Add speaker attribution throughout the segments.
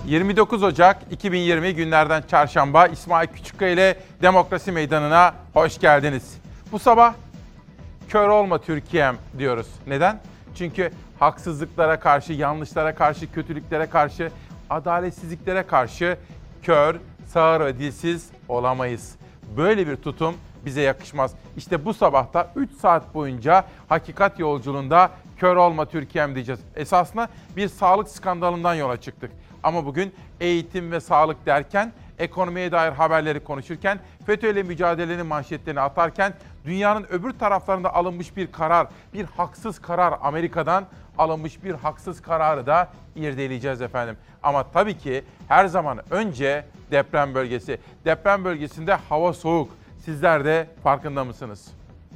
Speaker 1: 29 Ocak 2020 günlerden çarşamba İsmail Küçükkaya ile Demokrasi Meydanı'na hoş geldiniz. Bu sabah kör olma Türkiye'm diyoruz. Neden? Çünkü haksızlıklara karşı, yanlışlara karşı, kötülüklere karşı, adaletsizliklere karşı kör, sağır ve dilsiz olamayız. Böyle bir tutum bize yakışmaz. İşte bu sabahta 3 saat boyunca hakikat yolculuğunda kör olma Türkiye'm diyeceğiz. Esasında bir sağlık skandalından yola çıktık. Ama bugün eğitim ve sağlık derken, ekonomiye dair haberleri konuşurken, FETÖ ile mücadelenin manşetlerini atarken, dünyanın öbür taraflarında alınmış bir karar, bir haksız karar, Amerika'dan alınmış bir haksız kararı da irdeleyeceğiz efendim. Ama tabii ki her zaman önce deprem bölgesi. Deprem bölgesinde hava soğuk. Sizler de farkında mısınız?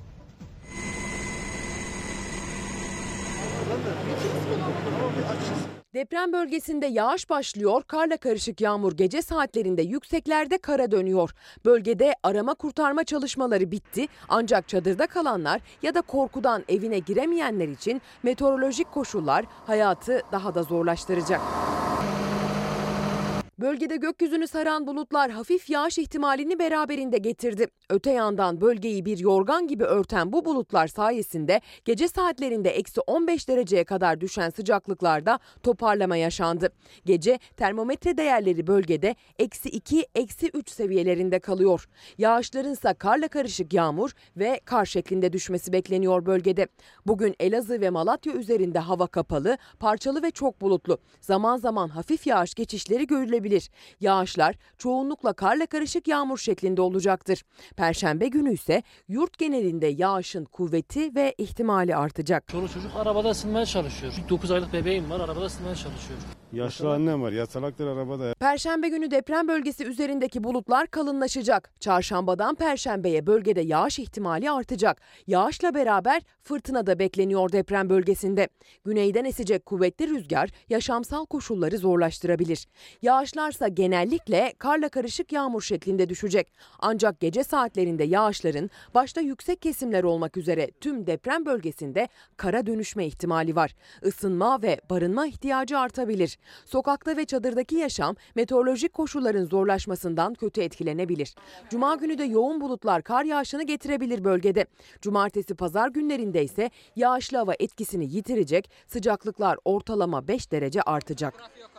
Speaker 2: Deprem bölgesinde yağış başlıyor, karla karışık yağmur gece saatlerinde yükseklerde kara dönüyor. Bölgede arama kurtarma çalışmaları bitti ancak çadırda kalanlar ya da korkudan evine giremeyenler için meteorolojik koşullar hayatı daha da zorlaştıracak. Bölgede gökyüzünü saran bulutlar hafif yağış ihtimalini beraberinde getirdi. Öte yandan bölgeyi bir yorgan gibi örten bu bulutlar sayesinde gece saatlerinde eksi 15 dereceye kadar düşen sıcaklıklarda toparlama yaşandı. Gece termometre değerleri bölgede eksi 2, eksi 3 seviyelerinde kalıyor. Yağışların ise karla karışık yağmur ve kar şeklinde düşmesi bekleniyor bölgede. Bugün Elazığ ve Malatya üzerinde hava kapalı, parçalı ve çok bulutlu. Zaman zaman hafif yağış geçişleri görülebilir. Yağışlar çoğunlukla karla karışık yağmur şeklinde olacaktır. Perşembe günü ise yurt genelinde yağışın kuvveti ve ihtimali artacak.
Speaker 3: Çoluk çocuk arabada ısınmaya çalışıyor. 9 aylık bebeğim var, arabada ısınmaya çalışıyor.
Speaker 4: Yaşlı annem var, yatalaktır arabada.
Speaker 2: Perşembe günü deprem bölgesi üzerindeki bulutlar kalınlaşacak. Çarşambadan Perşembeye bölgede yağış ihtimali artacak. Yağışla beraber fırtına da bekleniyor deprem bölgesinde. Güneyden esecek kuvvetli rüzgar yaşamsal koşulları zorlaştırabilir. Yağışlarsa genellikle karla karışık yağmur şeklinde düşecek. Ancak gece saatlerinde yağışların başta yüksek kesimler olmak üzere tüm deprem bölgesinde kara dönüşme ihtimali var. Isınma ve barınma ihtiyacı artabilir. Sokakta ve çadırdaki yaşam meteorolojik koşulların zorlaşmasından kötü etkilenebilir. Cuma günü de yoğun bulutlar kar yağışını getirebilir bölgede. Cumartesi pazar günlerinde ise yağışlı hava etkisini yitirecek, sıcaklıklar ortalama 5 derece artacak.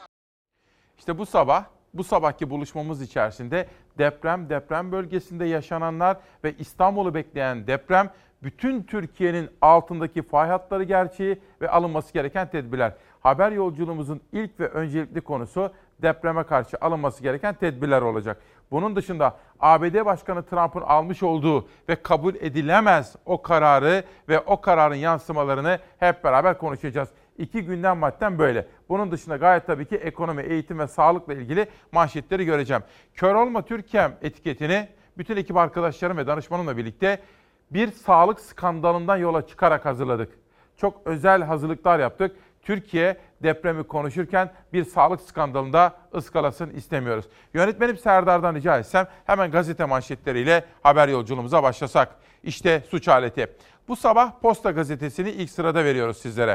Speaker 1: İşte bu sabahki buluşmamız içerisinde deprem bölgesinde yaşananlar ve İstanbul'u bekleyen deprem, bütün Türkiye'nin altındaki fay hatları gerçeği ve alınması gereken tedbirler. Haber yolculuğumuzun ilk ve öncelikli konusu depreme karşı alınması gereken tedbirler olacak. Bunun dışında ABD Başkanı Trump'ın almış olduğu ve kabul edilemez o kararı ve o kararın yansımalarını hep beraber konuşacağız. 2 gündem maddem böyle. Bunun dışında gayet tabii ki ekonomi, eğitim ve sağlıkla ilgili manşetleri göreceğim. Kör olma Türkiye'm etiketini bütün ekip arkadaşlarım ve danışmanımla birlikte bir sağlık skandalından yola çıkarak hazırladık. Çok özel hazırlıklar yaptık. Türkiye depremi konuşurken bir sağlık skandalında ıskalasın istemiyoruz. Yönetmenim Serdar'dan rica etsem hemen gazete manşetleriyle haber yolculuğumuza başlasak. İşte suç aleti. Bu sabah Posta Gazetesi'ni ilk sırada veriyoruz sizlere.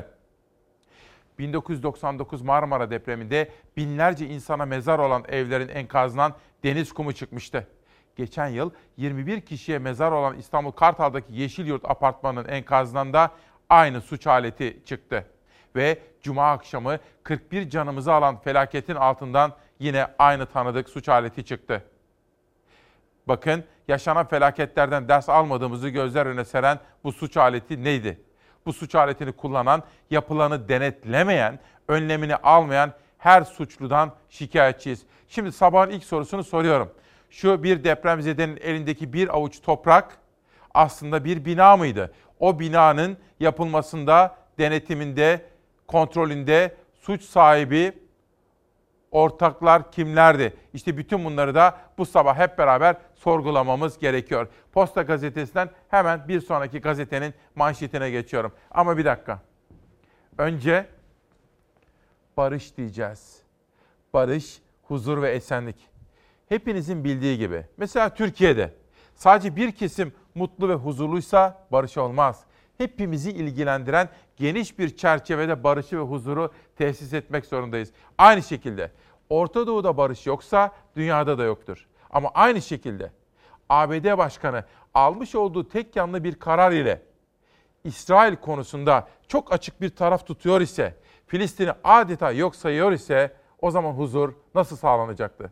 Speaker 1: 1999 Marmara depreminde binlerce insana mezar olan evlerin enkazından deniz kumu çıkmıştı. Geçen yıl 21 kişiye mezar olan İstanbul Kartal'daki Yeşilyurt apartmanının enkazından da aynı suç aleti çıktı. Ve Cuma akşamı 41 canımızı alan felaketin altından yine aynı tanıdık suç aleti çıktı. Bakın, yaşanan felaketlerden ders almadığımızı gözler önüne seren bu suç aleti neydi? Bu suç aletini kullanan, yapılanı denetlemeyen, önlemini almayan her suçludan şikayetçiyiz. Şimdi sabahın ilk sorusunu soruyorum. Şu bir depremzedenin elindeki bir avuç toprak aslında bir bina mıydı? O binanın yapılmasında, denetiminde, kontrolünde suç sahibi ortaklar kimlerdi? İşte bütün bunları da bu sabah hep beraber sorgulamamız gerekiyor. Posta Gazetesi'nden hemen bir sonraki gazetenin manşetine geçiyorum. Ama bir dakika. Önce barış diyeceğiz. Barış, huzur ve esenlik. Hepinizin bildiği gibi. Mesela Türkiye'de sadece bir kesim mutlu ve huzurluysa barış olmaz. Hepimizi ilgilendiren geniş bir çerçevede barışı ve huzuru tesis etmek zorundayız. Aynı şekilde Orta Doğu'da barış yoksa dünyada da yoktur. Ama aynı şekilde ABD Başkanı almış olduğu tek yanlı bir karar ile İsrail konusunda çok açık bir taraf tutuyor ise, Filistin'i adeta yok sayıyor ise o zaman huzur nasıl sağlanacaktı?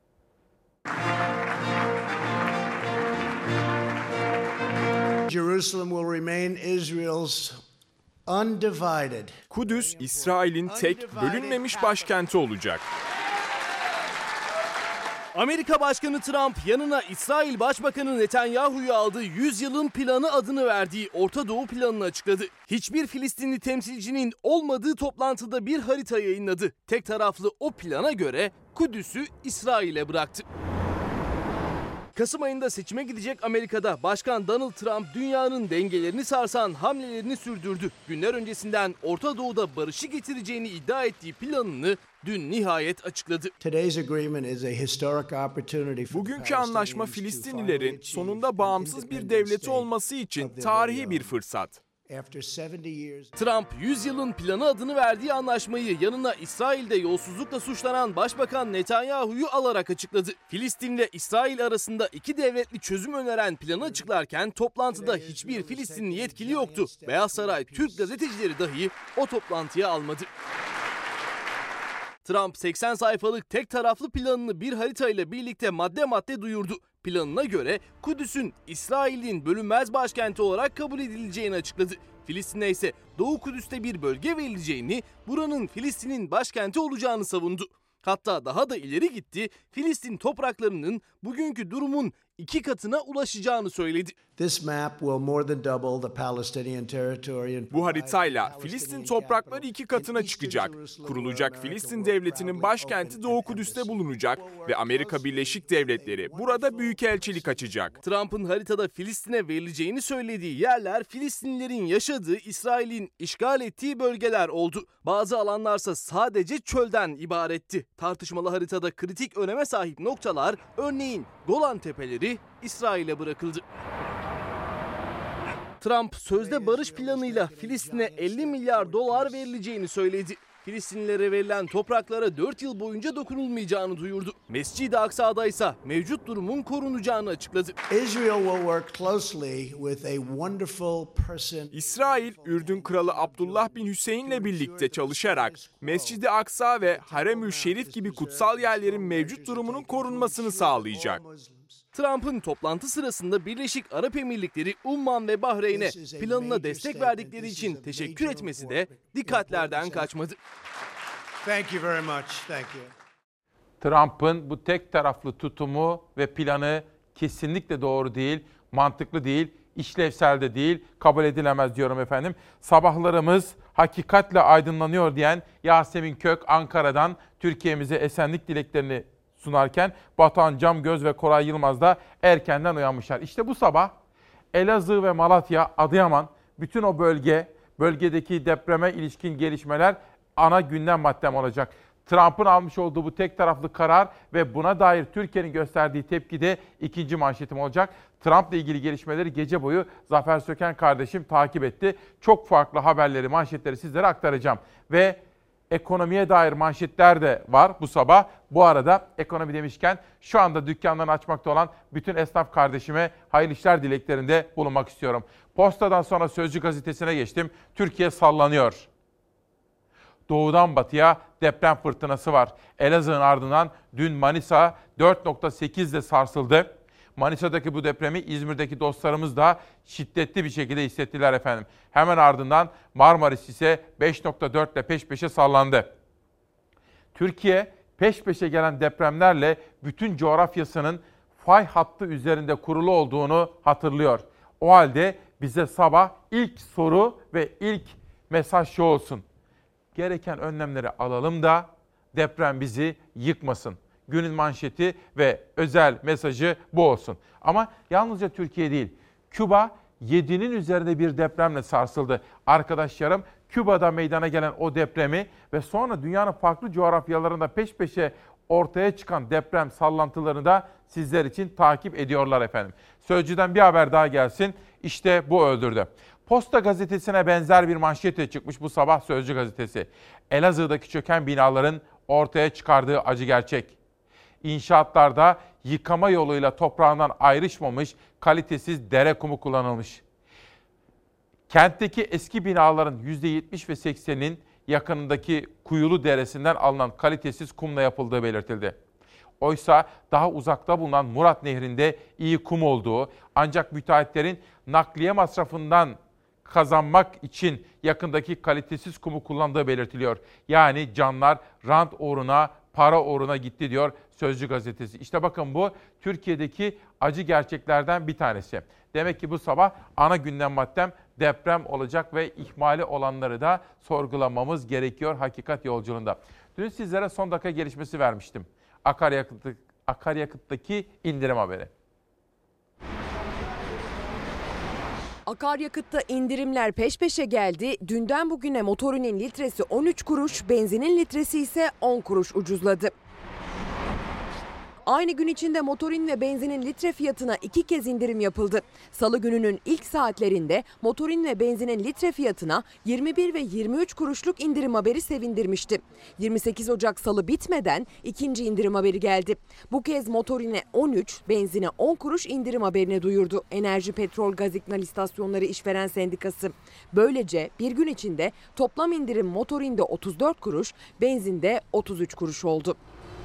Speaker 5: Jerusalem will remain Israel's undivided.
Speaker 6: Kudüs, İsrail'in tek bölünmemiş başkenti olacak.
Speaker 7: Amerika Başkanı Trump yanına İsrail Başbakanı Netanyahu'yu aldığı 100 yılın planı adını verdiği Orta Doğu planını açıkladı. Hiçbir Filistinli temsilcinin olmadığı toplantıda bir harita yayınladı. Tek taraflı o plana göre Kudüs'ü İsrail'e bıraktı. Kasım ayında seçime gidecek Amerika'da Başkan Donald Trump dünyanın dengelerini sarsan hamlelerini sürdürdü. Günler öncesinden Orta Doğu'da barışı getireceğini iddia ettiği planını dün nihayet açıkladı.
Speaker 6: Bugünkü anlaşma Filistinlilerin sonunda bağımsız bir devleti olması için tarihi bir fırsat.
Speaker 7: Trump 100 yılın planı adını verdiği anlaşmayı yanına İsrail'de yolsuzlukla suçlanan Başbakan Netanyahu'yu alarak açıkladı. Filistin'le İsrail arasında iki devletli çözüm öneren planı açıklarken toplantıda hiçbir Filistinli yetkili yoktu. Beyaz Saray Türk gazetecileri dahi o toplantıya almadı. Trump 80 sayfalık tek taraflı planını bir haritayla birlikte madde madde duyurdu. Planına göre Kudüs'ün İsrail'in bölünmez başkenti olarak kabul edileceğini açıkladı. Filistin'e ise Doğu Kudüs'te bir bölge verileceğini, buranın Filistin'in başkenti olacağını savundu. Hatta daha da ileri gitti, Filistin topraklarının bugünkü durumun 2 katına ulaşacağını söyledi.
Speaker 6: Bu haritayla Filistin toprakları 2 katına çıkacak. Kurulacak Filistin devletinin başkenti Doğu Kudüs'te bulunacak ve Amerika Birleşik Devletleri burada büyükelçilik açacak.
Speaker 7: Trump'ın haritada Filistin'e verileceğini söylediği yerler Filistinlilerin yaşadığı, İsrail'in işgal ettiği bölgeler oldu. Bazı alanlarsa sadece çölden ibaretti. Tartışmalı haritada kritik öneme sahip noktalar, örneğin Golan Tepeleri, İsrail'e bırakıldı. Trump sözde barış planıyla Filistin'e 50 milyar dolar verileceğini söyledi. Filistinlilere verilen topraklara 4 yıl boyunca dokunulmayacağını duyurdu. Mescid-i Aksa'da ise mevcut durumun korunacağını açıkladı.
Speaker 6: İsrail, Ürdün Kralı Abdullah bin Hüseyin'le birlikte çalışarak Mescid-i Aksa ve Harem-ül Şerif gibi kutsal yerlerin mevcut durumunun korunmasını sağlayacak.
Speaker 7: Trump'ın toplantı sırasında Birleşik Arap Emirlikleri, Umman ve Bahreyn'e planına destek verdikleri için teşekkür etmesi de dikkatlerden kaçmadı.
Speaker 1: Trump'ın bu tek taraflı tutumu ve planı kesinlikle doğru değil, mantıklı değil, işlevsel de değil, kabul edilemez diyorum efendim. Sabahlarımız hakikatle aydınlanıyor diyen Yasemin Kök Ankara'dan Türkiye'mize esenlik dileklerini sunarken Batuhan Camgöz ve Koray Yılmaz da erkenden uyanmışlar. İşte bu sabah Elazığ ve Malatya, Adıyaman, bütün o bölgedeki depreme ilişkin gelişmeler ana gündem maddem olacak. Trump'ın almış olduğu bu tek taraflı karar ve buna dair Türkiye'nin gösterdiği tepki de ikinci manşetim olacak. Trump'la ilgili gelişmeleri gece boyu Zafer Söken kardeşim takip etti. Çok farklı haberleri, manşetleri sizlere aktaracağım. Ve ekonomiye dair manşetler de var bu sabah. Bu arada ekonomi demişken şu anda dükkanlarını açmakta olan bütün esnaf kardeşime hayırlı işler dileklerinde bulunmak istiyorum. Postadan sonra Sözcü gazetesine geçtim. Türkiye sallanıyor. Doğudan batıya deprem fırtınası var. Elazığ'ın ardından dün Manisa 4.8 ile sarsıldı. Manisa'daki bu depremi İzmir'deki dostlarımız da şiddetli bir şekilde hissettiler efendim. Hemen ardından Marmaris ise 5.4 ile peş peşe sallandı. Türkiye peş peşe gelen depremlerle bütün coğrafyasının fay hattı üzerinde kurulu olduğunu hatırlıyor. O halde bize sabah ilk soru ve ilk mesaj şu olsun. Gereken önlemleri alalım da deprem bizi yıkmasın. Günün manşeti ve özel mesajı bu olsun. Ama yalnızca Türkiye değil, Küba 7'nin üzerinde bir depremle sarsıldı. Arkadaşlarım Küba'da meydana gelen o depremi ve sonra dünyanın farklı coğrafyalarında peş peşe ortaya çıkan deprem sallantılarını da sizler için takip ediyorlar efendim. Sözcü'den bir haber daha gelsin. İşte bu öldürdü. Posta gazetesine benzer bir manşetle çıkmış bu sabah Sözcü gazetesi. Elazığ'daki çöken binaların ortaya çıkardığı acı gerçek. İnşaatlarda yıkama yoluyla toprağından ayrışmamış kalitesiz dere kumu kullanılmış. Kentteki eski binaların %70 ve 80'inin yakınındaki Kuyulu Deresi'nden alınan kalitesiz kumla yapıldığı belirtildi. Oysa daha uzakta bulunan Murat Nehri'nde iyi kum olduğu, ancak müteahhitlerin nakliye masrafından kazanmak için yakındaki kalitesiz kumu kullandığı belirtiliyor. Yani canlar rant uğruna, para uğruna gitti diyor Sözcü gazetesi. İşte bakın bu Türkiye'deki acı gerçeklerden bir tanesi. Demek ki bu sabah ana gündem maddem deprem olacak ve ihmali olanları da sorgulamamız gerekiyor hakikat yolculuğunda. Dün sizlere son dakika gelişmesi vermiştim. Akaryakıttaki indirim haberi.
Speaker 2: Akaryakıtta indirimler peş peşe geldi. Dünden bugüne motorinin litresi 13 kuruş, benzinin litresi ise 10 kuruş ucuzladı. Aynı gün içinde motorin ve benzinin litre fiyatına 2 kez indirim yapıldı. Salı gününün ilk saatlerinde motorin ve benzinin litre fiyatına 21 ve 23 kuruşluk indirim haberi sevindirmişti. 28 Ocak Salı bitmeden ikinci indirim haberi geldi. Bu kez motorine 13, benzine 10 kuruş indirim haberini duyurdu Enerji Petrol Gaz İkmal İstasyonları İşveren Sendikası. Böylece bir gün içinde toplam indirim motorinde 34 kuruş, benzinde 33 kuruş oldu.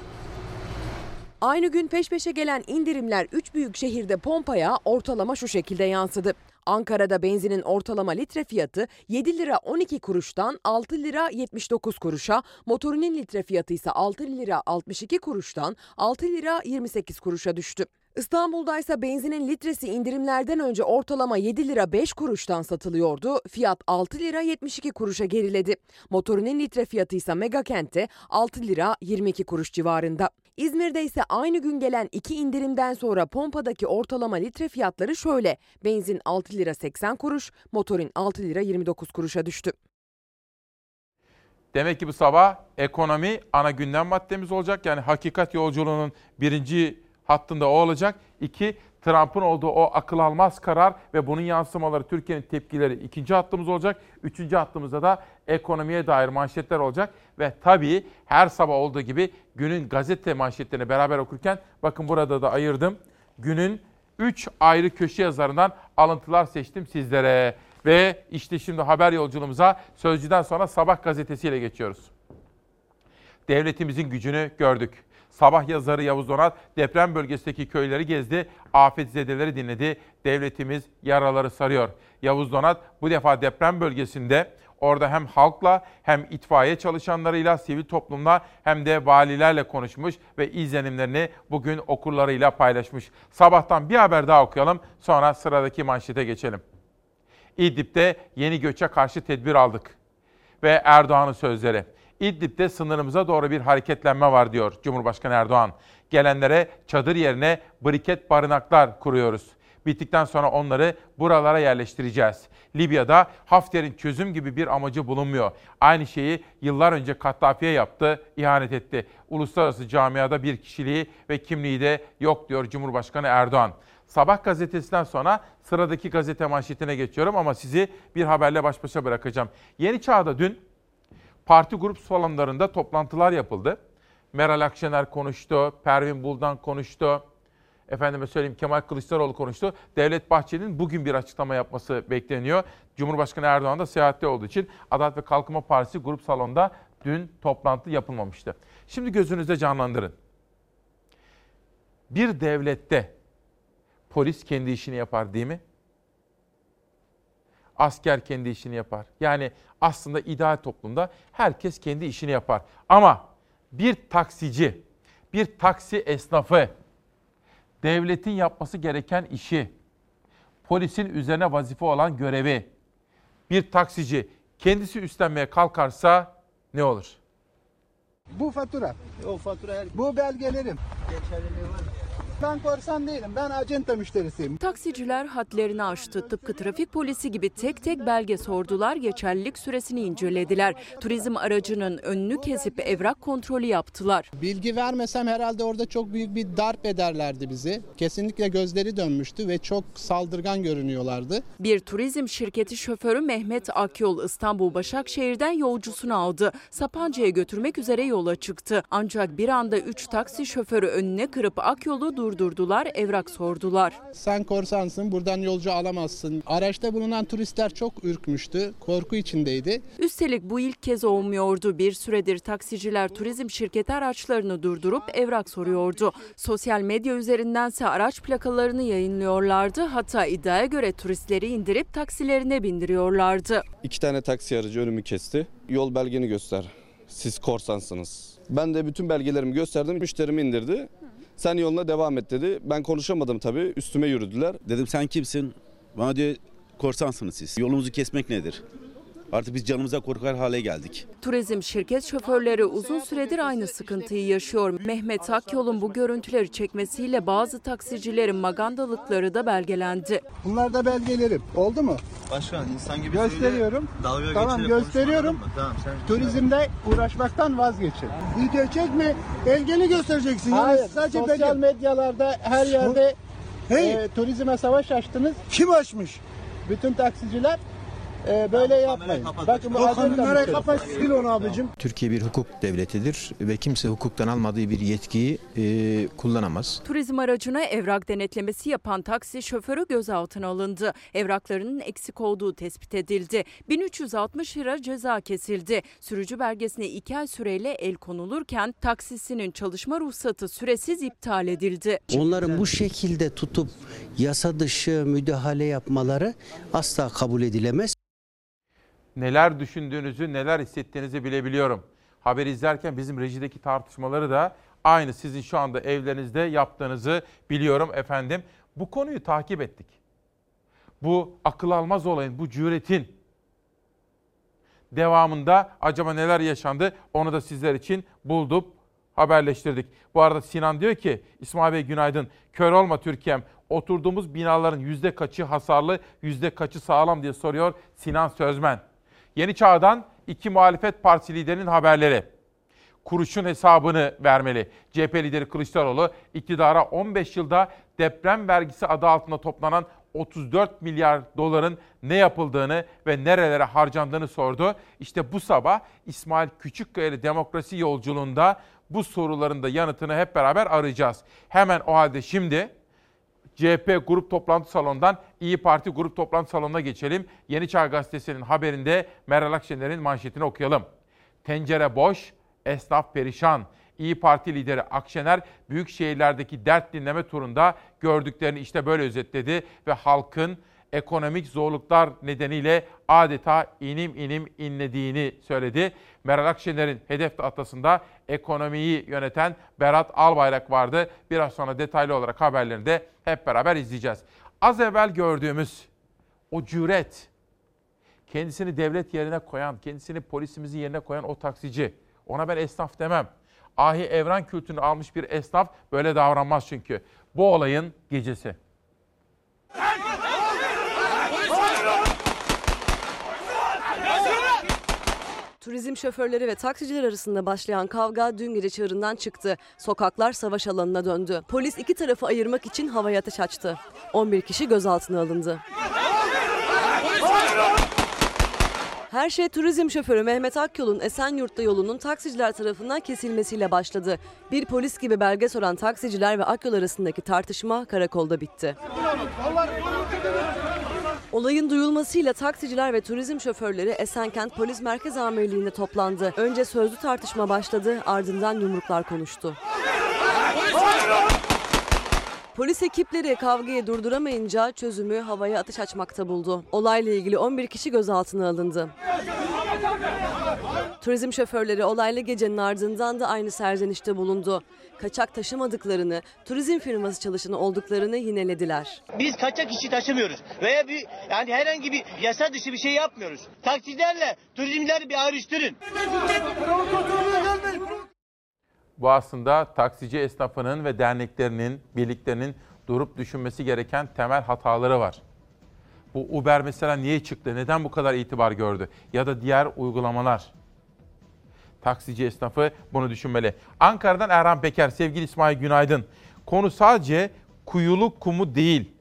Speaker 2: Aynı gün peş peşe gelen indirimler 3 büyük şehirde pompaya ortalama şu şekilde yansıdı. Ankara'da benzinin ortalama litre fiyatı 7 lira 12 kuruştan 6 lira 79 kuruşa, motorinin litre fiyatı ise 6 lira 62 kuruştan 6 lira 28 kuruşa düştü. İstanbul'da ise benzinin litresi indirimlerden önce ortalama 7 lira 5 kuruştan satılıyordu. Fiyat 6 lira 72 kuruşa geriledi. Motorinin litre fiyatı ise Megakent'te 6 lira 22 kuruş civarında. İzmir'de ise aynı gün gelen 2 indirimden sonra pompadaki ortalama litre fiyatları şöyle. Benzin 6 lira 80 kuruş, motorin 6 lira 29 kuruşa düştü.
Speaker 1: Demek ki bu sabah ekonomi ana gündem maddemiz olacak. Yani hakikat yolculuğunun birinci hattında o olacak. 2, Trump'ın olduğu o akıl almaz karar ve bunun yansımaları, Türkiye'nin tepkileri ikinci hattımız olacak. Üçüncü hattımızda da ekonomiye dair manşetler olacak. Ve tabii her sabah olduğu gibi günün gazete manşetlerini beraber okurken bakın burada da ayırdım. Günün 3 ayrı köşe yazarından alıntılar seçtim sizlere. Ve işte şimdi haber yolculuğumuza Sözcü'den sonra Sabah gazetesiyle geçiyoruz. Devletimizin gücünü gördük. Sabah yazarı Yavuz Donat deprem bölgesindeki köyleri gezdi, afetzedeleri dinledi. Devletimiz yaraları sarıyor. Yavuz Donat bu defa deprem bölgesinde orada hem halkla hem itfaiye çalışanlarıyla, sivil toplumla hem de valilerle konuşmuş ve izlenimlerini bugün okurlarıyla paylaşmış. Sabahtan bir haber daha okuyalım, sonra sıradaki manşete geçelim. İdlib'de yeni göçe karşı tedbir aldık ve Erdoğan'ın sözleri. İdlib'de sınırımıza doğru bir hareketlenme var diyor Cumhurbaşkanı Erdoğan. Gelenlere çadır yerine briket barınaklar kuruyoruz. Bittikten sonra onları buralara yerleştireceğiz. Libya'da Hafter'in çözüm gibi bir amacı bulunmuyor. Aynı şeyi yıllar önce Kaddafi'ye yaptı, ihanet etti. Uluslararası camiada bir kişiliği ve kimliği de yok diyor Cumhurbaşkanı Erdoğan. Sabah gazetesinden sonra sıradaki gazete manşetine geçiyorum ama sizi bir haberle baş başa bırakacağım. Yeni Çağ'da dün parti grup salonlarında toplantılar yapıldı. Meral Akşener konuştu, Pervin Buldan konuştu, efendime söyleyeyim Kemal Kılıçdaroğlu konuştu. Devlet Bahçeli'nin bugün bir açıklama yapması bekleniyor. Cumhurbaşkanı Erdoğan da seyahatte olduğu için Adalet ve Kalkınma Partisi grup salonunda dün toplantı yapılmamıştı. Şimdi gözünüzde canlandırın. Bir devlette polis kendi işini yapar değil mi? Asker kendi işini yapar. Yani aslında ideal toplumda herkes kendi işini yapar. Ama bir taksici, bir taksi esnafı devletin yapması gereken işi, polisin üzerine vazife olan görevi bir taksici kendisi üstlenmeye kalkarsa ne olur?
Speaker 8: Bu fatura. O fatura bu belgelerim. Geçerliliği var. Ben korsan değilim, ben acenta müşterisiyim.
Speaker 9: Taksiciler hadlerini aştı. Tıpkı trafik polisi gibi tek tek belge sordular, geçerlilik süresini incelediler. Turizm aracının önünü kesip evrak kontrolü yaptılar.
Speaker 8: Bilgi vermesem herhalde orada çok büyük bir darp ederlerdi bizi. Kesinlikle gözleri dönmüştü ve çok saldırgan görünüyorlardı.
Speaker 9: Bir turizm şirketi şoförü Mehmet Akyol İstanbul Başakşehir'den yolcusunu aldı. Sapanca'ya götürmek üzere yola çıktı. Ancak bir anda 3 taksi şoförü önüne kırıp Akyol'u durdurdular, evrak sordular.
Speaker 8: Sen korsansın, buradan yolcu alamazsın. Araçta bulunan turistler çok ürkmüştü, korku içindeydi.
Speaker 9: Üstelik bu ilk kez olmuyordu. Bir süredir taksiciler turizm şirketi araçlarını durdurup evrak soruyordu. Sosyal medya üzerindense araç plakalarını yayınlıyorlardı. Hatta iddiaya göre turistleri indirip taksilerine bindiriyorlardı.
Speaker 10: 2 tane taksi aracı önümü kesti. Yol belgeni göster. Siz korsansınız. Ben de bütün belgelerimi gösterdim. Müşterimi indirdi. Sen yoluna devam et dedi. Ben konuşamadım tabii. Üstüme yürüdüler.
Speaker 11: Dedim sen kimsin? Bana diyor korsansınız siz. Yolumuzu kesmek nedir? Artık biz canımıza korkar hale geldik.
Speaker 9: Turizm şirket şoförleri uzun süredir aynı sıkıntıyı yaşıyor. Mehmet Akyol'un bu görüntüleri çekmesiyle bazı taksicilerin magandalıkları da belgelendi.
Speaker 8: Bunlar da belgelerim. Oldu mu?
Speaker 12: Başkan insan gibi
Speaker 8: gösteriyorum.
Speaker 12: Dalga
Speaker 8: tamam gösteriyorum.
Speaker 12: Tamam,
Speaker 8: Turizmde uğraşmaktan vazgeçin. Video çekme. Belgeni göstereceksin. Hayır. Yani sadece sosyal medyalarda her yerde turizme savaş açtınız. Kim açmış? Bütün taksiciler. Böyle yapmayın. Bakın bu adamlara kapat sil onu abicim.
Speaker 13: Türkiye bir hukuk devletidir ve kimse hukuktan almadığı bir yetkiyi kullanamaz.
Speaker 9: Turizm aracına evrak denetlemesi yapan taksi şoförü gözaltına alındı. Evraklarının eksik olduğu tespit edildi. 1360 lira ceza kesildi. Sürücü belgesine 2 ay süreyle el konulurken taksisinin çalışma ruhsatı süresiz iptal edildi.
Speaker 14: Onların bu şekilde tutup yasa dışı müdahale yapmaları asla kabul edilemez.
Speaker 1: Neler düşündüğünüzü, neler hissettiğinizi bilebiliyorum. Haber izlerken bizim rejideki tartışmaları da aynı sizin şu anda evlerinizde yaptığınızı biliyorum efendim. Bu konuyu takip ettik. Bu akıl almaz olayın, bu cüretin devamında acaba neler yaşandı onu da sizler için bulduk, haberleştirdik. Bu arada Sinan diyor ki, İsmail Bey günaydın, kör olma Türkiye'm. Oturduğumuz binaların yüzde kaçı hasarlı, yüzde kaçı sağlam diye soruyor Sinan Sözmen. Yeni Çağ'dan 2 muhalefet partisi liderinin haberleri. Kuruşun hesabını vermeli. CHP lideri Kılıçdaroğlu iktidara 15 yılda deprem vergisi adı altında toplanan 34 milyar doların ne yapıldığını ve nerelere harcandığını sordu. İşte bu sabah İsmail Küçükkaya'lı demokrasi yolculuğunda bu soruların da yanıtını hep beraber arayacağız. Hemen o halde şimdi CHP grup toplantı salonundan İyi Parti grup toplantı salonuna geçelim. Yeni Çağ Gazetesi'nin haberinde Meral Akşener'in manşetini okuyalım. Tencere boş, esnaf perişan. İyi Parti lideri Akşener, büyük şehirlerdeki dert dinleme turunda gördüklerini işte böyle özetledi ve halkın ekonomik zorluklar nedeniyle adeta inim inim inlediğini söyledi. Meral Akşener'in hedef tahtasında ekonomiyi yöneten Berat Albayrak vardı. Biraz sonra detaylı olarak haberlerini de hep beraber izleyeceğiz. Az evvel gördüğümüz o cüret, kendisini devlet yerine koyan, kendisini polisimizin yerine koyan o taksici, ona ben esnaf demem. Ahi evran kültürünü almış bir esnaf böyle davranmaz çünkü. Bu olayın gecesi.
Speaker 15: Turizm şoförleri ve taksiciler arasında başlayan kavga dün gece çığırından çıktı. Sokaklar savaş alanına döndü. Polis iki tarafı ayırmak için havaya ateş açtı. 11 kişi gözaltına alındı. Her şey turizm şoförü Mehmet Akyol'un Esenyurt'ta yolunun taksiciler tarafından kesilmesiyle başladı. Bir polis gibi belge soran taksiciler ve Akyol arasındaki tartışma karakolda bitti. Olayın duyulmasıyla taksiciler ve turizm şoförleri Esenkent Polis Merkez Amirliği'nde toplandı. Önce sözlü tartışma başladı, ardından yumruklar konuştu. Polis ekipleri kavgayı durduramayınca çözümü havaya ateş açmakta buldu. Olayla ilgili 11 kişi gözaltına alındı. Turizm şoförleri olaylı gecenin ardından da aynı serzenişte bulundu. Kaçak taşımadıklarını, turizm firması çalışanı olduklarını yinelediler.
Speaker 16: Biz kaçak işi taşımıyoruz veya yani herhangi bir yasa dışı bir şey yapmıyoruz. Taksilerle turizmleri bir ayrıştırın.
Speaker 1: Bu aslında taksici esnafının ve derneklerinin, birliklerinin durup düşünmesi gereken temel hataları var. Bu Uber mesela niye çıktı? Neden bu kadar itibar gördü? Ya da diğer uygulamalar. Taksici esnafı bunu düşünmeli. Ankara'dan Erhan Peker, sevgili İsmail günaydın. Konu sadece kuyuluk kumu değil.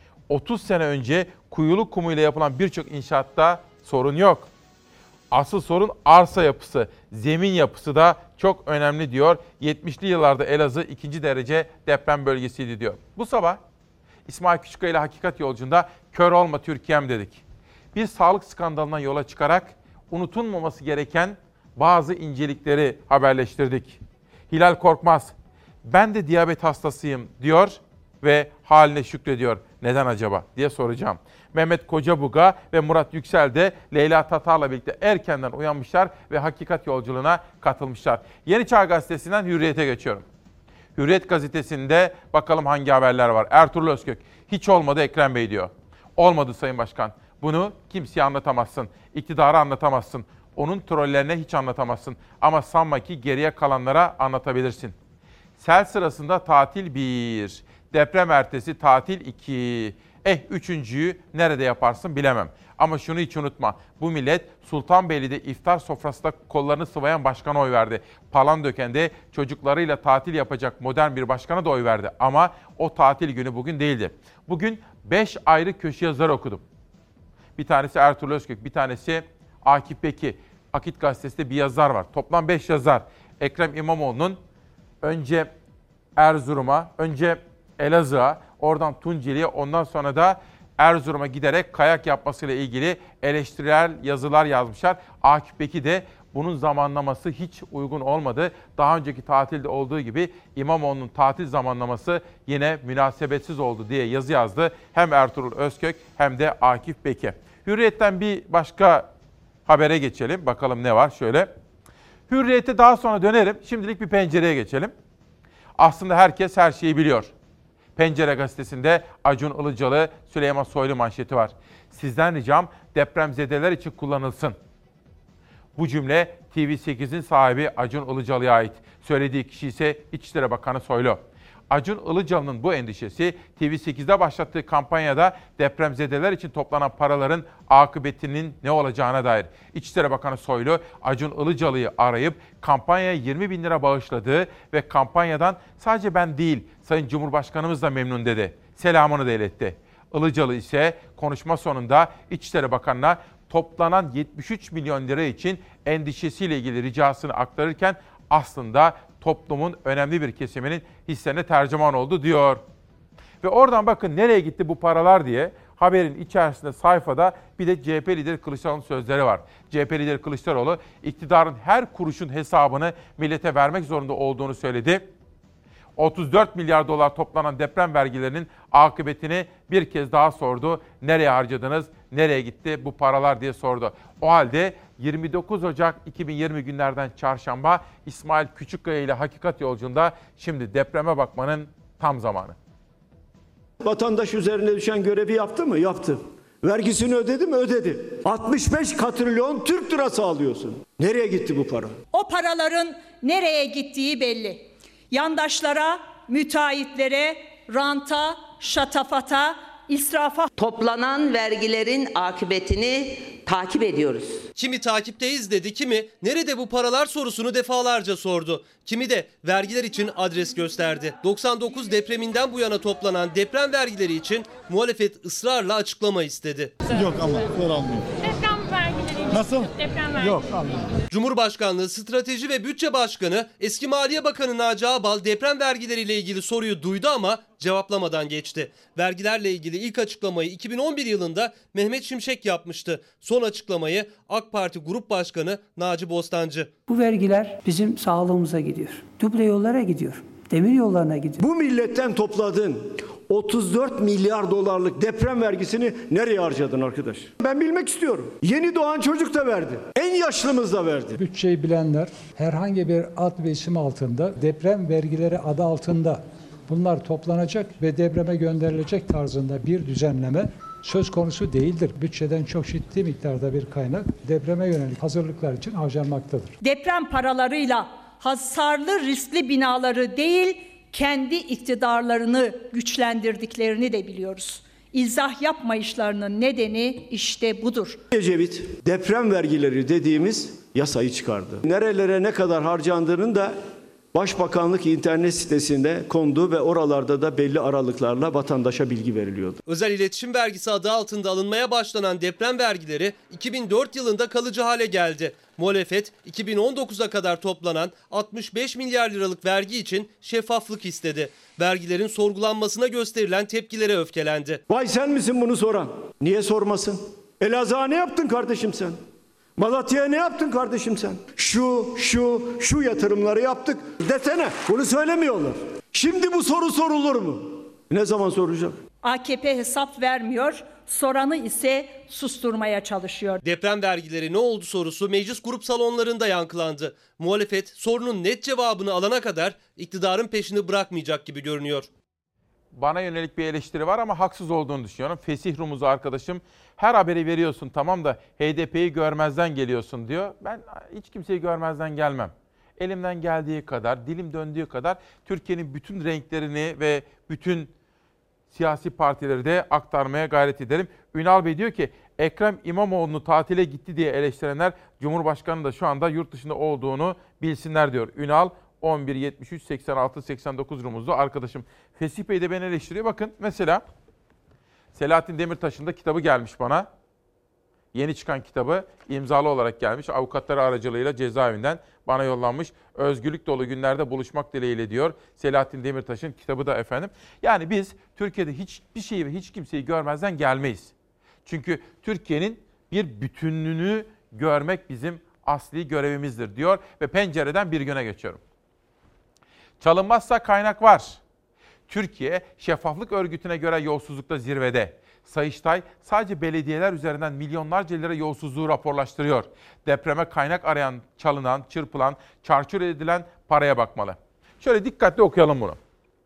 Speaker 1: 30 sene önce kuyuluk kumuyla yapılan birçok inşaatta sorun yok. Asıl sorun arsa yapısı, zemin yapısı da çok önemli diyor. 70'li yıllarda Elazığ 2. derece deprem bölgesiydi diyor. Bu sabah İsmail Küçükkaya ile Hakikat Yolcu'nda kör olma Türkiye'm dedik. Bir sağlık skandalından yola çıkarak unutulmaması gereken bazı incelikleri haberleştirdik. Hilal Korkmaz, ben de diyabet hastasıyım diyor ve haline şükrediyor. Neden acaba diye soracağım. Mehmet Kocabuga ve Murat Yüksel de Leyla Tatar'la birlikte erkenden uyanmışlar ve Hakikat Yolculuğuna katılmışlar. Yeni Çağ Gazetesi'nden Hürriyet'e geçiyorum. Hürriyet Gazetesi'nde bakalım hangi haberler var. Ertuğrul Özkök, hiç olmadı Ekrem Bey diyor. Olmadı Sayın Başkan. Bunu kimseye anlatamazsın. İktidara anlatamazsın. Onun trollerine hiç anlatamazsın. Ama sanma ki geriye kalanlara anlatabilirsin. Sel sırasında tatil 1, deprem ertesi tatil 2. Üçüncüyü nerede yaparsın bilemem. Ama şunu hiç unutma. Bu millet Sultanbeyli'de iftar sofrasında kollarını sıvayan başkana oy verdi. Palandöken'de çocuklarıyla tatil yapacak modern bir başkana da oy verdi. Ama o tatil günü bugün değildi. Bugün 5 ayrı köşe yazarı okudum. Bir tanesi Ertuğrul Özkök, bir tanesi Akif Beki. Akit Gazetesi'nde bir yazar var. Toplam 5 yazar. Ekrem İmamoğlu'nun önce Erzurum'a, önce Elazığ'a, oradan Tunceli'ye, ondan sonra da Erzurum'a giderek kayak yapmasıyla ilgili eleştirel yazılar yazmışlar. Akif Beki de bunun zamanlaması hiç uygun olmadı. Daha önceki tatilde olduğu gibi İmamoğlu'nun tatil zamanlaması yine münasebetsiz oldu diye yazı yazdı. Hem Ertuğrul Özkök hem de Akif Beki. Hürriyet'ten bir başka habere geçelim. Bakalım ne var şöyle. Hürriyet'e daha sonra dönerim. Şimdilik bir pencereye geçelim. Aslında herkes her şeyi biliyor. Pencere gazetesinde Acun Ilıcalı, Süleyman Soylu manşeti var. Sizden ricam depremzedeler için kullanılsın. Bu cümle TV8'in sahibi Acun Ilıcalı'ya ait. Söylediği kişi ise İçişleri Bakanı Soylu. Acun Ilıcalı'nın bu endişesi TV8'de başlattığı kampanyada depremzedeler için toplanan paraların akıbetinin ne olacağına dair. İçişleri Bakanı Soylu, Acun Ilıcalı'yı arayıp kampanyaya 20 bin lira bağışladığı ve kampanyadan sadece ben değil Sayın Cumhurbaşkanımız da memnun dedi. Selamını da iletti. Ilıcalı ise konuşma sonunda İçişleri Bakanı'na toplanan 73 milyon lira için endişesiyle ilgili ricasını aktarırken aslında toplumun önemli bir kesiminin hislerine tercüman oldu diyor. Ve oradan bakın nereye gitti bu paralar diye haberin içerisinde sayfada bir de CHP lideri Kılıçdaroğlu'nun sözleri var. CHP lideri Kılıçdaroğlu iktidarın her kuruşun hesabını millete vermek zorunda olduğunu söyledi. 34 milyar dolar toplanan deprem vergilerinin akıbetini bir kez daha sordu. Nereye harcadınız, nereye gitti bu paralar diye sordu. O halde 29 Ocak 2020 günlerden çarşamba İsmail Küçükkaya ile Hakikat Yolcu'nda şimdi depreme bakmanın tam zamanı.
Speaker 12: Vatandaş üzerine düşen görevi yaptı mı? Yaptı. Vergisini ödedi mi? Ödedi. 65 katrilyon Türk lirası alıyorsun. Nereye gitti bu para?
Speaker 17: O paraların nereye gittiği belli. Yandaşlara, müteahhitlere, ranta, şatafata, israfa.
Speaker 18: Toplanan vergilerin akıbetini takip ediyoruz.
Speaker 19: Kimi takipteyiz dedi, kimi nerede bu paralar sorusunu defalarca sordu. Kimi de vergiler için adres gösterdi. 99 depreminden bu yana toplanan deprem vergileri için muhalefet ısrarla açıklama istedi.
Speaker 20: Yok ama zor almıyor.
Speaker 21: Deprem vergileri.
Speaker 20: Nasıl?
Speaker 21: Deprem vergileri.
Speaker 20: Yok almıyor.
Speaker 19: Cumhurbaşkanlığı Strateji ve Bütçe Başkanı eski Maliye Bakanı Naci Ağbal deprem vergileriyle ilgili soruyu duydu ama cevaplamadan geçti. Vergilerle ilgili ilk açıklamayı 2011 yılında Mehmet Şimşek yapmıştı. Son açıklamayı AK Parti Grup Başkanı Naci Bostancı.
Speaker 22: Bu vergiler bizim sağlığımıza gidiyor. Duble yollara gidiyor. Demir yollarına gidiyor.
Speaker 12: Bu milletten topladığın 34 milyar dolarlık deprem vergisini nereye harcadın arkadaş? Ben bilmek istiyorum. Yeni doğan çocuk da verdi. En yaşlımız da verdi.
Speaker 23: Bütçeyi bilenler herhangi bir ad ve isim altında deprem vergileri adı altında bunlar toplanacak ve depreme gönderilecek tarzında bir düzenleme söz konusu değildir. Bütçeden çok ciddi miktarda bir kaynak depreme yönelik hazırlıklar için harcanmaktadır.
Speaker 17: Deprem paralarıyla hasarlı riskli binaları değil, kendi iktidarlarını güçlendirdiklerini de biliyoruz. İzah yapmayışlarının nedeni işte budur.
Speaker 12: Ecevit deprem vergileri dediğimiz yasayı çıkardı. Nerelere ne kadar harcandığının da Başbakanlık internet sitesinde kondu ve oralarda da belli aralıklarla vatandaşa bilgi veriliyordu.
Speaker 19: Özel iletişim vergisi adı altında alınmaya başlanan deprem vergileri 2004 yılında kalıcı hale geldi. Muhalefet 2019'a kadar toplanan 65 milyar liralık vergi için şeffaflık istedi. Vergilerin sorgulanmasına gösterilen tepkilere öfkelendi.
Speaker 12: Vay sen misin bunu soran? Niye sormasın? Elazığ'a ne yaptın kardeşim sen? Malatya'ya ne yaptın kardeşim sen? Şu yatırımları yaptık desene. Bunu söylemiyorlar. Şimdi bu soru sorulur mu? Ne zaman soracak?
Speaker 17: AKP hesap vermiyor, soranı ise susturmaya çalışıyor.
Speaker 19: Deprem vergileri ne oldu sorusu meclis grup salonlarında yankılandı. Muhalefet sorunun net cevabını alana kadar iktidarın peşini bırakmayacak gibi görünüyor.
Speaker 1: Bana yönelik bir eleştiri var ama haksız olduğunu düşünüyorum. Fesih Rumuzlu arkadaşım, her haberi veriyorsun tamam da HDP'yi görmezden geliyorsun diyor. Ben hiç kimseyi görmezden gelmem. Elimden geldiği kadar, dilim döndüğü kadar Türkiye'nin bütün renklerini ve bütün siyasi partileri de aktarmaya gayret ederim. Ünal Bey diyor ki Ekrem İmamoğlu'nu tatile gitti diye eleştirenler Cumhurbaşkanı da şu anda yurt dışında olduğunu bilsinler diyor. Ünal 11 73 86 89 Rumuzlu arkadaşım. Fesih Bey de beni eleştiriyor. Bakın mesela Selahattin Demirtaş'ın da kitabı gelmiş bana. Yeni çıkan kitabı imzalı olarak gelmiş. Avukatları aracılığıyla cezaevinden bana yollanmış. Özgürlük dolu günlerde buluşmak dileğiyle diyor Selahattin Demirtaş'ın kitabı da efendim. Yani biz Türkiye'de hiçbir şeyi ve hiç kimseyi görmezden gelmeyiz. Çünkü Türkiye'nin bir bütünlüğünü görmek bizim asli görevimizdir diyor ve pencereden bir güne geçiyorum. Çalınmazsa kaynak var. Türkiye şeffaflık örgütüne göre yolsuzlukta zirvede. Sayıştay sadece belediyeler üzerinden milyonlarca lira yolsuzluğu raporlaştırıyor. Depreme kaynak arayan, çalınan, çırpılan, çarçur edilen paraya bakmalı. Şöyle dikkatli okuyalım bunu.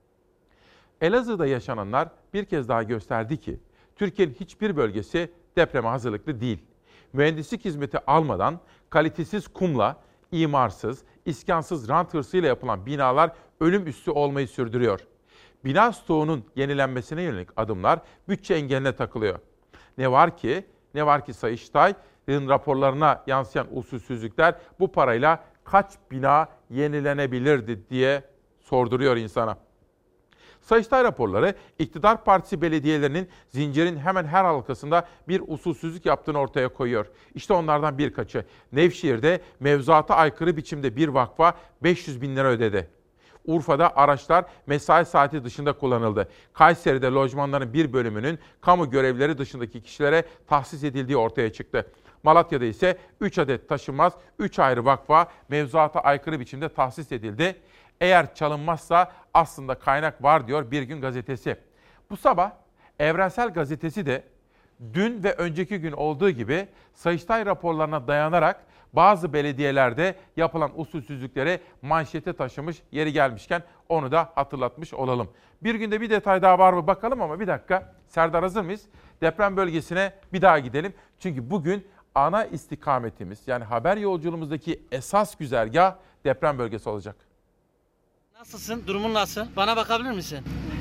Speaker 1: Elazığ'da yaşananlar bir kez daha gösterdi ki Türkiye'nin hiçbir bölgesi depreme hazırlıklı değil. Mühendislik hizmeti almadan kalitesiz kumla, imarsız, iskansız rant hırsıyla yapılan binalar ölüm üstü olmayı sürdürüyor. Bina stoğunun yenilenmesine yönelik adımlar bütçe engeline takılıyor. Ne var ki Sayıştay'ın raporlarına yansıyan usulsüzlükler bu parayla kaç bina yenilenebilirdi diye sorduruyor insana. Sayıştay raporları iktidar partisi belediyelerinin zincirin hemen her halkasında bir usulsüzlük yaptığını ortaya koyuyor. İşte onlardan birkaçı. Nevşehir'de mevzuata aykırı biçimde bir vakfa 500 bin lira ödedi. Urfa'da araçlar mesai saati dışında kullanıldı. Kayseri'de lojmanların bir bölümünün kamu görevlileri dışındaki kişilere tahsis edildiği ortaya çıktı. Malatya'da ise 3 adet taşınmaz, 3 ayrı vakfa mevzuata aykırı biçimde tahsis edildi. Eğer çalınmazsa aslında kaynak var diyor Bir Gün Gazetesi. Bu sabah Evrensel Gazetesi de dün ve önceki gün olduğu gibi Sayıştay raporlarına dayanarak bazı belediyelerde yapılan usulsüzlükleri manşete taşımış, yeri gelmişken onu da hatırlatmış olalım. Bir günde bir detay daha var mı bakalım ama bir dakika. Serdar hazır mıyız? Deprem bölgesine bir daha gidelim. Çünkü bugün ana istikametimiz yani haber yolculuğumuzdaki esas güzergah deprem bölgesi olacak.
Speaker 3: Nasılsın? Durumun nasıl? Bana bakabilir misin?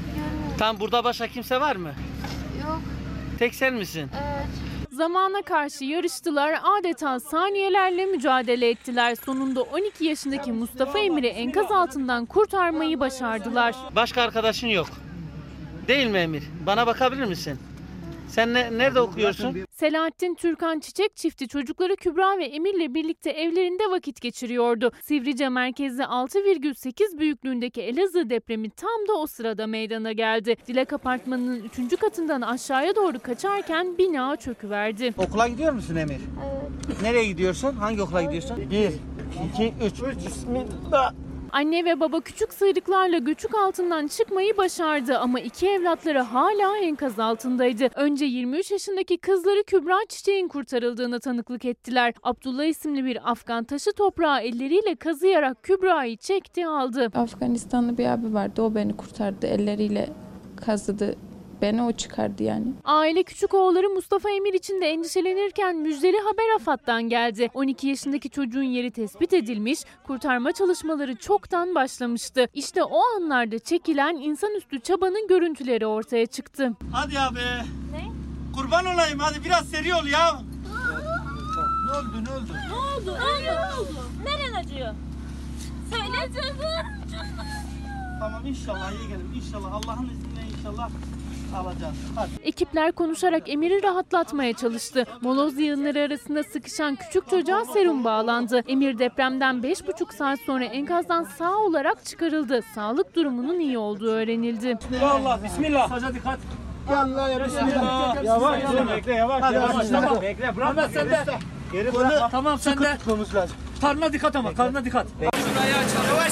Speaker 3: Tam burada başka kimse var mı?
Speaker 20: Yok.
Speaker 3: Tek sen misin?
Speaker 20: Evet.
Speaker 21: Zamana karşı yarıştılar, adeta saniyelerle mücadele ettiler. Sonunda 12 yaşındaki Mustafa Emir'i enkaz altından kurtarmayı başardılar.
Speaker 3: Başka arkadaşın yok. Değil mi Emir? Bana bakabilir misin? Sen nerede okuyorsun?
Speaker 21: Selahattin Türkan Çiçek çifti çocukları Kübra ve Emir'le birlikte evlerinde vakit geçiriyordu. Sivrice merkezli 6,8 büyüklüğündeki Elazığ depremi tam da o sırada meydana geldi. Dilek Apartmanı'nın 3. katından aşağıya doğru kaçarken bina çöküverdi.
Speaker 3: Okula gidiyor musun Emir? Evet. Nereye gidiyorsun? Hangi okula gidiyorsun? 1, 2, 3. Bismillah.
Speaker 21: Anne ve baba küçük sıyrıklarla göçük altından çıkmayı başardı ama iki evlatları hala enkaz altındaydı. Önce 23 yaşındaki kızları Kübra Çiçek'in kurtarıldığına tanıklık ettiler. Abdullah isimli bir Afgan taşı toprağı elleriyle kazıyarak Kübra'yı çekti aldı.
Speaker 20: Afganistanlı bir abi vardı, o beni kurtardı, elleriyle kazıdı
Speaker 4: beni o çıkardı yani.
Speaker 21: Aile küçük oğulları Mustafa Emir için de endişelenirken müjdeli haber AFAD'dan geldi. 12 yaşındaki çocuğun yeri tespit edilmiş, kurtarma çalışmaları çoktan başlamıştı. İşte o anlarda çekilen insanüstü çabanın görüntüleri ortaya çıktı.
Speaker 3: Hadi abi. Ne? Kurban olayım, hadi biraz seri ol ya. Ne oldu?
Speaker 5: Ne oldu? Neren acıyor? Söyle canım.
Speaker 3: Tamam, inşallah iyi gelir. İnşallah Allah'ın izniyle inşallah alacağız. Hadi.
Speaker 21: Ekipler konuşarak Emir'i rahatlatmaya çalıştı. Moloz yığınları arasında sıkışan küçük çocuğa serum bağlandı. Emir depremden 5,5 saat sonra enkazdan sağ olarak çıkarıldı. Sağlık durumunun iyi olduğu öğrenildi.
Speaker 3: Allah, bismillah. Saca dikkat. Allah, bismillah. Yavaş. Bekle, yavaş. Tamam. Bekle, bırak. Ahmet sen de. Geri bırak. Tamam, sen de. Tutmamız lazım. Karnına dikkat ama, karnına dikkat. Yavaş.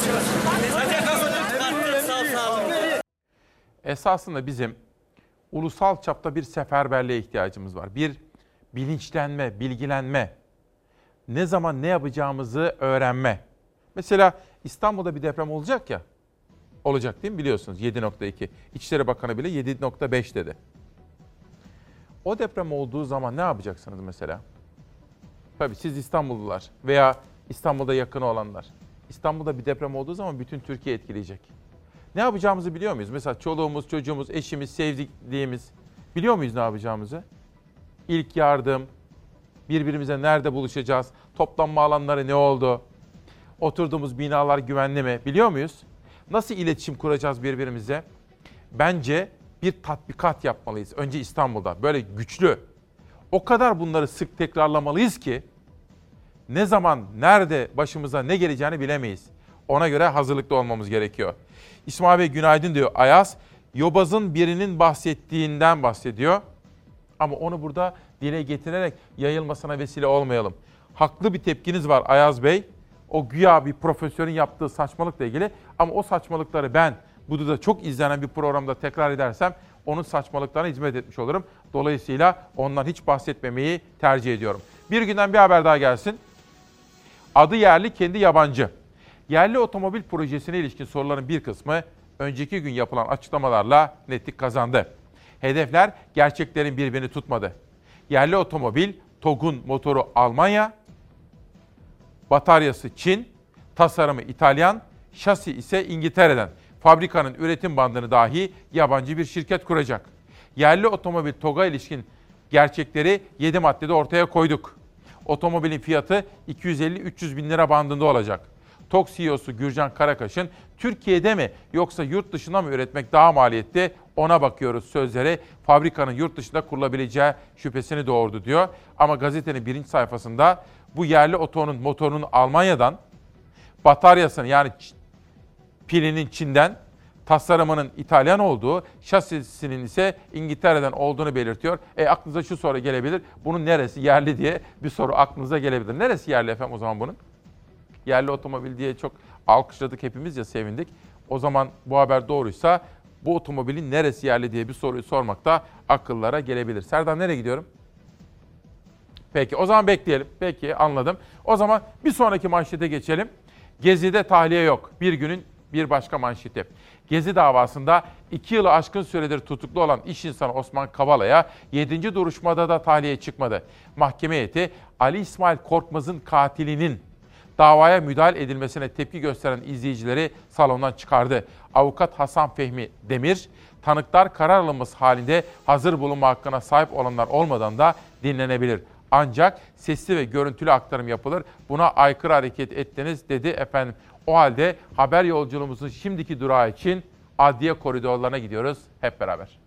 Speaker 1: Esasında bizim ulusal çapta bir seferberliğe ihtiyacımız var. Bir bilinçlenme, bilgilenme. Ne zaman ne yapacağımızı öğrenme. Mesela İstanbul'da bir deprem olacak ya. Olacak değil mi? Biliyorsunuz 7.2. İçişleri Bakanı bile 7.5 dedi. O deprem olduğu zaman ne yapacaksınız mesela? Tabii siz İstanbullular veya İstanbul'da yakını olanlar. İstanbul'da bir deprem olduğu zaman bütün Türkiye etkileyecek. Ne yapacağımızı biliyor muyuz? Mesela çoluğumuz, çocuğumuz, eşimiz, sevdikliğimiz biliyor muyuz ne yapacağımızı? İlk yardım, birbirimize nerede buluşacağız, toplanma alanları ne oldu, oturduğumuz binalar güvenli mi biliyor muyuz? Nasıl iletişim kuracağız birbirimize? Bence bir tatbikat yapmalıyız. Önce İstanbul'da böyle güçlü. O kadar bunları sık tekrarlamalıyız ki ne zaman, nerede başımıza ne geleceğini bilemeyiz. Ona göre hazırlıklı olmamız gerekiyor. İsmail Bey günaydın diyor Ayaz. Yobaz'ın birinin bahsettiğinden bahsediyor. Ama onu burada dile getirerek yayılmasına vesile olmayalım. Haklı bir tepkiniz var Ayaz Bey. O güya bir profesörün yaptığı saçmalıkla ilgili. Ama o saçmalıkları ben burada da çok izlenen bir programda tekrar edersem onun saçmalıklarına hizmet etmiş olurum. Dolayısıyla ondan hiç bahsetmemeyi tercih ediyorum. Bir günden bir haber daha gelsin. Adı yerli, kendi yabancı. Yerli otomobil projesine ilişkin soruların bir kısmı önceki gün yapılan açıklamalarla netlik kazandı. Hedefler gerçeklerin birbirini tutmadı. Yerli otomobil, TOG'un motoru Almanya, bataryası Çin, tasarımı İtalyan, şasi ise İngiltere'den. Fabrikanın üretim bandını dahi yabancı bir şirket kuracak. Yerli otomobil TOG'a ilişkin gerçekleri 7 maddede ortaya koyduk. Otomobilin fiyatı 250-300 bin lira bandında olacak. TOG CEO'su Gürcan Karakaş'ın Türkiye'de mi yoksa yurt dışında mı üretmek daha maliyetli ona bakıyoruz sözleri fabrikanın yurt dışında kurulabileceği şüphesini doğurdu diyor. Ama gazetenin birinci sayfasında bu yerli otonun motorunun Almanya'dan, bataryasının yani pilinin Çin'den, tasarımının İtalyan olduğu, şasisinin ise İngiltere'den olduğunu belirtiyor. Aklınıza şu soru gelebilir. Bunun neresi yerli diye bir soru aklınıza gelebilir. Neresi yerli efendim o zaman bunun? Yerli otomobil diye çok alkışladık hepimiz ya sevindik. O zaman bu haber doğruysa bu otomobilin neresi yerli diye bir soruyu sormak da akıllara gelebilir. Serdar nereye gidiyorum? Peki o zaman bekleyelim. Peki anladım. O zaman bir sonraki manşete geçelim. Gezi'de tahliye yok. Bir günün bir başka manşeti. Gezi davasında 2 yılı aşkın süredir tutuklu olan iş insanı Osman Kavala'ya 7. duruşmada da tahliye çıkmadı. Mahkeme heyeti Ali İsmail Korkmaz'ın katilinin davaya müdahale edilmesine tepki gösteren izleyicileri salondan çıkardı. Avukat Hasan Fehmi Demir, tanıklar karar alınması halinde hazır bulunma hakkına sahip olanlar olmadan da dinlenebilir. Ancak sesli ve görüntülü aktarım yapılır. Buna aykırı hareket ettiniz dedi efendim. O halde haber yolculuğumuzun şimdiki durağı için adliye koridorlarına gidiyoruz hep beraber.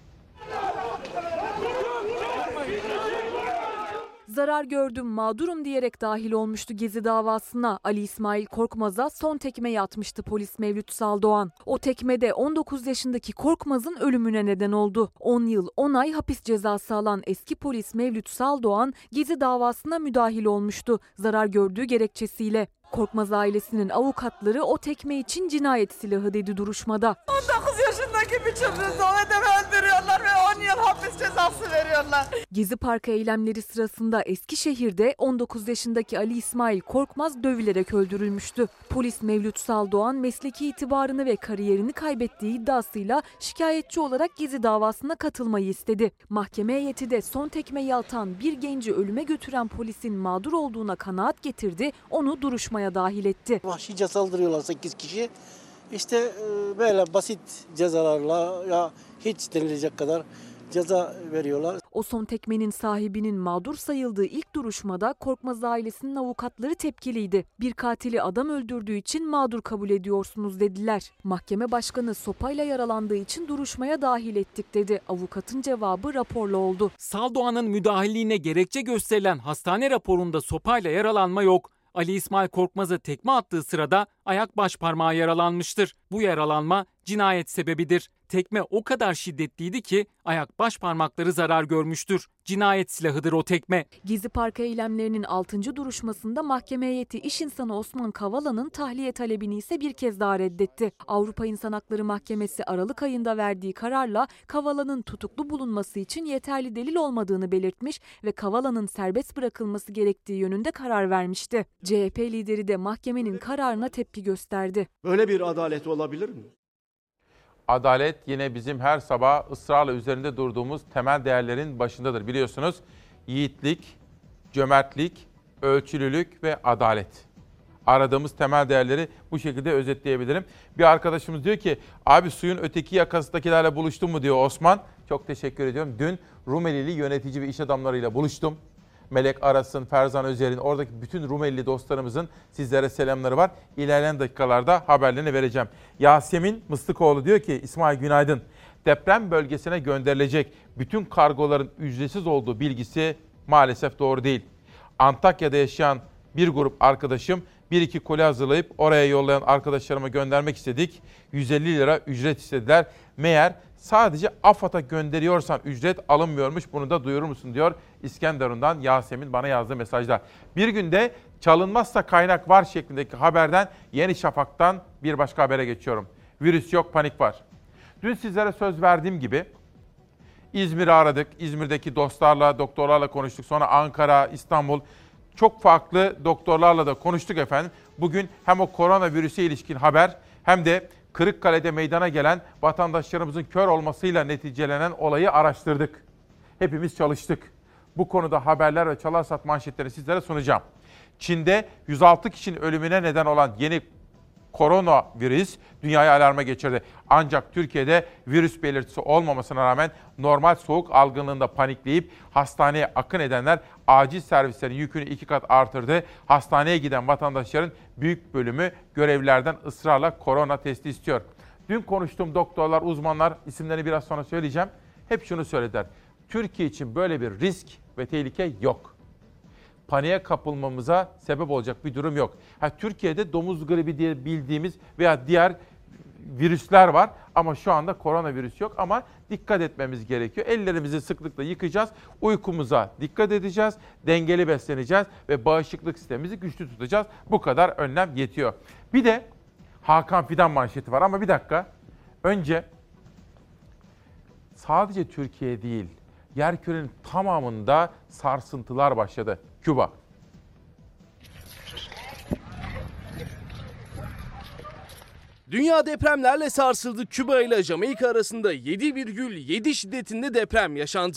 Speaker 2: Zarar gördüm, mağdurum diyerek dahil olmuştu Gezi davasına. Ali İsmail Korkmaz'a son tekmeyi atmıştı polis Mevlüt Saldoğan. O tekmede 19 yaşındaki Korkmaz'ın ölümüne neden oldu. 10 yıl 10 ay hapis cezası alan eski polis Mevlüt Saldoğan Gezi davasına müdahil olmuştu zarar gördüğü gerekçesiyle. Korkmaz ailesinin avukatları o tekme için cinayet silahı dedi duruşmada.
Speaker 4: 19 yaşındaki bir çocuğu Zove'de öldürüyorlar ve 10 yıl hapis cezası veriyorlar.
Speaker 2: Gezi Parkı eylemleri sırasında Eskişehir'de 19 yaşındaki Ali İsmail Korkmaz dövülerek öldürülmüştü. Polis Mevlüt Saldoğan mesleki itibarını ve kariyerini kaybettiği iddiasıyla şikayetçi olarak Gezi davasına katılmayı istedi. Mahkeme heyeti de son tekmeyi atan bir genci ölüme götüren polisin mağdur olduğuna kanaat getirdi, onu duruşmaya dahil etti.
Speaker 6: Vahşice saldırıyorlar 8 kişi. İşte böyle basit cezalarla ya hiç denilecek kadar ceza veriyorlar.
Speaker 2: O son tekmenin sahibinin mağdur sayıldığı ilk duruşmada Korkmaz ailesinin avukatları tepkiliydi. Bir katili adam öldürdüğü için mağdur kabul ediyorsunuz dediler. Mahkeme başkanı sopayla yaralandığı için duruşmaya dahil ettik dedi. Avukatın cevabı raporlu oldu.
Speaker 20: Saldoğan'ın müdahaleliğine gerekçe gösterilen hastane raporunda sopayla yaralanma yok. Ali İsmail Korkmaz'a tekme attığı sırada ayak baş parmağı yaralanmıştır. Bu yaralanma cinayet sebebidir. Tekme o kadar şiddetliydi ki ayak baş parmakları zarar görmüştür. Cinayet silahıdır o tekme.
Speaker 2: Gezi Parkı eylemlerinin 6. duruşmasında mahkeme heyeti iş insanı Osman Kavala'nın tahliye talebini ise bir kez daha reddetti. Avrupa İnsan Hakları Mahkemesi Aralık ayında verdiği kararla Kavala'nın tutuklu bulunması için yeterli delil olmadığını belirtmiş ve Kavala'nın serbest bırakılması gerektiği yönünde karar vermişti. CHP lideri de mahkemenin kararına tepki gösterdi.
Speaker 12: Böyle bir adalet olabilir mi?
Speaker 1: Adalet yine bizim her sabah ısrarla üzerinde durduğumuz temel değerlerin başındadır. Biliyorsunuz yiğitlik, cömertlik, ölçülülük ve adalet. Aradığımız temel değerleri bu şekilde özetleyebilirim. Bir arkadaşımız diyor ki abi suyun öteki yakasındakilerle buluştun mu diyor Osman. Çok teşekkür ediyorum. Dün Rumelili yönetici ve iş adamlarıyla buluştum. Melek Aras'ın, Ferzan Özer'in, oradaki bütün Rumelili dostlarımızın sizlere selamları var. İlerleyen dakikalarda haberlerini vereceğim. Yasemin Mıstıkoğlu diyor ki İsmail günaydın. Deprem bölgesine gönderilecek bütün kargoların ücretsiz olduğu bilgisi maalesef doğru değil. Antakya'da yaşayan bir grup arkadaşım 1-2 koli hazırlayıp oraya yollayan arkadaşlarıma göndermek istedik. 150 lira ücret istediler. Meğer sadece AFAD'a gönderiyorsan ücret alınmıyormuş. Bunu da duyurur musun diyor İskenderun'dan Yasemin bana yazdığı mesajda. Bir günde çalınmazsa kaynak var şeklindeki haberden Yeni Şafak'tan bir başka habere geçiyorum. Virüs yok, panik var. Dün sizlere söz verdiğim gibi İzmir'i aradık. İzmir'deki dostlarla, doktorlarla konuştuk. Sonra Ankara, İstanbul çok farklı doktorlarla da konuştuk efendim. Bugün hem o koronavirüse ilişkin haber hem de Kırıkkale'de meydana gelen vatandaşlarımızın kör olmasıyla neticelenen olayı araştırdık. Hepimiz çalıştık. Bu konuda haberler ve Çalarsat manşetlerini sizlere sunacağım. Çin'de 106 kişinin ölümüne neden olan yeni koronavirüs dünyayı alarma geçirdi. Ancak Türkiye'de virüs belirtisi olmamasına rağmen normal soğuk algınlığında panikleyip hastaneye akın edenler acil servislerin yükünü 2 kat artırdı. Hastaneye giden vatandaşların büyük bölümü görevlilerden ısrarla korona testi istiyor. Dün konuştuğum doktorlar, uzmanlar, isimlerini biraz sonra söyleyeceğim. Hep şunu söylediler. Türkiye için böyle bir risk ve tehlike yok. Paniğe kapılmamıza sebep olacak bir durum yok. Türkiye'de domuz gribi diye bildiğimiz veya diğer virüsler var ama şu anda koronavirüs yok ama dikkat etmemiz gerekiyor. Ellerimizi sıklıkla yıkayacağız, uykumuza dikkat edeceğiz, dengeli besleneceğiz ve bağışıklık sistemimizi güçlü tutacağız. Bu kadar önlem yetiyor. Bir de Hakan Fidan manşeti var ama bir dakika. Önce sadece Türkiye değil, yerkürenin tamamında sarsıntılar başladı. Küba.
Speaker 7: Dünya depremlerle sarsıldı. Küba ile Jamaika arasında 7,7 şiddetinde deprem yaşandı.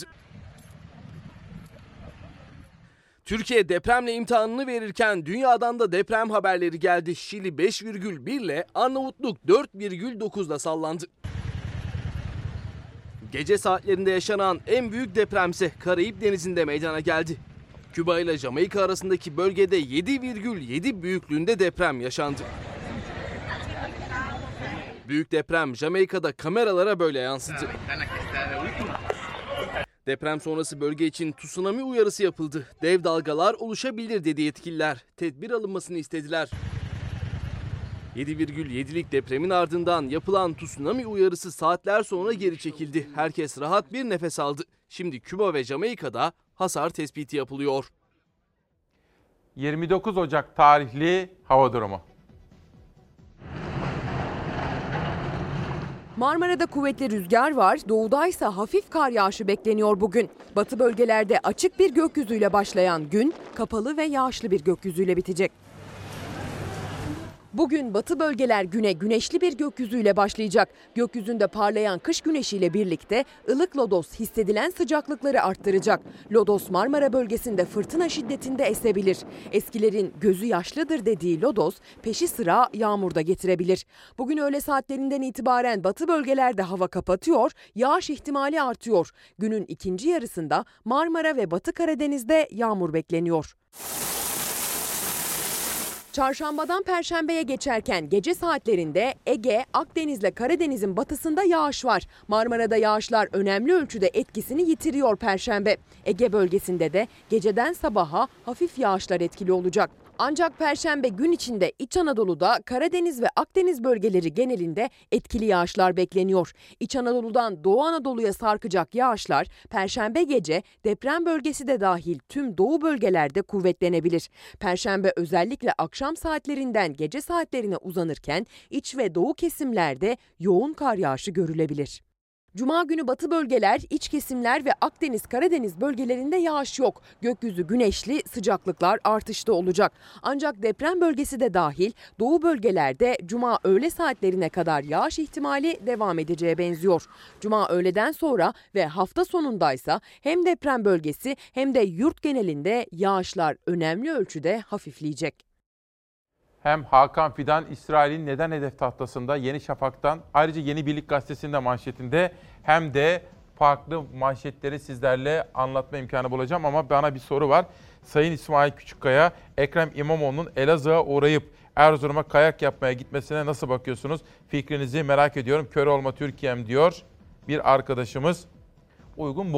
Speaker 7: Türkiye depremle imtihanını verirken dünyadan da deprem haberleri geldi. Şili 5,1 ile Arnavutluk 4,9'da sallandı. Gece saatlerinde yaşanan en büyük depremse Karayip Denizi'nde meydana geldi. Küba ile Jamaika arasındaki bölgede 7,7 büyüklüğünde deprem yaşandı. Büyük deprem Jamaika'da kameralara böyle yansıdı. Deprem sonrası bölge için tsunami uyarısı yapıldı. Dev dalgalar oluşabilir dedi yetkililer. Tedbir alınmasını istediler. 7,7'lik depremin ardından yapılan tsunami uyarısı saatler sonra geri çekildi. Herkes rahat bir nefes aldı. Şimdi Küba ve Jamaika'da hasar tespiti yapılıyor.
Speaker 1: 29 Ocak tarihli hava durumu.
Speaker 2: Marmara'da kuvvetli rüzgar var, doğudaysa hafif kar yağışı bekleniyor bugün. Batı bölgelerde açık bir gökyüzüyle başlayan gün, kapalı ve yağışlı bir gökyüzüyle bitecek. Bugün batı bölgeler güne güneşli bir gökyüzüyle başlayacak. Gökyüzünde parlayan kış güneşiyle birlikte ılık lodos hissedilen sıcaklıkları arttıracak. Lodos Marmara bölgesinde fırtına şiddetinde esebilir. Eskilerin gözü yaşlıdır dediği lodos peşi sıra yağmur da getirebilir. Bugün öğle saatlerinden itibaren batı bölgelerde hava kapatıyor, yağış ihtimali artıyor. Günün ikinci yarısında Marmara ve Batı Karadeniz'de yağmur bekleniyor. Çarşambadan Perşembe'ye geçerken gece saatlerinde Ege, Akdeniz'le Karadeniz'in batısında yağış var. Marmara'da yağışlar önemli ölçüde etkisini yitiriyor Perşembe. Ege bölgesinde de geceden sabaha hafif yağışlar etkili olacak. Ancak Perşembe gün içinde İç Anadolu'da Karadeniz ve Akdeniz bölgeleri genelinde etkili yağışlar bekleniyor. İç Anadolu'dan Doğu Anadolu'ya sarkacak yağışlar Perşembe gece deprem bölgesi de dahil tüm doğu bölgelerde kuvvetlenebilir. Perşembe özellikle akşam saatlerinden gece saatlerine uzanırken iç ve doğu kesimlerde yoğun kar yağışı görülebilir. Cuma günü batı bölgeler, iç kesimler ve Akdeniz-Karadeniz bölgelerinde yağış yok. Gökyüzü güneşli, sıcaklıklar artışta olacak. Ancak deprem bölgesi de dahil doğu bölgelerde Cuma öğle saatlerine kadar yağış ihtimali devam edeceğe benziyor. Cuma öğleden sonra ve hafta sonundaysa hem deprem bölgesi hem de yurt genelinde yağışlar önemli ölçüde hafifleyecek.
Speaker 1: Hem Hakan Fidan, İsrail'in neden hedef tahtasında Yeni Şafak'tan, ayrıca Yeni Birlik Gazetesi'nde manşetinde hem de farklı manşetleri sizlerle anlatma imkanı bulacağım. Ama bana bir soru var. Sayın İsmail Küçükkaya, Ekrem İmamoğlu'nun Elazığ'a uğrayıp Erzurum'a kayak yapmaya gitmesine nasıl bakıyorsunuz? Fikrinizi merak ediyorum. Kör olma Türkiye'm diyor bir arkadaşımız. Uygun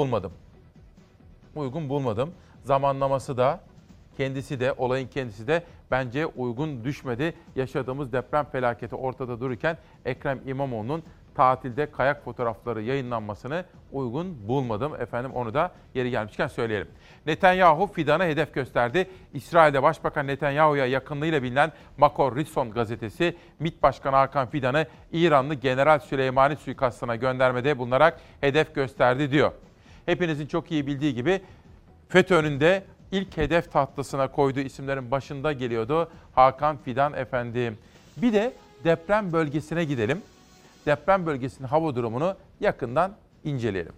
Speaker 1: bulmadım. Zamanlaması da, kendisi de, olayın kendisi de bence uygun düşmedi. Yaşadığımız deprem felaketi ortada dururken Ekrem İmamoğlu'nun tatilde kayak fotoğrafları yayınlanmasını uygun bulmadım. Efendim onu da yeri gelmişken söyleyelim. Netanyahu Fidan'a hedef gösterdi. İsrail'de Başbakan Netanyahu'ya yakınlığıyla bilinen Makor Risson gazetesi MİT Başkanı Hakan Fidan'ı İranlı General Süleymani suikastına göndermede bulunarak hedef gösterdi diyor. Hepinizin çok iyi bildiği gibi FETÖ'nün de İlk hedef tahtasına koyduğu isimlerin başında geliyordu Hakan Fidan efendi. Bir de deprem bölgesine gidelim. Deprem bölgesinin hava durumunu yakından inceleyelim.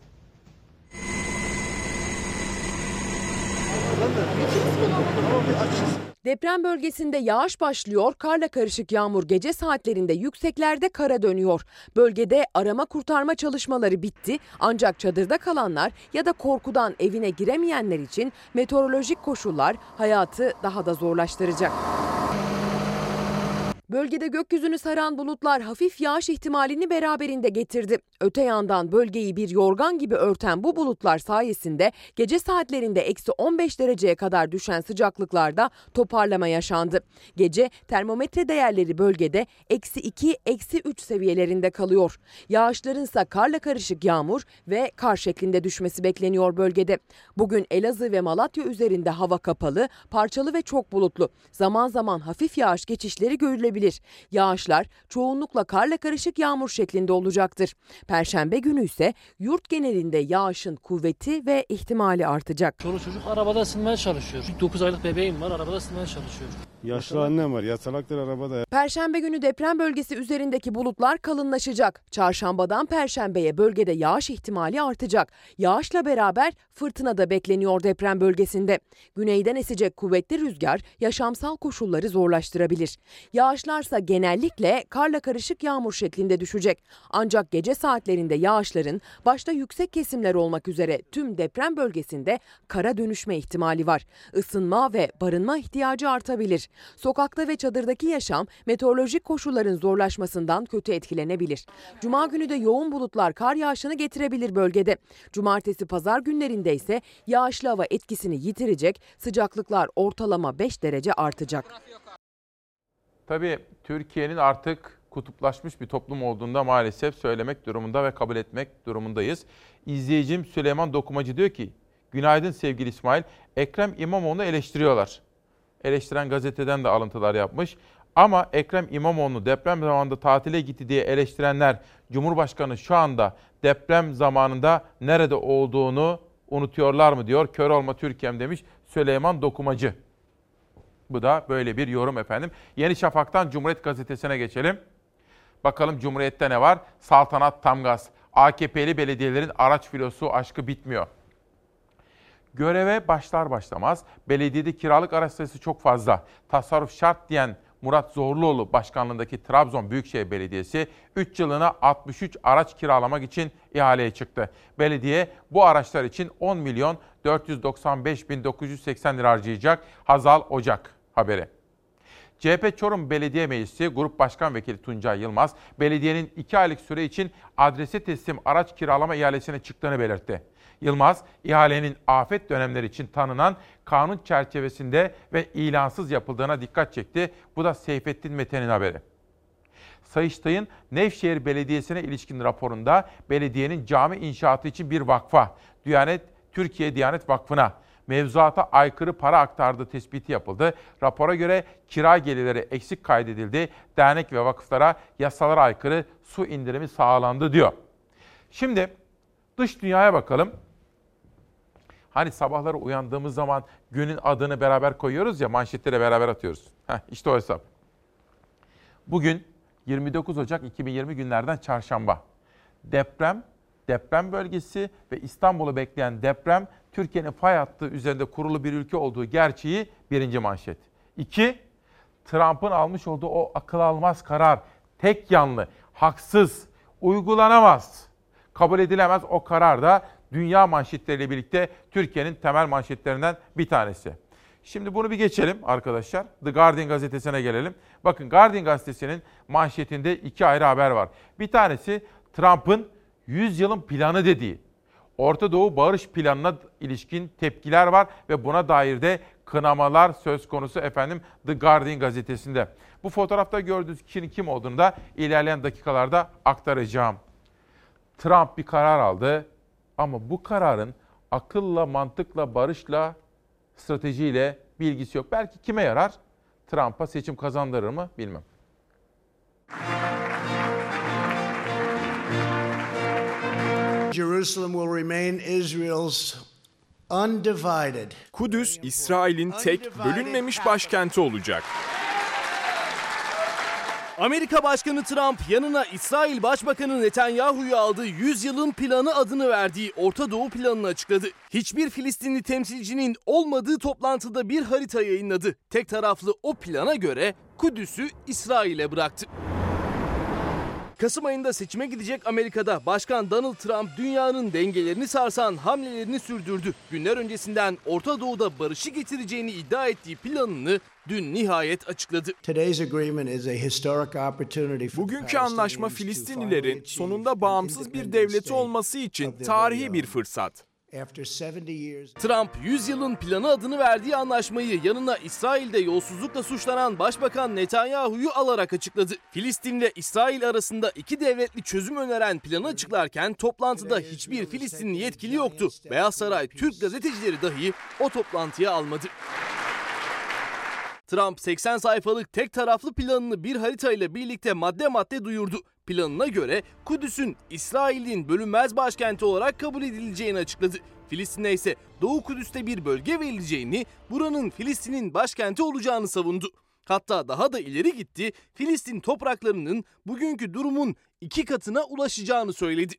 Speaker 2: Deprem bölgesinde yağış başlıyor, karla karışık yağmur gece saatlerinde yükseklerde kara dönüyor. Bölgede arama kurtarma çalışmaları bitti ancak çadırda kalanlar ya da korkudan evine giremeyenler için meteorolojik koşullar hayatı daha da zorlaştıracak. Bölgede gökyüzünü saran bulutlar hafif yağış ihtimalini beraberinde getirdi. Öte yandan bölgeyi bir yorgan gibi örten bu bulutlar sayesinde gece saatlerinde eksi 15 dereceye kadar düşen sıcaklıklarda toparlama yaşandı. Gece termometre değerleri bölgede eksi 2, eksi 3 seviyelerinde kalıyor. Yağışların ise karla karışık yağmur ve kar şeklinde düşmesi bekleniyor bölgede. Bugün Elazığ ve Malatya üzerinde hava kapalı, parçalı ve çok bulutlu. Zaman zaman hafif yağış geçişleri görülebilir. Yağışlar çoğunlukla karla karışık yağmur şeklinde olacaktır. Perşembe günü ise yurt genelinde yağışın kuvveti ve ihtimali artacak.
Speaker 3: Çoluk çocuk arabada ısınmaya çalışıyor. 9 aylık bebeğim var, arabada ısınmaya çalışıyor.
Speaker 8: Yaşlı annem var, yatalaktır arabada.
Speaker 2: Perşembe günü deprem bölgesi üzerindeki bulutlar kalınlaşacak. Çarşambadan Perşembeye bölgede yağış ihtimali artacak. Yağışla beraber fırtına da bekleniyor deprem bölgesinde. Güneyden esecek kuvvetli rüzgar yaşamsal koşulları zorlaştırabilir. Yağışlarsa genellikle karla karışık yağmur şeklinde düşecek. Ancak gece saatlerinde yağışların başta yüksek kesimler olmak üzere tüm deprem bölgesinde kara dönüşme ihtimali var. Isınma ve barınma ihtiyacı artabilir. Sokakta ve çadırdaki yaşam meteorolojik koşulların zorlaşmasından kötü etkilenebilir. Cuma günü de yoğun bulutlar kar yağışını getirebilir bölgede. Cumartesi pazar günlerinde ise yağışlı hava etkisini yitirecek, sıcaklıklar ortalama 5 derece artacak.
Speaker 1: Tabii Türkiye'nin artık kutuplaşmış bir toplum olduğunda maalesef söylemek durumunda ve kabul etmek durumundayız. İzleyicim Süleyman Dokumacı diyor ki, günaydın sevgili İsmail, Ekrem İmamoğlu'nu eleştiriyorlar. eleştiren gazeteden de alıntılar yapmış. Ama Ekrem İmamoğlu deprem zamanında tatile gitti diye eleştirenler, Cumhurbaşkanı şu anda deprem zamanında nerede olduğunu unutuyorlar mı diyor. Kör olma Türkiye'm demiş Süleyman Dokumacı. Bu da böyle bir yorum efendim. Yeni Şafak'tan Cumhuriyet Gazetesi'ne geçelim. Bakalım Cumhuriyet'te ne var? Saltanat tam gaz. AKP'li belediyelerin araç filosu aşkı bitmiyor. Göreve başlar başlamaz belediyede kiralık araç sayısı çok fazla. Tasarruf şart diyen Murat Zorluoğlu başkanlığındaki Trabzon Büyükşehir Belediyesi 3 yılına 63 araç kiralamak için ihaleye çıktı. Belediye bu araçlar için 10.495.980 lira harcayacak. Hazal Ocak haberi. CHP Çorum Belediye Meclisi Grup Başkan Vekili Tuncay Yılmaz, belediyenin 2 aylık süre için adrese teslim araç kiralama ihalesine çıktığını belirtti. Yılmaz, ihalenin afet dönemleri için tanınan kanun çerçevesinde ve ilansız yapıldığına dikkat çekti. Bu da Seyfettin Mete'nin haberi. Sayıştay'ın Nevşehir Belediyesi'ne ilişkin raporunda belediyenin cami inşaatı için bir vakfa, Türkiye Diyanet Vakfı'na mevzuata aykırı para aktardığı tespiti yapıldı. Rapora göre kira gelirleri eksik kaydedildi. Dernek ve vakıflara yasalara aykırı su indirimi sağlandı diyor. Şimdi dış dünyaya bakalım. Hani sabahları uyandığımız zaman günün adını beraber koyuyoruz ya, manşetlere beraber atıyoruz. İşte o hesap. Bugün 29 Ocak 2020 günlerden çarşamba. Deprem bölgesi ve İstanbul'u bekleyen deprem, Türkiye'nin fay hattı üzerinde kurulu bir ülke olduğu gerçeği birinci manşet. 2. Trump'ın almış olduğu o akıl almaz karar, tek yanlı, haksız, uygulanamaz, kabul edilemez o karar da dünya manşetleriyle birlikte Türkiye'nin temel manşetlerinden bir tanesi. Şimdi bunu bir geçelim arkadaşlar. The Guardian gazetesine gelelim. Bakın Guardian gazetesinin manşetinde 2 ayrı haber var. Bir tanesi Trump'ın 100 yılın planı dediği. Orta Doğu barış planına ilişkin tepkiler var ve buna dair de kınamalar söz konusu efendim The Guardian gazetesinde. Bu fotoğrafta gördüğünüz kişinin kim olduğunu da ilerleyen dakikalarda aktaracağım. Trump bir karar aldı ama bu kararın akılla, mantıkla, barışla, stratejiyle bir ilgisi yok. Belki kime yarar? Trump'a seçim kazandırır mı? Bilmem.
Speaker 10: Jerusalem will remain Israel's undivided.
Speaker 11: Kudüs, İsrail'in tek bölünmemiş başkenti olacak.
Speaker 7: Amerika Başkanı Trump yanına İsrail Başbakanı Netanyahu'yu aldığı 100 yılın planı adını verdiği Orta Doğu planını açıkladı. Hiçbir Filistinli temsilcinin olmadığı toplantıda bir harita yayınladı. Tek taraflı o plana göre Kudüs'ü İsrail'e bıraktı. Kasım ayında seçime gidecek Amerika'da Başkan Donald Trump dünyanın dengelerini sarsan hamlelerini sürdürdü. Günler öncesinden Orta Doğu'da barışı getireceğini iddia ettiği planını dün nihayet açıkladı.
Speaker 11: Bugünkü anlaşma Filistinlilerin sonunda bağımsız bir devleti olması için tarihi bir fırsat.
Speaker 7: Trump 100 yılın planı adını verdiği anlaşmayı yanına İsrail'de yolsuzlukla suçlanan Başbakan Netanyahu'yu alarak açıkladı. Filistin ve İsrail arasında 2 devletli çözüm öneren planı açıklarken toplantıda hiçbir Filistinli yetkili yoktu. Beyaz Saray Türk gazetecileri dahi o toplantıya almadı. Trump 80 sayfalık tek taraflı planını bir haritayla birlikte madde madde duyurdu. Planına göre Kudüs'ün İsrail'in bölünmez başkenti olarak kabul edileceğini açıkladı. Filistin'e ise Doğu Kudüs'te bir bölge verileceğini, buranın Filistin'in başkenti olacağını savundu. Hatta daha da ileri gitti, Filistin topraklarının bugünkü durumun 2 katına ulaşacağını söyledi.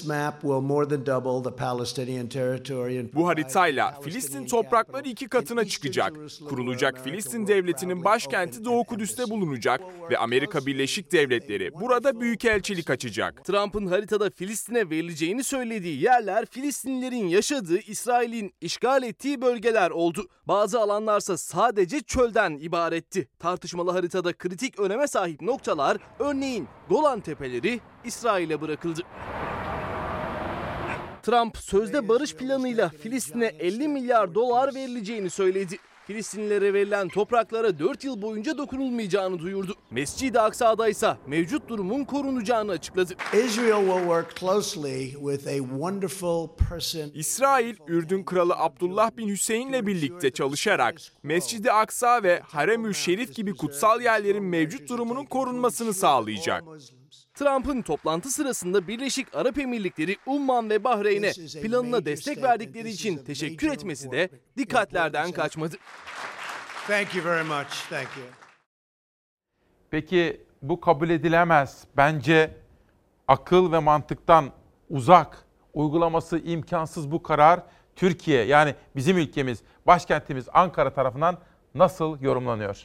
Speaker 11: Bu haritayla Filistin toprakları 2 katına çıkacak. Kurulacak Filistin devletinin başkenti Doğu Kudüs'te bulunacak ve Amerika Birleşik Devletleri burada büyükelçilik açacak.
Speaker 7: Trump'ın haritada Filistin'e verileceğini söylediği yerler Filistinlilerin yaşadığı, İsrail'in işgal ettiği bölgeler oldu. Bazı alanlarsa sadece çölden ibaretti. Tartışmalı haritada kritik öneme sahip noktalar, örneğin Golan Tepeleri, İsrail'e bırakıldı. Trump sözde barış planıyla Filistin'e 50 milyar dolar verileceğini söyledi. Filistinlilere verilen topraklara 4 yıl boyunca dokunulmayacağını duyurdu. Mescid-i Aksa'da ise mevcut durumun korunacağını açıkladı.
Speaker 11: İsrail, Ürdün Kralı Abdullah bin Hüseyin'le birlikte çalışarak Mescid-i Aksa ve Harem-ül Şerif gibi kutsal yerlerin mevcut durumunun korunmasını sağlayacak.
Speaker 7: Trump'ın toplantı sırasında Birleşik Arap Emirlikleri, Umman ve Bahreyn'e planına destek verdikleri için teşekkür etmesi de dikkatlerden kaçmadı.
Speaker 10: Thank you very much. Thank you.
Speaker 1: Peki bu kabul edilemez. Bence akıl ve mantıktan uzak, uygulaması imkansız bu karar Türkiye, yani bizim ülkemiz, başkentimiz Ankara tarafından nasıl yorumlanıyor?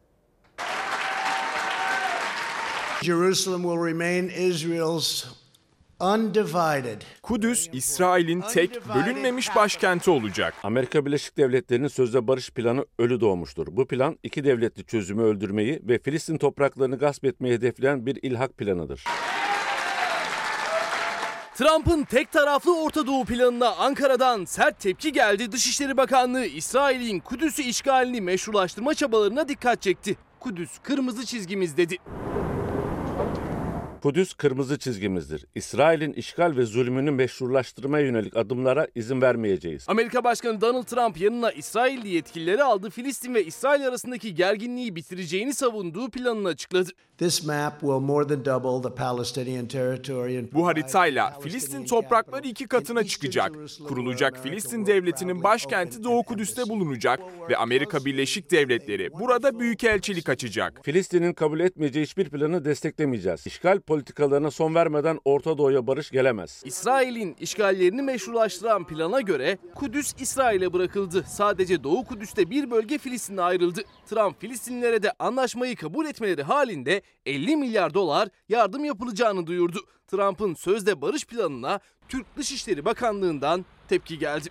Speaker 10: Jerusalem will remain Israel's undivided.
Speaker 11: Kudüs, İsrail'in tek bölünmemiş başkenti olacak.
Speaker 9: Amerika Birleşik Devletleri'nin sözde barış planı ölü doğmuştur. Bu plan iki devletli çözümü öldürmeyi ve Filistin topraklarını gasp etmeyi hedefleyen bir ilhak planıdır.
Speaker 7: Trump'ın tek taraflı Orta Doğu planına Ankara'dan sert tepki geldi. Dışişleri Bakanlığı İsrail'in Kudüs'ü işgalini meşrulaştırma çabalarına dikkat çekti. Kudüs kırmızı çizgimiz dedi.
Speaker 9: Kudüs kırmızı çizgimizdir. İsrail'in işgal ve zulmünü meşrulaştırmaya yönelik adımlara izin vermeyeceğiz.
Speaker 7: Amerika Başkanı Donald Trump yanına İsrailli yetkilileri aldı. Filistin ve İsrail arasındaki gerginliği bitireceğini savunduğu planını açıkladı.
Speaker 11: Bu haritayla Filistin toprakları 2 katına çıkacak. Kurulacak Filistin devletinin başkenti Doğu Kudüs'te bulunacak ve Amerika Birleşik Devletleri burada büyükelçilik açacak.
Speaker 9: Filistin'in kabul etmeyeceği hiçbir planı desteklemeyeceğiz. İşgal politikalarına son vermeden Orta Doğu'ya barış gelemez.
Speaker 7: İsrail'in işgallerini meşrulaştıran plana göre Kudüs İsrail'e bırakıldı. Sadece Doğu Kudüs'te bir bölge Filistin'e ayrıldı. Trump Filistinlilere de anlaşmayı kabul etmeleri halinde 50 milyar dolar yardım yapılacağını duyurdu. Trump'ın sözde barış planına Türk Dışişleri Bakanlığı'ndan tepki geldi.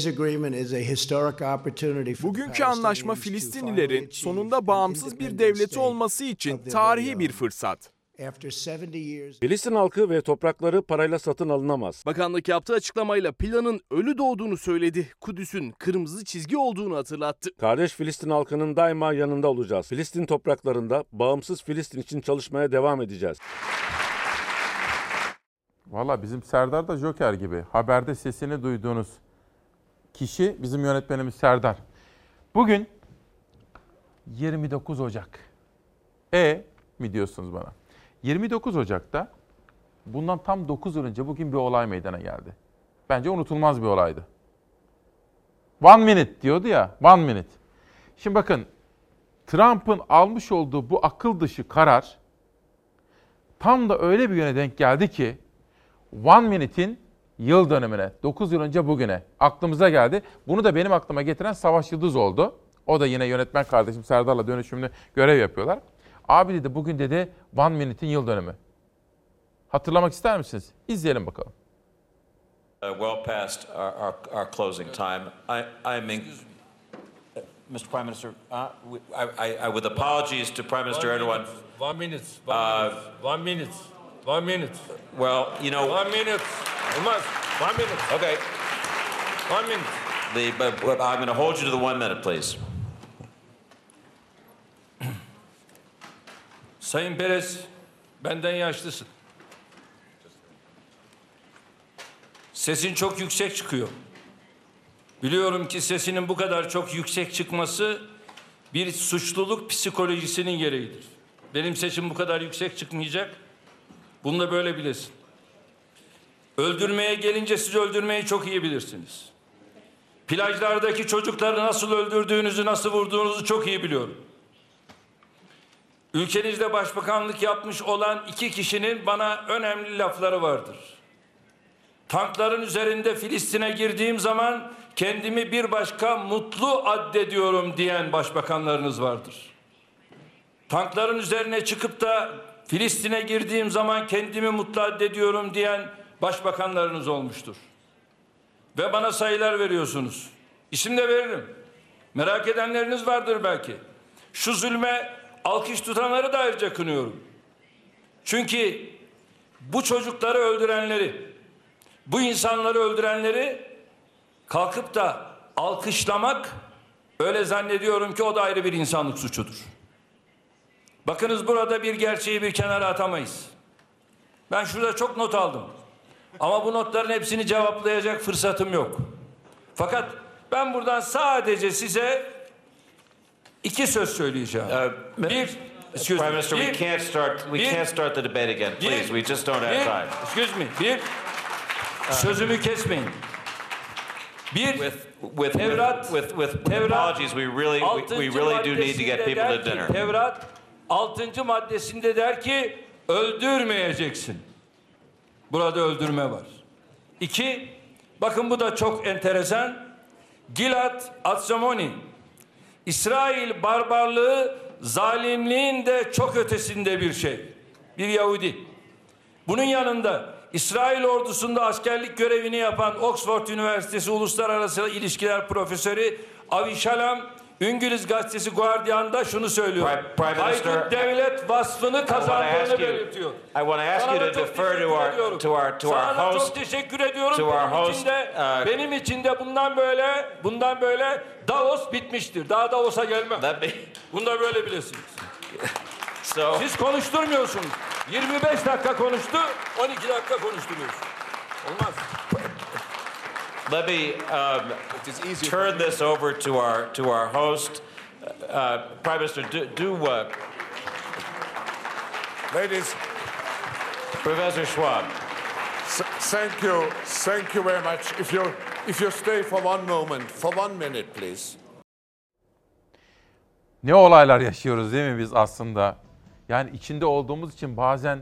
Speaker 11: Bugünkü anlaşma Filistinlilerin sonunda bağımsız bir devleti olması için tarihi bir fırsat.
Speaker 9: Filistin halkı ve toprakları parayla satın alınamaz.
Speaker 7: Bakanlık yaptığı açıklamayla planın ölü doğduğunu söyledi. Kudüs'ün kırmızı çizgi olduğunu hatırlattı.
Speaker 9: Kardeş Filistin halkının daima yanında olacağız. Filistin topraklarında bağımsız Filistin için çalışmaya devam edeceğiz.
Speaker 1: Valla bizim Serdar da Joker gibi. Haberde sesini duyduğunuz kişi bizim yönetmenimiz Serdar. Bugün 29 Ocak. Mi diyorsunuz bana? 29 Ocak'ta bundan tam 9 yıl önce bugün bir olay meydana geldi. Bence unutulmaz bir olaydı. 1 minute diyordu ya, 1 minute. Şimdi bakın, Trump'ın almış olduğu bu akıl dışı karar tam da öyle bir yöne denk geldi ki 1 minute'in yıl dönümüne, 9 yıl önce bugüne aklımıza geldi. Bunu da benim aklıma getiren Savaş Yıldız oldu. O da yine yönetmen kardeşim Serdar'la dönüşümlü görev yapıyorlar. Abi dedi bugün dedi 1 minute'in yıl dönümü. Hatırlamak ister misiniz? İzleyelim bakalım.
Speaker 13: Well past our closing time. I mean, Mr. Prime Minister, with apologies to Prime Minister Erdogan.
Speaker 14: 1 minute. 1 minute. 1 minute.
Speaker 13: Well, you know.
Speaker 14: 1 minute. 1 minute.
Speaker 13: Okay.
Speaker 14: 1 minute.
Speaker 13: But I'm going to hold you to the 1 minute, please.
Speaker 14: Sayın Perez, benden yaşlısın. Sesin çok yüksek çıkıyor. Biliyorum ki sesinin bu kadar çok yüksek çıkması bir suçluluk psikolojisinin gereğidir. Benim sesim bu kadar yüksek çıkmayacak. Bunu da böyle bilesin. Öldürmeye gelince siz öldürmeyi çok iyi bilirsiniz. Plajlardaki çocukları nasıl öldürdüğünüzü, nasıl vurduğunuzu çok iyi biliyorum. Ülkenizde başbakanlık yapmış olan 2 kişinin bana önemli lafları vardır. Tankların üzerinde Filistin'e girdiğim zaman kendimi bir başka mutlu addediyorum diyen başbakanlarınız vardır. Tankların üzerine çıkıp da Filistin'e girdiğim zaman kendimi mutlu addediyorum diyen başbakanlarınız olmuştur. Ve bana sayılar veriyorsunuz. İsim de veririm. Merak edenleriniz vardır belki. Şu zulme alkış tutanları da ayrıca kınıyorum. Çünkü bu çocukları öldürenleri, bu insanları öldürenleri kalkıp da alkışlamak Öyle zannediyorum ki o da ayrı bir insanlık suçudur. Bakınız burada bir gerçeği bir kenara atamayız. Ben şurada çok not aldım. Ama bu notların hepsini cevaplayacak fırsatım yok. Fakat ben buradan sadece size 2 söz söyleyeceğim.
Speaker 13: Prime Minister, we can't start the debate again, please. We just don't have time.
Speaker 14: Excuse me. Sözümü kesmeyin.
Speaker 13: With apologies, we really do need to get people to dinner.
Speaker 14: Tevrat 6. maddesinde der ki öldürmeyeceksin. Burada öldürme var. 2, bakın bu da çok enteresan. Gilad Atzamoni, İsrail barbarlığı zalimliğin de çok ötesinde bir şey. Bir Yahudi. Bunun yanında İsrail ordusunda askerlik görevini yapan Oxford Üniversitesi Uluslararası İlişkiler Profesörü Avi Shalom, İngiliz gazetesi Guardian'da şunu söylüyor. Haydut devlet vasfını kazandığını belirtiyor.
Speaker 13: I want to ask you to defer to our host.
Speaker 14: Sana çok teşekkür ediyorum. Benim için de bundan böyle Davos bitmiştir. Daha Davos'a gelmem. Bunu da böyle bilesiniz. Siz konuşturmuyorsunuz. 25 dakika konuştu, 12 dakika konuşturuyorsun. Olmaz.
Speaker 13: Let me turn this over to our host, Prime Minister.
Speaker 15: Ladies,
Speaker 13: Professor Schwab.
Speaker 15: Thank you very much. If you stay for one minute, please.
Speaker 1: Ne olaylar yaşıyoruz değil mi biz aslında? Yani içinde olduğumuz için bazen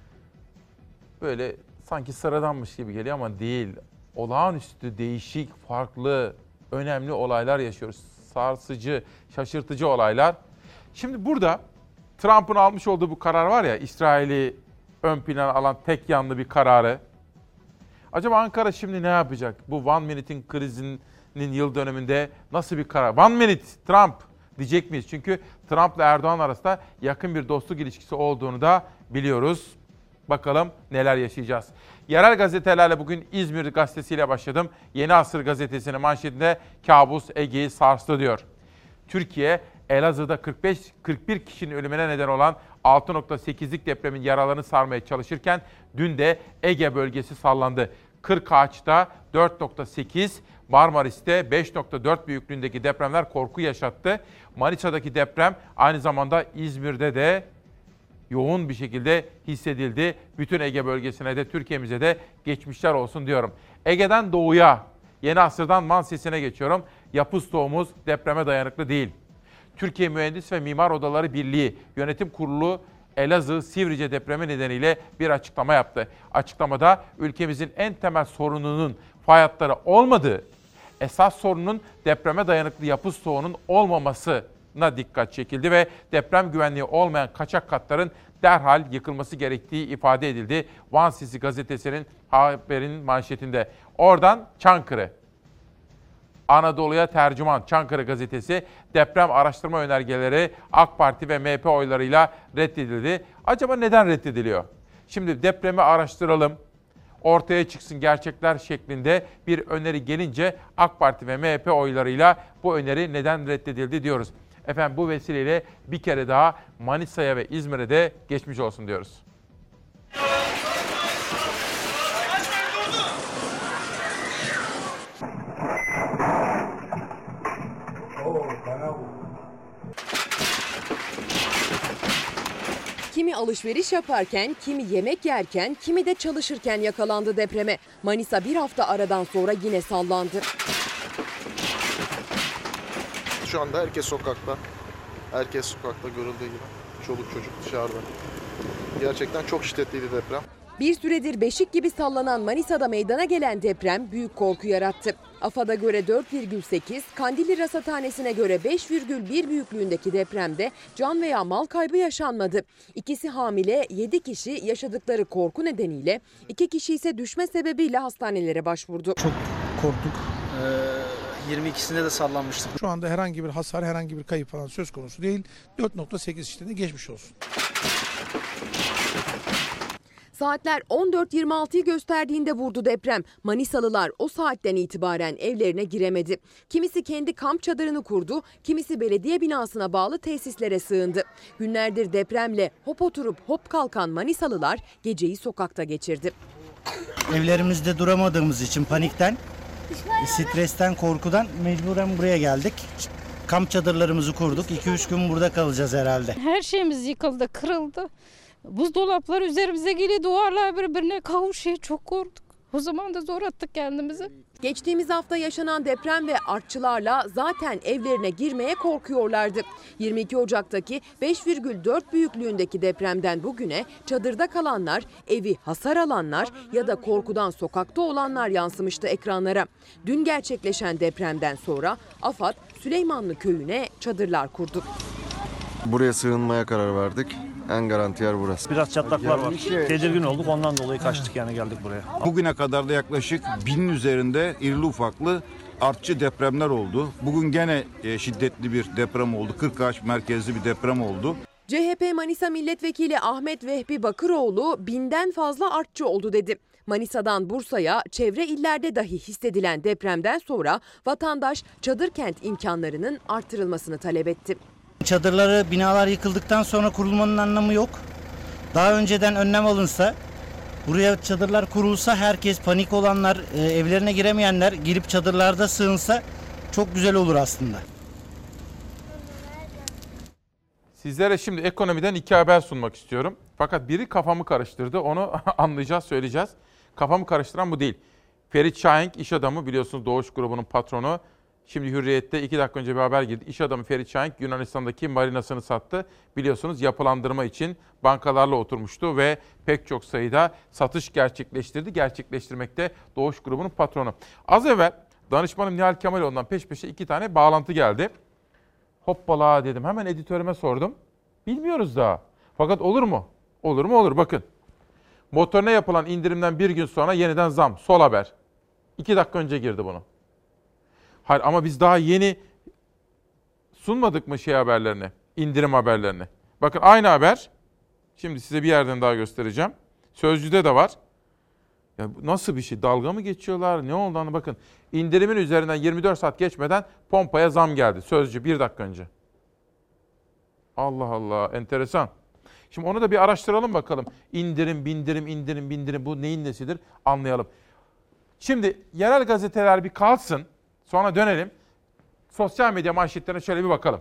Speaker 1: böyle sanki sıradanmış gibi geliyor ama değil. Olağanüstü, değişik, farklı, önemli olaylar yaşıyoruz. Sarsıcı, şaşırtıcı olaylar. Şimdi burada Trump'ın almış olduğu bu karar var ya, İsrail'i ön plana alan tek yanlı bir kararı. Acaba Ankara şimdi ne yapacak? Bu One Minute'in krizinin yıl dönümünde nasıl bir karar? One Minute, Trump diyecek miyiz? Çünkü Trump'la Erdoğan arasında yakın bir dostluk ilişkisi olduğunu da biliyoruz. Bakalım neler yaşayacağız. Yerel gazetelerle bugün İzmir gazetesiyle başladım. Yeni Asır gazetesinin manşetinde kabus Ege'yi sarstı diyor. Türkiye, Elazığ'da 41 kişinin ölümüne neden olan 6.8'lik depremin yaralarını sarmaya çalışırken dün de Ege bölgesi sallandı. Kırkağaç'ta 4.8, Marmaris'te 5.4 büyüklüğündeki depremler korku yaşattı. Manisa'daki deprem aynı zamanda İzmir'de de yoğun bir şekilde hissedildi. Bütün Ege bölgesine de Türkiye'mize de geçmişler olsun diyorum. Ege'den doğuya, Yeni Asır'dan Van Sesi'ne geçiyorum. Yapı stoğumuz depreme dayanıklı değil. Türkiye Mühendis ve Mimar Odaları Birliği Yönetim Kurulu Elazığ Sivrice depremi nedeniyle bir açıklama yaptı. Açıklamada ülkemizin en temel sorununun fay hatları olmadığı, esas sorunun depreme dayanıklı yapı stoğunun olmamasına dikkat çekildi ve deprem güvenliği olmayan kaçak katların derhal yıkılması gerektiği ifade edildi. Van Sesi gazetesinin haberin manşetinde. Oradan Çankırı. Anadolu'ya tercüman Çankırı gazetesi deprem araştırma önergeleri AK Parti ve MHP oylarıyla reddedildi. Acaba neden reddediliyor? Şimdi depremi araştıralım, ortaya çıksın gerçekler şeklinde bir öneri gelince AK Parti ve MHP oylarıyla bu öneri neden reddedildi diyoruz. Efendim bu vesileyle bir kere daha Manisa'ya ve İzmir'e de geçmiş olsun diyoruz.
Speaker 2: Kimi alışveriş yaparken, kimi yemek yerken, kimi de çalışırken yakalandı depreme. Manisa bir hafta aradan sonra yine sallandı.
Speaker 16: Şu anda herkes sokakta. Herkes sokakta görüldüğü gibi. Çoluk çocuk dışarıda. Gerçekten çok şiddetliydi deprem.
Speaker 2: Bir süredir beşik gibi sallanan Manisa'da meydana gelen deprem büyük korku yarattı. AFAD'a göre 4,8, Kandilli Rasathanesi'ne göre 5,1 büyüklüğündeki depremde can veya mal kaybı yaşanmadı. İkisi hamile, 7 kişi yaşadıkları korku nedeniyle, 2 kişi ise düşme sebebiyle hastanelere başvurdu.
Speaker 18: Çok korktuk. 22'sinde de sallanmıştık.
Speaker 24: Şu anda herhangi bir hasar, herhangi bir kayıp falan söz konusu değil. 4.8 şiddetinde geçmiş olsun.
Speaker 2: Saatler 14.26'yı gösterdiğinde vurdu deprem. Manisalılar o saatten itibaren evlerine giremedi. Kimisi kendi kamp çadırını kurdu, kimisi belediye binasına bağlı tesislere sığındı. Günlerdir depremle hop oturup hop kalkan Manisalılar geceyi sokakta geçirdi.
Speaker 17: Evlerimizde duramadığımız için panikten, stresten, korkudan mecburen buraya geldik. Kamp çadırlarımızı kurduk. 2-3 gün burada kalacağız herhalde.
Speaker 19: Her şeyimiz yıkıldı, kırıldı. Buzdolaplar üzerimize geliyor, duvarlar birbirine kavuşuyor. Çok korktuk. O zaman da zor attık kendimizi.
Speaker 2: Geçtiğimiz hafta yaşanan deprem ve artçılarla zaten evlerine girmeye korkuyorlardı. 22 Ocak'taki 5,4 büyüklüğündeki depremden bugüne çadırda kalanlar, evi hasar alanlar ya da korkudan sokakta olanlar yansımıştı ekranlara. Dün gerçekleşen depremden sonra AFAD Süleymanlı köyüne çadırlar kurdu.
Speaker 22: Buraya sığınmaya karar verdik. En garanti yer burası.
Speaker 23: Biraz çatlaklar var. Tedirgin olduk, ondan dolayı kaçtık, yani geldik buraya.
Speaker 25: Bugüne kadar da yaklaşık 1000'in üzerinde irili ufaklı artçı depremler oldu. Bugün gene şiddetli bir deprem oldu. Kırkağaç merkezli bir deprem oldu.
Speaker 2: CHP Manisa Milletvekili Ahmet Vehbi Bakıroğlu 1000'den fazla artçı oldu dedi. Manisa'dan Bursa'ya, çevre illerde dahi hissedilen depremden sonra vatandaş çadır kent imkanlarının artırılmasını talep etti.
Speaker 17: Çadırları, binalar yıkıldıktan sonra kurulmanın anlamı yok. Daha önceden önlem alınsa, buraya çadırlar kurulsa, herkes, panik olanlar, evlerine giremeyenler girip çadırlarda sığınsa çok güzel olur aslında.
Speaker 1: Sizlere şimdi ekonomiden 2 haber sunmak istiyorum. Fakat biri kafamı karıştırdı. Onu anlayacağız, söyleyeceğiz. Kafamı karıştıran bu değil. Ferit Şahenk, iş adamı, biliyorsunuz Doğuş grubunun patronu. Şimdi Hürriyet'te 2 dakika önce bir haber girdi. İş adamı Ferit Şahenk Yunanistan'daki marinasını sattı. Biliyorsunuz yapılandırma için bankalarla oturmuştu ve pek çok sayıda satış gerçekleştirdi. Gerçekleştirmekte Doğuş grubunun patronu. Az evvel danışmanım Nihal Kemaloğlu'ndan peş peşe 2 tane bağlantı geldi. Hoppala dedim. Hemen editörüme sordum. Bilmiyoruz daha. Fakat olur mu? Olur mu? Olur. Bakın. Motorine yapılan indirimden bir gün sonra yeniden zam. Sol haber. 2 dakika önce girdi bunu. Hayır ama biz daha yeni sunmadık mı haberlerini, indirim haberlerini? Bakın aynı haber. Şimdi size bir yerden daha göstereceğim. Sözcü'de de var. Ya nasıl bir şey? Dalga mı geçiyorlar? Ne olduğunu bakın. İndirimin üzerinden 24 saat geçmeden pompaya zam geldi. Sözcü 1 dakika önce. Allah Allah, enteresan. Şimdi onu da bir araştıralım bakalım. İndirim, bindirim bu neyin nesidir anlayalım. Şimdi yerel gazeteler bir kalsın. Sonra dönelim. Sosyal medya manşetlerine şöyle bir bakalım.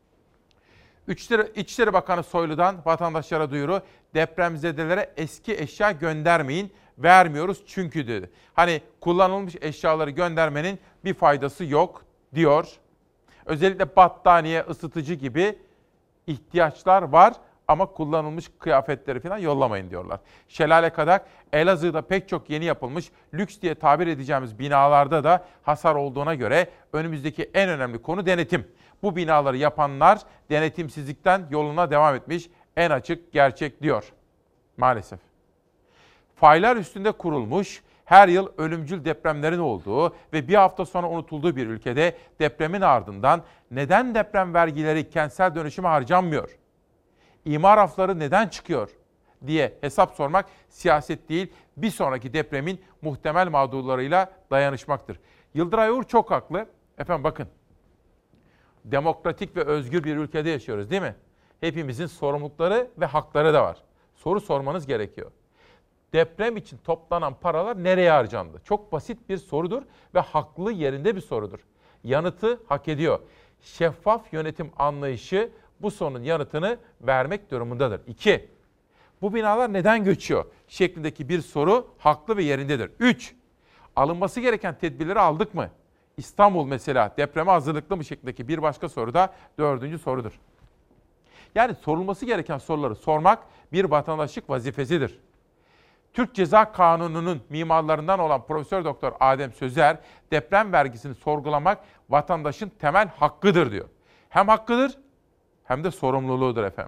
Speaker 1: İçişleri Bakanı Soylu'dan vatandaşlara duyuru. Depremzedelere eski eşya göndermeyin. Vermiyoruz çünkü dedi. Hani kullanılmış eşyaları göndermenin bir faydası yok diyor. Özellikle battaniye, ısıtıcı gibi ihtiyaçlar var. Ama kullanılmış kıyafetleri falan yollamayın diyorlar. Şelale Kadak, Elazığ'da pek çok yeni yapılmış lüks diye tabir edeceğimiz binalarda da hasar olduğuna göre önümüzdeki en önemli konu denetim. Bu binaları yapanlar denetimsizlikten yoluna devam etmiş, en açık gerçek diyor. Maalesef. Faylar üstünde kurulmuş, her yıl ölümcül depremlerin olduğu ve bir hafta sonra unutulduğu bir ülkede depremin ardından neden deprem vergileri kentsel dönüşüme harcanmıyor? İmar rafları neden çıkıyor diye hesap sormak siyaset değil, bir sonraki depremin muhtemel mağdurlarıyla dayanışmaktır. Yıldıray Uğur çok haklı. Efendim bakın, demokratik ve özgür bir ülkede yaşıyoruz değil mi? Hepimizin sorumlulukları ve hakları da var. Soru sormanız gerekiyor. Deprem için toplanan paralar nereye harcandı? Çok basit bir sorudur ve haklı yerinde bir sorudur. Yanıtı hak ediyor. Şeffaf yönetim anlayışı bu sorunun yanıtını vermek durumundadır. 2. Bu binalar neden göçüyor? Şeklindeki bir soru haklı ve yerindedir. 3. Alınması gereken tedbirleri aldık mı? İstanbul mesela depreme hazırlıklı mı şeklindeki bir başka soru da 4. sorudur. Yani sorulması gereken soruları sormak bir vatandaşlık vazifesidir. Türk Ceza Kanunu'nun mimarlarından olan Profesör Doktor Adem Sözer, deprem vergisini sorgulamak vatandaşın temel hakkıdır diyor. Hem hakkıdır hem de sorumluluğudur efendim.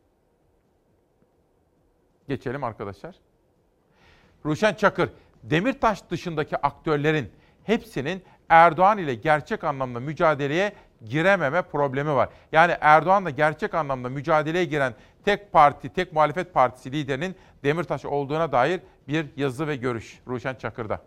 Speaker 1: Geçelim arkadaşlar. Ruşen Çakır, Demirtaş dışındaki aktörlerin hepsinin Erdoğan ile gerçek anlamda mücadeleye girememe problemi var. Yani Erdoğan'la gerçek anlamda mücadeleye giren tek parti, tek muhalefet partisi liderinin Demirtaş olduğuna dair bir yazı ve görüş Ruşen Çakır'da.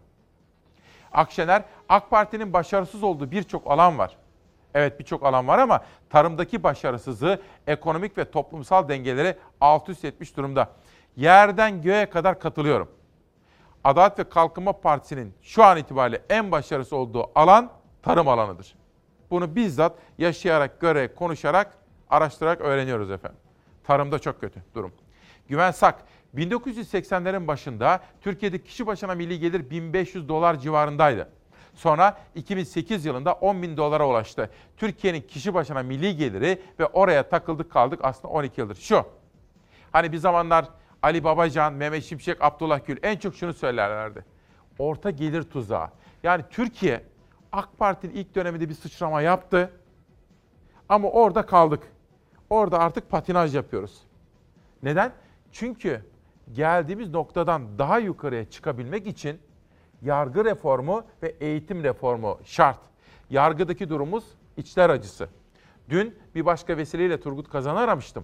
Speaker 1: Akşener, AK Parti'nin başarısız olduğu birçok alan var. Evet, birçok alan var ama tarımdaki başarısızlığı ekonomik ve toplumsal dengeleri alt üst etmiş durumda. Yerden göğe kadar katılıyorum. Adalet ve Kalkınma Partisi'nin şu an itibariyle en başarısız olduğu alan tarım alanıdır. Bunu bizzat yaşayarak, görerek, konuşarak, araştırarak öğreniyoruz efendim. Tarımda çok kötü durum. Güven Sak, 1980'lerin başında Türkiye'de kişi başına milli gelir $1.500 civarındaydı. Sonra 2008 yılında $10.000 ulaştı. Türkiye'nin kişi başına milli geliri ve oraya takıldık kaldık aslında 12 yıldır. Şu, hani bir zamanlar Ali Babacan, Mehmet Şimşek, Abdullah Gül en çok şunu söylerlerdi. Orta gelir tuzağı. Yani Türkiye AK Parti'nin ilk döneminde bir sıçrama yaptı ama orada kaldık. Orada artık patinaj yapıyoruz. Neden? Çünkü geldiğimiz noktadan daha yukarıya çıkabilmek için yargı reformu ve eğitim reformu şart. Yargıdaki durumumuz içler acısı. Dün bir başka vesileyle Turgut Kazan'ı aramıştım.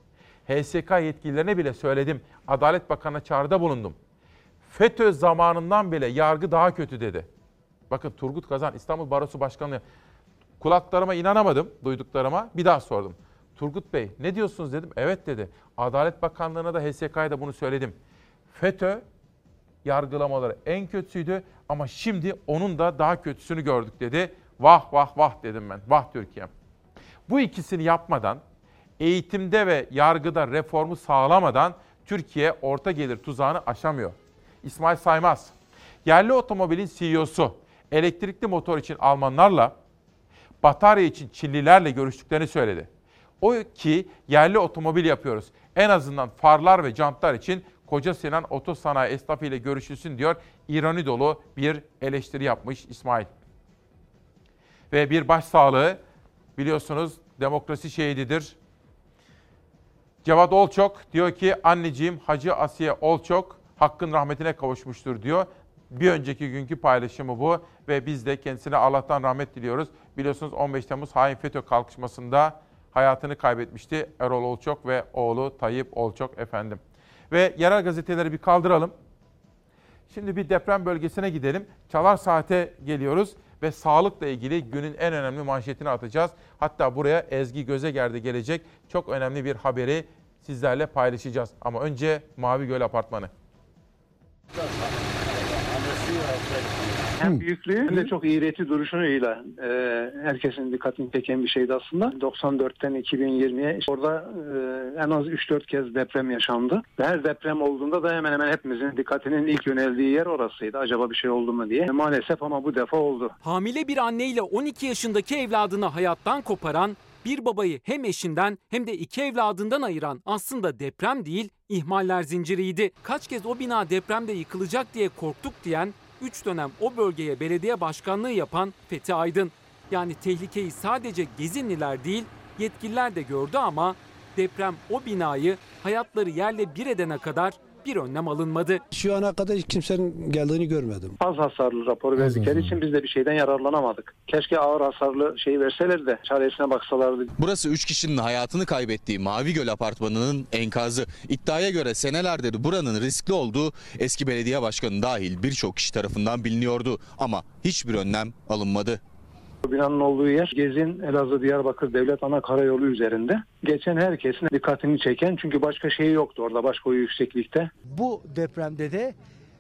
Speaker 1: HSK yetkililerine bile söyledim. Adalet Bakanı'na çağrıda bulundum. FETÖ zamanından bile yargı daha kötü dedi. Bakın Turgut Kazan İstanbul Barosu Başkanlığı. Kulaklarıma inanamadım, duyduklarıma. Bir daha sordum. Turgut Bey ne diyorsunuz dedim. Evet dedi. Adalet Bakanlığı'na da HSK'ya da bunu söyledim. FETÖ yargılamaları en kötüsüydü ama şimdi onun da daha kötüsünü gördük dedi. Vah vah vah dedim ben. Vah Türkiye. Bu ikisini yapmadan, eğitimde ve yargıda reformu sağlamadan Türkiye orta gelir tuzağını aşamıyor. İsmail Saymaz, yerli otomobilin CEO'su, elektrikli motor için Almanlarla, batarya için Çinlilerle görüştüklerini söyledi. O ki yerli otomobil yapıyoruz. En azından farlar ve jantlar için Koca Sinan Otosanayi esnafı ile görüşülsün diyor. İroni dolu bir eleştiri yapmış İsmail. Ve bir başsağlığı, biliyorsunuz demokrasi şehididir. Cevat Olçok diyor ki anneciğim Hacı Asiye Olçok hakkın rahmetine kavuşmuştur diyor. Bir önceki günkü paylaşımı bu ve biz de kendisine Allah'tan rahmet diliyoruz. Biliyorsunuz 15 Temmuz hain FETÖ kalkışmasında hayatını kaybetmişti Erol Olçok ve oğlu Tayyip Olçok efendim. Ve yerel gazeteleri bir kaldıralım. Şimdi bir deprem bölgesine gidelim. Çalar Saat'e geliyoruz ve sağlıkla ilgili günün en önemli manşetini atacağız. Hatta buraya Ezgi Gözeger'de gelecek çok önemli bir haberi sizlerle paylaşacağız. Ama önce Mavi Göl Apartmanı.
Speaker 4: Hem büyüklüğü hem de çok iğreti duruşuyla herkesin dikkatini çeken bir şeydi aslında. 94'ten 2020'ye orada en az 3-4 kez deprem yaşandı. Ve her deprem olduğunda da hemen hemen hepimizin dikkatinin ilk yöneldiği yer orasıydı. Acaba bir şey oldu mu diye. Maalesef ama bu defa oldu.
Speaker 5: Hamile bir anneyle 12 yaşındaki evladını hayattan koparan, bir babayı hem eşinden hem de 2 evladından ayıran aslında deprem değil, ihmaller zinciriydi. Kaç kez o bina depremde yıkılacak diye korktuk diyen, 3 dönem o bölgeye belediye başkanlığı yapan Fethi Aydın. Yani tehlikeyi sadece Gezinliler değil, yetkililer de gördü ama deprem o binayı hayatları yerle bir edene kadar bir önlem alınmadı.
Speaker 6: Şu ana kadar hiç kimsenin geldiğini görmedim.
Speaker 4: Az hasarlı raporu verdikleri için biz de bir şeyden yararlanamadık. Keşke ağır hasarlı şeyi verseler de çaresine baksalardı.
Speaker 20: Burası 3 kişinin hayatını kaybettiği Mavi Göl Apartmanı'nın enkazı. İddiaya göre senelerdir buranın riskli olduğu eski belediye başkanı dahil birçok kişi tarafından biliniyordu. Ama hiçbir önlem alınmadı.
Speaker 4: Binanın olduğu yer Gezin Elazığ-Diyarbakır Devlet Ana Karayolu üzerinde. Geçen herkesin dikkatini çeken, çünkü başka şey yoktu orada, başka o yükseklikte.
Speaker 6: Bu depremde de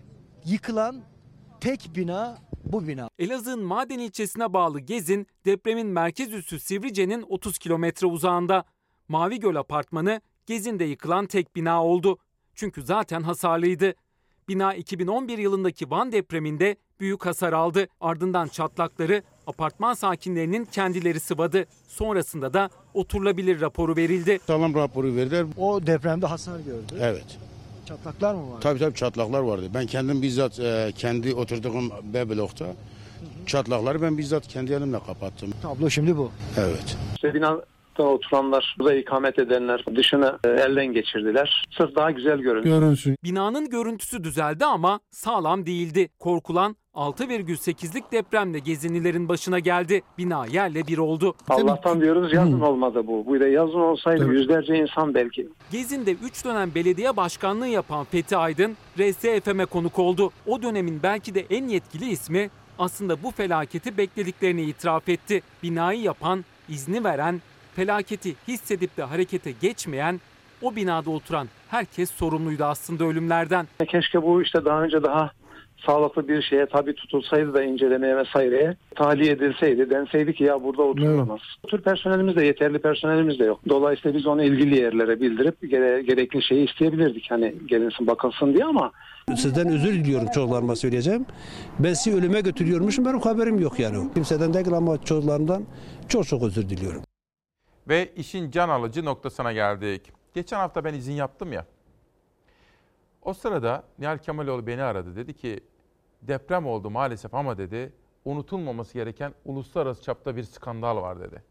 Speaker 6: yıkılan tek bina bu bina.
Speaker 5: Elazığ'ın Maden ilçesine bağlı Gezin, depremin merkez üssü Sivrice'nin 30 kilometre uzağında. Mavi Göl Apartmanı Gezin'de yıkılan tek bina oldu. Çünkü zaten hasarlıydı. Bina 2011 yılındaki Van depreminde büyük hasar aldı. Ardından çatlakları apartman sakinlerinin kendileri sıvadı. Sonrasında da oturulabilir raporu verildi.
Speaker 8: Sağlam raporu verdiler.
Speaker 6: O depremde hasar gördü.
Speaker 8: Evet.
Speaker 6: Çatlaklar mı var?
Speaker 8: Tabii çatlaklar vardı. Ben kendim bizzat kendi oturduğum B-blokta çatlakları ben bizzat kendi elimle kapattım.
Speaker 6: Tablo şimdi bu.
Speaker 8: Evet.
Speaker 4: İşte binada oturanlar, burada ikamet edenler dışını elden geçirdiler. Sırf daha güzel görünsün.
Speaker 5: Binanın görüntüsü düzeldi ama sağlam değildi. Korkulan 6,8'lik depremde Gezinilerin başına geldi. Bina yerle bir oldu.
Speaker 4: Allah'tan diyoruz yazın olmadı bu. Bu da yazın olsaydı yüzlerce insan belki.
Speaker 5: Gezi'nde 3 dönem belediye başkanlığı yapan Fethi Aydın, RSFM'e konuk oldu. O dönemin belki de en yetkili ismi aslında bu felaketi beklediklerini itiraf etti. Binayı yapan, izni veren, felaketi hissedip de harekete geçmeyen, o binada oturan herkes sorumluydu aslında ölümlerden.
Speaker 4: Keşke bu işte daha önce daha sağlıklı bir şeye tabi tutulsaydı da incelemeye vesaireye tahliye edilseydi, denseydi ki ya burada oturulamaz. Bu tür personelimiz de yeterli personelimiz de yok. Dolayısıyla biz onu ilgili yerlere bildirip gerekli şeyi isteyebilirdik. Hani gelinsin bakılsın diye ama.
Speaker 3: Sizden özür diliyorum çocuklarıma söyleyeceğim. Ben sizi ölüme götürüyormuşum, benim haberim yok yani. Kimseden değil ama çocuklarımdan çok özür diliyorum.
Speaker 1: Ve işin can alıcı noktasına geldik. Geçen hafta ben izin yaptım ya. O sırada Nihal Kemaloğlu beni aradı. Dedi ki deprem oldu maalesef ama dedi unutulmaması gereken uluslararası çapta bir skandal var dedi.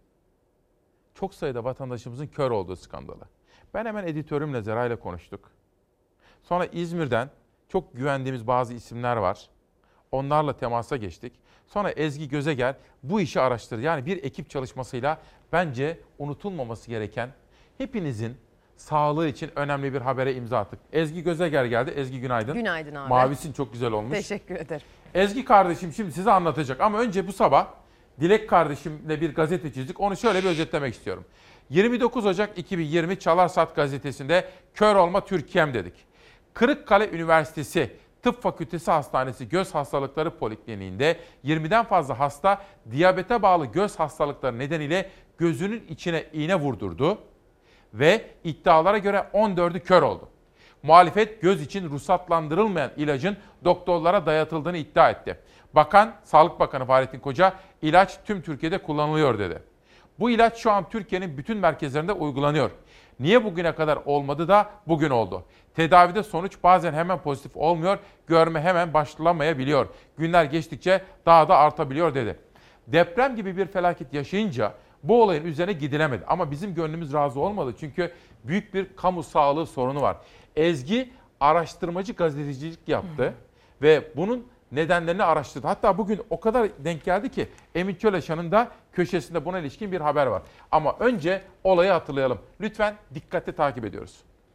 Speaker 1: Çok sayıda vatandaşımızın kör olduğu skandalı. Ben hemen editörümle Zera ile konuştuk. Sonra İzmir'den çok güvendiğimiz bazı isimler var. Onlarla temasa geçtik. Sonra Ezgi Gözeger bu işi araştırdı. Yani bir ekip çalışmasıyla bence unutulmaması gereken hepinizin sağlığı için önemli bir habere imza attık. Ezgi Gözeger geldi. Ezgi günaydın.
Speaker 10: Günaydın abi.
Speaker 1: Mavisin çok güzel olmuş.
Speaker 10: Teşekkür ederim.
Speaker 1: Ezgi kardeşim şimdi size anlatacak ama önce bu sabah Dilek kardeşimle bir gazete çizdik. Onu şöyle bir özetlemek istiyorum. 29 Ocak 2020 Çalarsat gazetesinde kör olma Türkiye'm dedik. Kırıkkale Üniversitesi Tıp Fakültesi Hastanesi Göz Hastalıkları Polikliniğinde 20'den fazla hasta diyabete bağlı göz hastalıkları nedeniyle gözünün içine iğne vurdurdu ve iddialara göre 14'ü kör oldu. Muhalefet göz için ruhsatlandırılmayan ilacın doktorlara dayatıldığını iddia etti. Sağlık Bakanı Fahrettin Koca, ilaç tüm Türkiye'de kullanılıyor dedi. Bu ilaç şu an Türkiye'nin bütün merkezlerinde uygulanıyor. Niye bugüne kadar olmadı da bugün oldu? Tedavide sonuç bazen hemen pozitif olmuyor, görme hemen başlamayabiliyor. Günler geçtikçe daha da artabiliyor dedi. Deprem gibi bir felaket yaşayınca bu olayın üzerine gidilemedi. Ama bizim gönlümüz razı olmadı çünkü büyük bir kamu sağlığı sorunu var. Ezgi araştırmacı gazetecilik yaptı ve bunun nedenlerini araştırdı. Hatta bugün o kadar denk geldi ki Emin Çöleşan'ın da köşesinde buna ilişkin bir haber var. Ama önce olayı hatırlayalım. Lütfen dikkatli takip ediyoruz.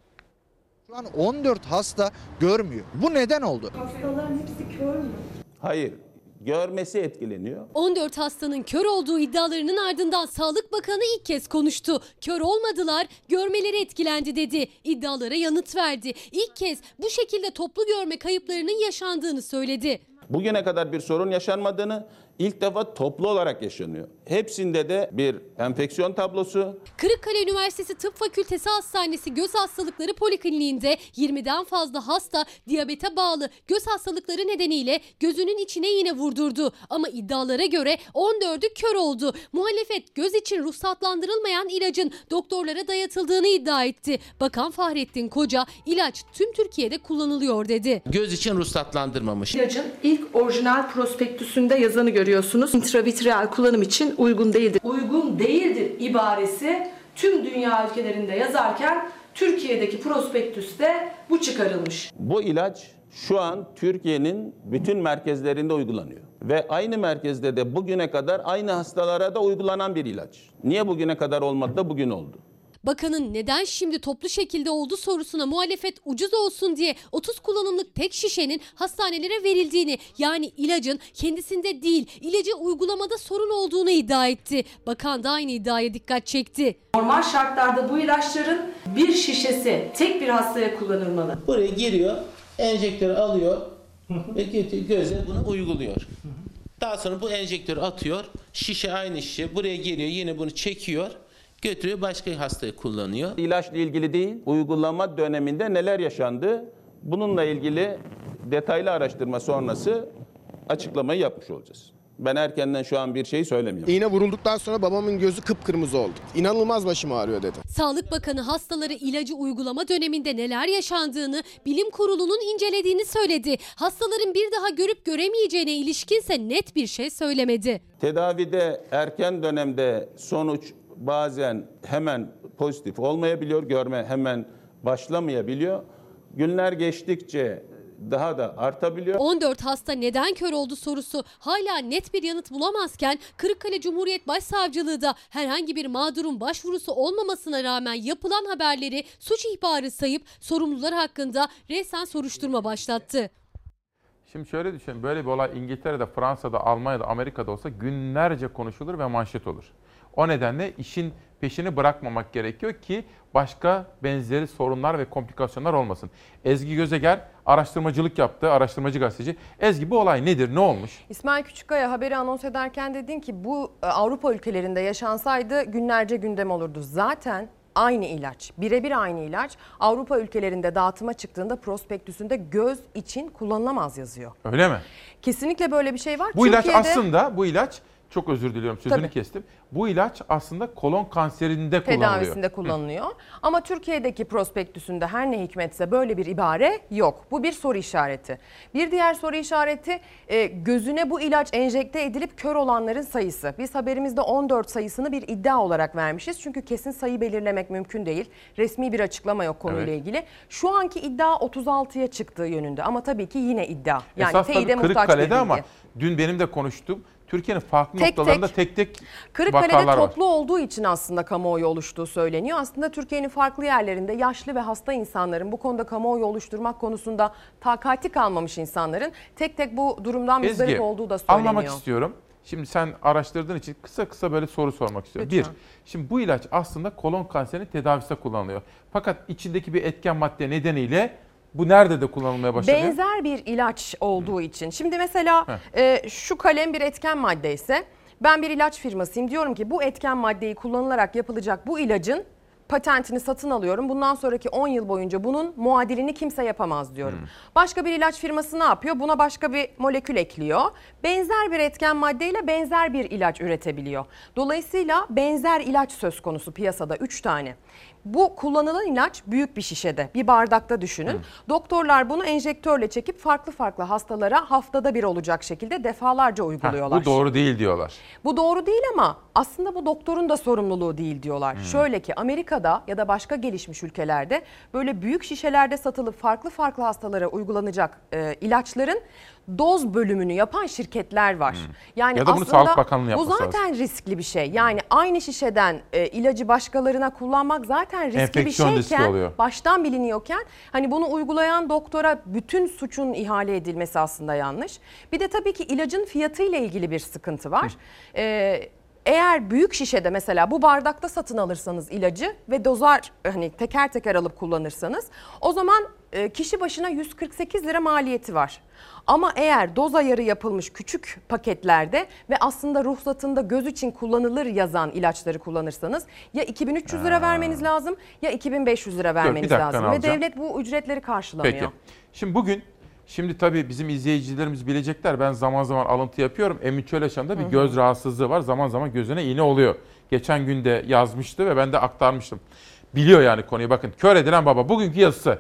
Speaker 11: Şu an 14 hasta görmüyor. Bu neden oldu?
Speaker 12: Hastaların hepsi kör mü?
Speaker 21: Hayır. Görmesi etkileniyor.
Speaker 12: 14 hastanın kör olduğu iddialarının ardından Sağlık Bakanı ilk kez konuştu. Kör olmadılar, görmeleri etkilendi dedi. İddialara yanıt verdi. İlk kez bu şekilde toplu görme kayıplarının yaşandığını söyledi.
Speaker 21: Bugüne kadar bir sorun yaşanmadığını, ilk defa toplu olarak yaşanıyor. Hepsinde de bir enfeksiyon tablosu.
Speaker 12: Kırıkkale Üniversitesi Tıp Fakültesi Hastanesi Göz Hastalıkları Polikliniğinde 20'den fazla hasta diyabete bağlı göz hastalıkları nedeniyle gözünün içine iğne vurdurdu. Ama iddialara göre 14'ü kör oldu. Muhalefet göz için ruhsatlandırılmayan ilacın doktorlara dayatıldığını iddia etti. Bakan Fahrettin Koca ilaç tüm Türkiye'de kullanılıyor dedi.
Speaker 26: Göz için ruhsatlandırmamış.
Speaker 27: İlacın ilk orijinal prospektüsünde yazanı görüyorsunuz. İntravitreal kullanım için uygun değildir. Uygun değildir ibaresi tüm dünya ülkelerinde yazarken Türkiye'deki prospektüste bu çıkarılmış.
Speaker 21: Bu ilaç şu an Türkiye'nin bütün merkezlerinde uygulanıyor. Ve aynı merkezde de bugüne kadar aynı hastalara da uygulanan bir ilaç. Niye bugüne kadar olmadı da bugün oldu?
Speaker 12: Bakanın neden şimdi toplu şekilde oldu sorusuna muhalefet ucuz olsun diye 30 kullanımlık tek şişenin hastanelere verildiğini, yani ilacın kendisinde değil ilacı uygulamada sorun olduğunu iddia etti. Bakan da aynı iddiaya dikkat çekti.
Speaker 27: Normal şartlarda bu ilaçların bir şişesi tek bir hastaya kullanılmalı.
Speaker 26: Buraya giriyor, enjektörü alıyor ve göze bunu uyguluyor. Daha sonra bu enjektörü atıyor, şişe aynı şişe buraya geliyor, yine bunu çekiyor. Götürüyor başka hastaya kullanıyor.
Speaker 21: İlaçla ilgili değil, uygulama döneminde neler yaşandı? Bununla ilgili detaylı araştırma sonrası açıklamayı yapmış olacağız. Ben erkenden şu an bir şey söylemiyorum.
Speaker 28: İğne vurulduktan sonra babamın gözü kıpkırmızı oldu. İnanılmaz başım ağrıyor dedi.
Speaker 12: Sağlık Bakanı hastaları ilacı uygulama döneminde neler yaşandığını bilim kurulunun incelediğini söyledi. Hastaların bir daha görüp göremeyeceğine ilişkinse net bir şey söylemedi.
Speaker 21: Tedavide erken dönemde sonuç bazen hemen pozitif olmayabiliyor, görme hemen başlamayabiliyor. Günler geçtikçe daha da artabiliyor.
Speaker 12: 14 hasta neden kör oldu sorusu hala net bir yanıt bulamazken Kırıkkale Cumhuriyet Başsavcılığı da herhangi bir mağdurun başvurusu olmamasına rağmen yapılan haberleri suç ihbarı sayıp sorumlular hakkında resen soruşturma başlattı.
Speaker 1: Şimdi şöyle düşünün, böyle bir olay İngiltere'de, Fransa'da, Almanya'da, Amerika'da olsa günlerce konuşulur ve manşet olur. O nedenle işin peşini bırakmamak gerekiyor ki başka benzeri sorunlar ve komplikasyonlar olmasın. Ezgi Gözeger araştırmacılık yaptı, araştırmacı gazeteci. Ezgi, bu olay nedir, ne olmuş?
Speaker 2: İsmail Küçükkaya haberi anons ederken dedin ki bu Avrupa ülkelerinde yaşansaydı günlerce gündem olurdu. Zaten aynı ilaç, birebir aynı ilaç Avrupa ülkelerinde dağıtıma çıktığında prospektüsünde göz için kullanılamaz yazıyor.
Speaker 1: Öyle mi?
Speaker 2: Kesinlikle böyle bir şey var.
Speaker 1: Bu ilaç aslında, bu ilaç, çok özür diliyorum sözünü kestim. Bu ilaç aslında kolon kanserinde kullanılıyor.
Speaker 2: Tedavisinde kullanılıyor. Ama Türkiye'deki prospektüsünde her ne hikmetse böyle bir ibare yok. Bu bir soru işareti. Bir diğer soru işareti gözüne bu ilaç enjekte edilip kör olanların sayısı. Biz haberimizde 14 sayısını bir iddia olarak vermişiz. Çünkü kesin sayı belirlemek mümkün değil. Resmi bir açıklama yok konuyla ilgili. Şu anki iddia 36'ya çıktığı yönünde ama tabii ki yine iddia. Yani
Speaker 1: esas
Speaker 2: teyide muhtaç bir
Speaker 1: Kırıkkale'de
Speaker 2: bilgi.
Speaker 1: ama dün benim de konuştuğum Türkiye'nin farklı noktalarında tek tek
Speaker 2: Kırıkkale'de
Speaker 1: vakalar var.
Speaker 2: toplu olduğu için aslında kamuoyu oluştuğu söyleniyor. Aslında Türkiye'nin farklı yerlerinde yaşlı ve hasta insanların bu konuda kamuoyu oluşturmak konusunda takati kalmamış insanların tek tek bu durumdan müzdarip olduğu da söyleniyor.
Speaker 1: Anlamak istiyorum. Şimdi sen araştırdığın için kısa böyle soru sormak istiyorum.
Speaker 2: Lütfen.
Speaker 1: Şimdi bu ilaç aslında kolon kanserinin tedavisinde kullanılıyor. Fakat içindeki bir etken madde nedeniyle bu nerede de kullanılmaya başladı?
Speaker 2: Benzer bir ilaç olduğu için. Şimdi mesela şu kalem bir etken madde ise ben bir ilaç firmasıyım. Diyorum ki bu etken maddeyi kullanılarak yapılacak bu ilacın patentini satın alıyorum. Bundan sonraki 10 yıl boyunca bunun muadilini kimse yapamaz diyorum. Başka bir ilaç firması ne yapıyor? Buna başka bir molekül ekliyor. Benzer bir etken maddeyle benzer bir ilaç üretebiliyor. Dolayısıyla benzer ilaç söz konusu piyasada 3 tane. Bu kullanılan ilaç büyük bir şişede, bir bardakta düşünün. Doktorlar bunu enjektörle çekip farklı farklı hastalara haftada bir olacak şekilde defalarca uyguluyorlar.
Speaker 1: Bu doğru değil diyorlar.
Speaker 2: Bu doğru değil ama aslında bu doktorun da sorumluluğu değil diyorlar. Şöyle ki Amerika'da ya da başka gelişmiş ülkelerde böyle büyük şişelerde satılıp farklı farklı hastalara uygulanacak ilaçların doz bölümünü yapan şirketler var. Yani
Speaker 1: ya da bunu
Speaker 2: aslında
Speaker 1: Sağlık Bakanlığı yapması
Speaker 2: bu zaten
Speaker 1: lazım.
Speaker 2: Riskli bir şey. Yani aynı şişeden ilacı başkalarına kullanmak zaten riskli
Speaker 1: Enfeksiyon
Speaker 2: bir
Speaker 1: riski
Speaker 2: şeyken,
Speaker 1: oluyor.
Speaker 2: baştan biliniyorken hani bunu uygulayan doktora bütün suçun ihale edilmesi aslında yanlış. Bir de tabii ki ilacın fiyatıyla ilgili bir sıkıntı var. Eğer büyük şişede mesela bu bardakta satın alırsanız ilacı ve dozar hani teker teker alıp kullanırsanız o zaman kişi başına 148 lira maliyeti var. Ama eğer doz ayarı yapılmış küçük paketlerde ve aslında ruhsatında göz için kullanılır yazan ilaçları kullanırsanız ya 2300 lira vermeniz lazım ya 2500 lira vermeniz lazım. Ve devlet bu ücretleri karşılamıyor.
Speaker 1: Peki. Şimdi tabii bizim izleyicilerimiz bilecekler. Ben zaman zaman alıntı yapıyorum. Emin Çöleşan'da bir göz rahatsızlığı var. Zaman zaman gözüne iğne oluyor. Geçen gün de yazmıştı ve ben de aktarmıştım. Biliyor yani konuyu. Bakın, kör edilen baba. Bugünkü yazısı.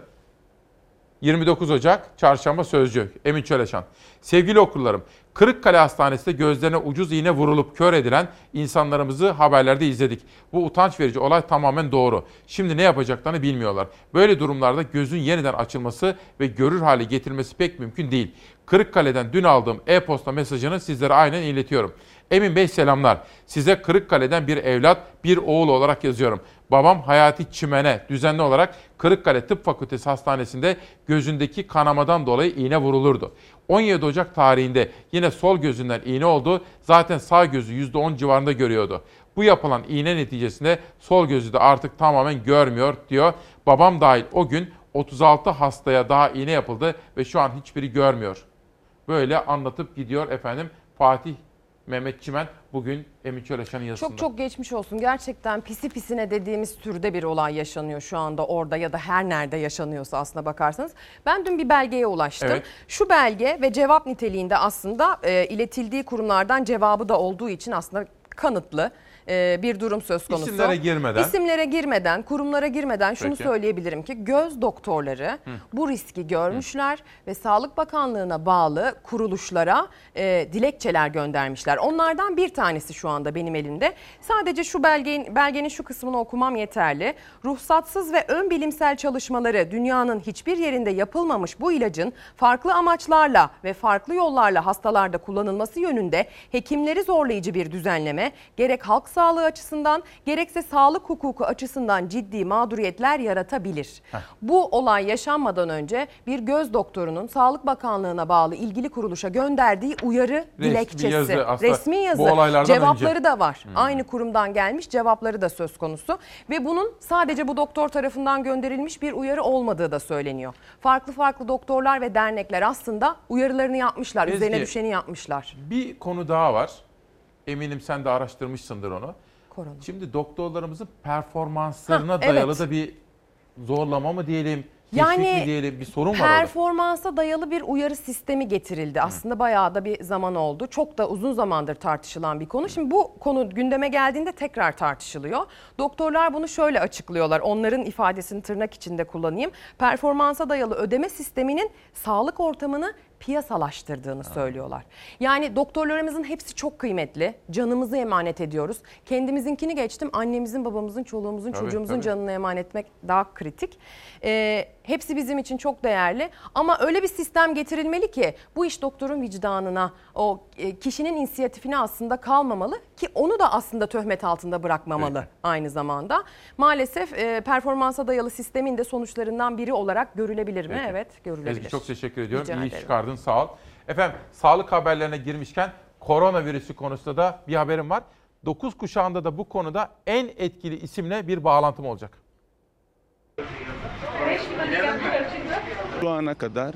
Speaker 1: 29 Ocak Çarşamba Sözcü. Emin Çöleşan. Sevgili okurlarım, Kırıkkale Hastanesi'nde gözlerine ucuz iğne vurulup kör edilen insanlarımızı haberlerde izledik. Bu utanç verici olay tamamen doğru. Şimdi ne yapacaklarını bilmiyorlar. Böyle durumlarda gözün yeniden açılması ve görür hale getirilmesi pek mümkün değil. Kırıkkale'den dün aldığım e-posta mesajını sizlere aynen iletiyorum. Emin Bey selamlar. Size Kırıkkale'den bir evlat, bir oğul olarak yazıyorum. Babam Hayati Çimen'e düzenli olarak Kırıkkale Tıp Fakültesi Hastanesi'nde gözündeki kanamadan dolayı iğne vurulurdu. 17 Ocak tarihinde yine sol gözünden iğne oldu. Zaten sağ gözü %10 civarında görüyordu. Bu yapılan iğne neticesinde sol gözü de artık tamamen görmüyor diyor. Babam dahil o gün 36 hastaya daha iğne yapıldı ve şu an hiçbiri görmüyor. Böyle anlatıp gidiyor efendim Fatih Mehmet Çimen bugün Emin Çöleşan'ın yazısında.
Speaker 2: Çok geçmiş olsun. Gerçekten pisi pisine dediğimiz türde bir olay yaşanıyor şu anda orada ya da her nerede yaşanıyorsa aslına bakarsanız. Ben dün bir belgeye ulaştım. Evet. Şu belge ve cevap niteliğinde aslında iletildiği kurumlardan cevabı da olduğu için aslında kanıtlı. bir durum söz konusu.
Speaker 1: İsimlere girmeden,
Speaker 2: kurumlara girmeden şunu söyleyebilirim ki göz doktorları bu riski görmüşler ve Sağlık Bakanlığı'na bağlı kuruluşlara dilekçeler göndermişler. Onlardan bir tanesi şu anda benim elimde. Sadece şu belgenin şu kısmını okumam yeterli. Ruhsatsız ve ön bilimsel çalışmaları dünyanın hiçbir yerinde yapılmamış bu ilacın farklı amaçlarla ve farklı yollarla hastalarda kullanılması yönünde hekimleri zorlayıcı bir düzenleme gerek halk sağlığı açısından gerekse sağlık hukuku açısından ciddi mağduriyetler yaratabilir. Bu olay yaşanmadan önce bir göz doktorunun Sağlık Bakanlığı'na bağlı ilgili kuruluşa gönderdiği uyarı dilekçesi. Resmi yazı. Cevapları da var. Aynı kurumdan gelmiş cevapları da söz konusu ve bunun sadece bu doktor tarafından gönderilmiş bir uyarı olmadığı da söyleniyor. Farklı doktorlar ve dernekler aslında uyarılarını yapmışlar. Üzerine düşeni yapmışlar.
Speaker 1: Bir konu daha var. Eminim sen de araştırmışsındır onu.
Speaker 2: Korona.
Speaker 1: Şimdi doktorlarımızın performanslarına dayalı da bir zorlama mı diyelim, teşvik mi diyelim, bir sorun var orada.
Speaker 2: Performansa dayalı bir uyarı sistemi getirildi. Aslında bayağı da bir zaman oldu. Çok da uzun zamandır tartışılan bir konu. Şimdi bu konu gündeme geldiğinde tekrar tartışılıyor. Doktorlar bunu şöyle açıklıyorlar. Onların ifadesini tırnak içinde kullanayım. Performansa dayalı ödeme sisteminin sağlık ortamını piyasalaştırdığını söylüyorlar. Yani doktorlarımızın hepsi çok kıymetli. Canımızı emanet ediyoruz. Kendimizinkini geçtim. Annemizin, babamızın, çoluğumuzun, çocuğumuzun canını emanet etmek daha kritik. Hepsi bizim için çok değerli. Ama öyle bir sistem getirilmeli ki bu iş doktorun vicdanına, o kişinin inisiyatifine aslında kalmamalı ki onu da aslında töhmet altında bırakmamalı aynı zamanda. Maalesef performansa dayalı sistemin de sonuçlarından biri olarak görülebilir mi? Evet, görülebilir.
Speaker 1: Ezgi çok teşekkür ediyorum. İyi çıkardın, sağ ol. Efendim, sağlık haberlerine girmişken koronavirüsü konusunda da bir haberim var. 9 kuşağında da bu konuda en etkili isimle bir bağlantım olacak.
Speaker 21: Şu ana kadar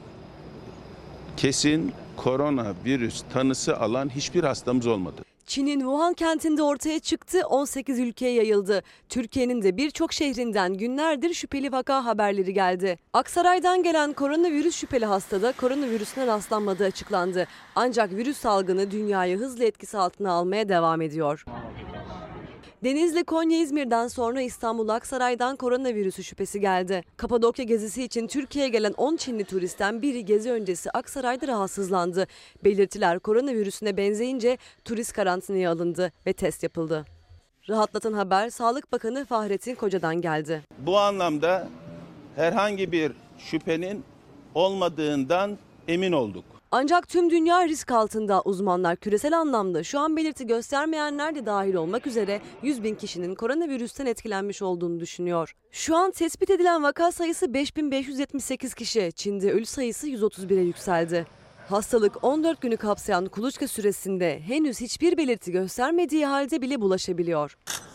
Speaker 21: kesin koronavirüs tanısı alan hiçbir hastamız olmadı.
Speaker 7: Çin'in Wuhan kentinde ortaya çıktı, 18 ülkeye yayıldı. Türkiye'nin de birçok şehrinden günlerdir şüpheli vaka haberleri geldi. Aksaray'dan gelen koronavirüs şüpheli hastada koronavirüsüne rastlanmadığı açıklandı. Ancak virüs salgını dünyayı hızla etkisi altına almaya devam ediyor. Denizli, Konya, İzmir'den sonra İstanbul Aksaray'dan koronavirüsü şüphesi geldi. Kapadokya gezisi için Türkiye'ye gelen 10 Çinli turistten biri gezi öncesi Aksaray'da rahatsızlandı. Belirtiler koronavirüsüne benzeyince turist karantinaya alındı ve test yapıldı. Rahatlatan haber Sağlık Bakanı Fahrettin Koca'dan geldi.
Speaker 21: Bu anlamda herhangi bir şüphenin olmadığından emin olduk.
Speaker 7: Ancak tüm dünya risk altında. Uzmanlar küresel anlamda şu an belirti göstermeyenler de dahil olmak üzere 100.000 kişinin koronavirüsten etkilenmiş olduğunu düşünüyor. Şu an tespit edilen vaka sayısı 5.578 kişi. Çin'de ölü sayısı 131'e yükseldi. Hastalık 14 günü kapsayan kuluçka süresinde henüz hiçbir belirti göstermediği halde bile bulaşabiliyor.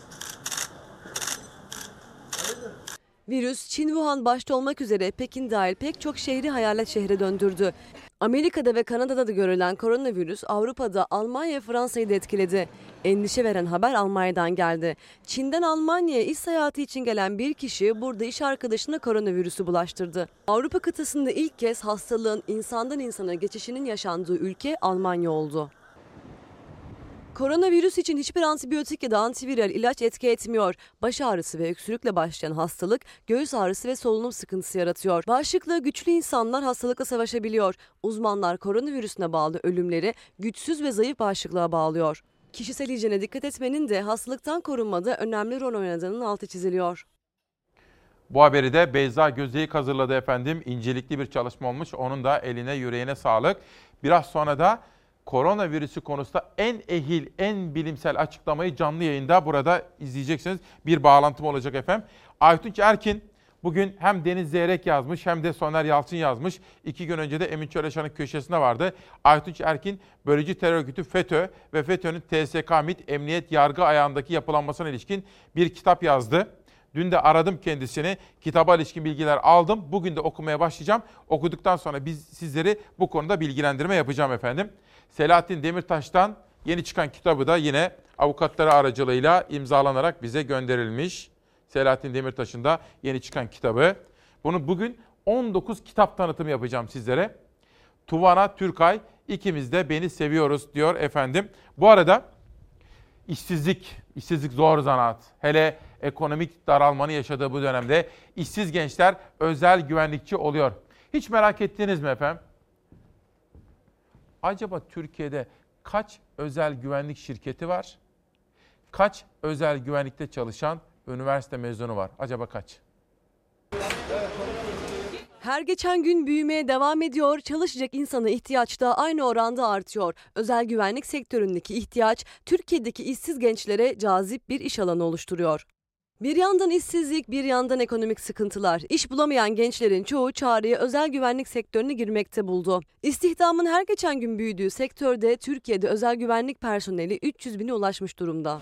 Speaker 7: Virüs Çin, Wuhan başta olmak üzere Pekin dahil pek çok şehri hayalet şehre döndürdü. Amerika'da ve Kanada'da da görülen koronavirüs Avrupa'da Almanya ve Fransa'yı da etkiledi. Endişe veren haber Almanya'dan geldi. Çin'den Almanya'ya iş seyahati için gelen bir kişi burada iş arkadaşına koronavirüsü bulaştırdı. Avrupa kıtasında ilk kez hastalığın insandan insana geçişinin yaşandığı ülke Almanya oldu. Koronavirüs için hiçbir antibiyotik ya da antiviral ilaç etki etmiyor. Baş ağrısı ve öksürükle başlayan hastalık göğüs ağrısı ve solunum sıkıntısı yaratıyor. Bağışıklığı güçlü insanlar hastalıkla savaşabiliyor. Uzmanlar koronavirüsüne bağlı ölümleri güçsüz ve zayıf bağışıklığa bağlıyor. Kişisel hijyene dikkat etmenin de hastalıktan korunmada önemli rol oynadığının altı çiziliyor.
Speaker 1: Bu haberi de Beyza Gözeyik hazırladı efendim. İncelikli bir çalışma olmuş. Onun da eline yüreğine sağlık. Biraz sonra da koronavirüsü konusunda en ehil, en bilimsel açıklamayı canlı yayında burada izleyeceksiniz. Bir bağlantım olacak efendim. Aytunç Erkin bugün hem Deniz Zeyrek yazmış hem de Soner Yalçın yazmış. 2 gün önce de Emin Çöleşan'ın köşesinde vardı. Aytunç Erkin, bölücü terör örgütü FETÖ ve FETÖ'nün TSK, MİT, emniyet, yargı ayağındaki yapılanmasına ilişkin bir kitap yazdı. Dün de aradım kendisini. Kitaba ilişkin bilgiler aldım. Bugün de okumaya başlayacağım. Okuduktan sonra biz sizleri bu konuda bilgilendirme yapacağım efendim. Selahattin Demirtaş'tan yeni çıkan kitabı da yine avukatları aracılığıyla imzalanarak bize gönderilmiş. Selahattin Demirtaş'ın da yeni çıkan kitabı. Bunu bugün 19 kitap tanıtımı yapacağım sizlere. Tuvana Türkay, ikimiz de beni seviyoruz diyor efendim. Bu arada işsizlik İşsizlik zor zanaat. Hele ekonomik daralmanın yaşadığı bu dönemde işsiz gençler özel güvenlikçi oluyor. Hiç merak ettiniz mi efendim? Acaba Türkiye'de kaç özel güvenlik şirketi var? Kaç özel güvenlikte çalışan üniversite mezunu var? Acaba kaç?
Speaker 7: Her geçen gün büyümeye devam ediyor, çalışacak insana ihtiyaç da aynı oranda artıyor. Özel güvenlik sektöründeki ihtiyaç Türkiye'deki işsiz gençlere cazip bir iş alanı oluşturuyor. Bir yandan işsizlik, bir yandan ekonomik sıkıntılar. İş bulamayan gençlerin çoğu çağrıyı özel güvenlik sektörüne girmekte buldu. İstihdamın her geçen gün büyüdüğü sektörde Türkiye'de özel güvenlik personeli 300 bine ulaşmış durumda.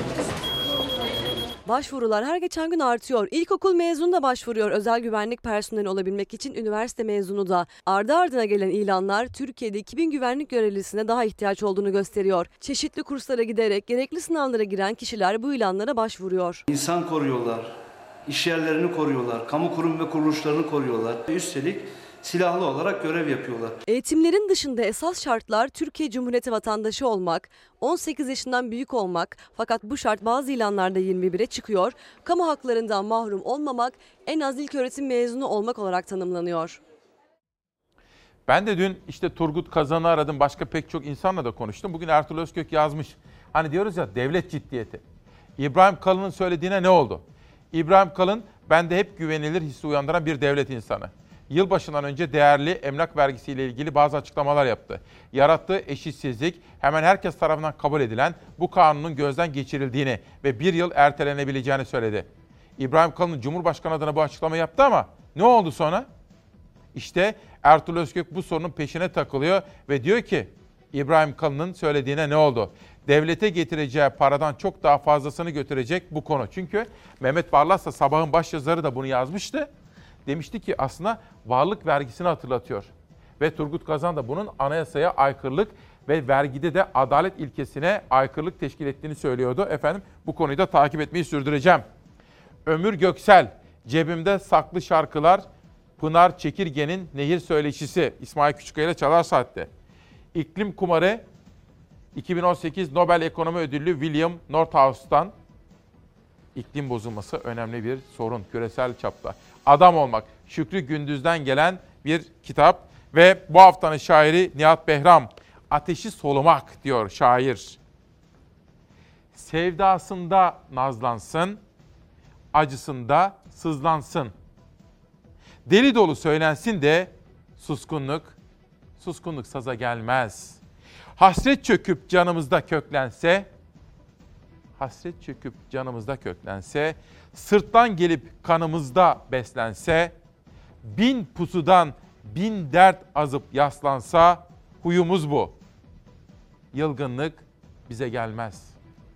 Speaker 7: Başvurular her geçen gün artıyor. İlkokul mezunu da başvuruyor özel güvenlik personeli olabilmek için, üniversite mezunu da. Ardı ardına gelen ilanlar Türkiye'de 2000 güvenlik görevlisine daha ihtiyaç olduğunu gösteriyor. Çeşitli kurslara giderek gerekli sınavlara giren kişiler bu ilanlara başvuruyor.
Speaker 9: İnsan koruyorlar, iş yerlerini koruyorlar, kamu kurum ve kuruluşlarını koruyorlar. Üstelik silahlı olarak görev yapıyorlar.
Speaker 7: Eğitimlerin dışında esas şartlar Türkiye Cumhuriyeti vatandaşı olmak, 18 yaşından büyük olmak, fakat bu şart bazı ilanlarda 21'e çıkıyor, kamu haklarından mahrum olmamak, en az ilköğretim mezunu olmak olarak tanımlanıyor.
Speaker 1: Ben de dün işte Turgut Kazan'ı aradım, başka pek çok insanla da konuştum. Bugün Ertuğrul Özkök yazmış. Hani diyoruz ya, devlet ciddiyeti. İbrahim Kalın'ın söylediğine ne oldu? İbrahim Kalın, bende hep güvenilir hissi uyandıran bir devlet insanı. Yılbaşından önce değerli emlak vergisiyle ilgili bazı açıklamalar yaptı. Yarattığı eşitsizlik hemen herkes tarafından kabul edilen bu kanunun gözden geçirildiğini ve bir yıl ertelenebileceğini söyledi. İbrahim Kalın Cumhurbaşkanı adına bu açıklamayı yaptı ama ne oldu sonra? İşte Ertuğrul Özkök bu sorunun peşine takılıyor ve diyor ki İbrahim Kalın'ın söylediğine ne oldu? Devlete getireceği paradan çok daha fazlasını götürecek bu konu. Çünkü Mehmet Barlas da Sabah'ın başyazarı da bunu yazmıştı. Demişti ki aslında varlık vergisini hatırlatıyor. Ve Turgut Kazan da bunun anayasaya aykırılık ve vergide de adalet ilkesine aykırılık teşkil ettiğini söylüyordu. Efendim bu konuyu da takip etmeyi sürdüreceğim. Ömür Göksel, cebimde saklı şarkılar, Pınar Çekirge'nin Nehir Söyleşisi, İsmail Küçükkaya ile Çalar Saat'te. İklim kumarı, 2018 Nobel Ekonomi Ödüllü William Nordhaus'tan. İklim bozulması önemli bir sorun küresel çapta. Adam olmak, Şükrü Gündüz'den gelen bir kitap ve bu haftanın şairi Nihat Behram. Ateşi solumak diyor şair. Sevdasında nazlansın, acısında sızlansın. Deli dolu söylensin de suskunluk saza gelmez. Hasret çöküp canımızda köklense, sırttan gelip kanımızda beslense, 1000 pusudan 1000 dert azıp yaslansa, huyumuz bu. Yılgınlık bize gelmez.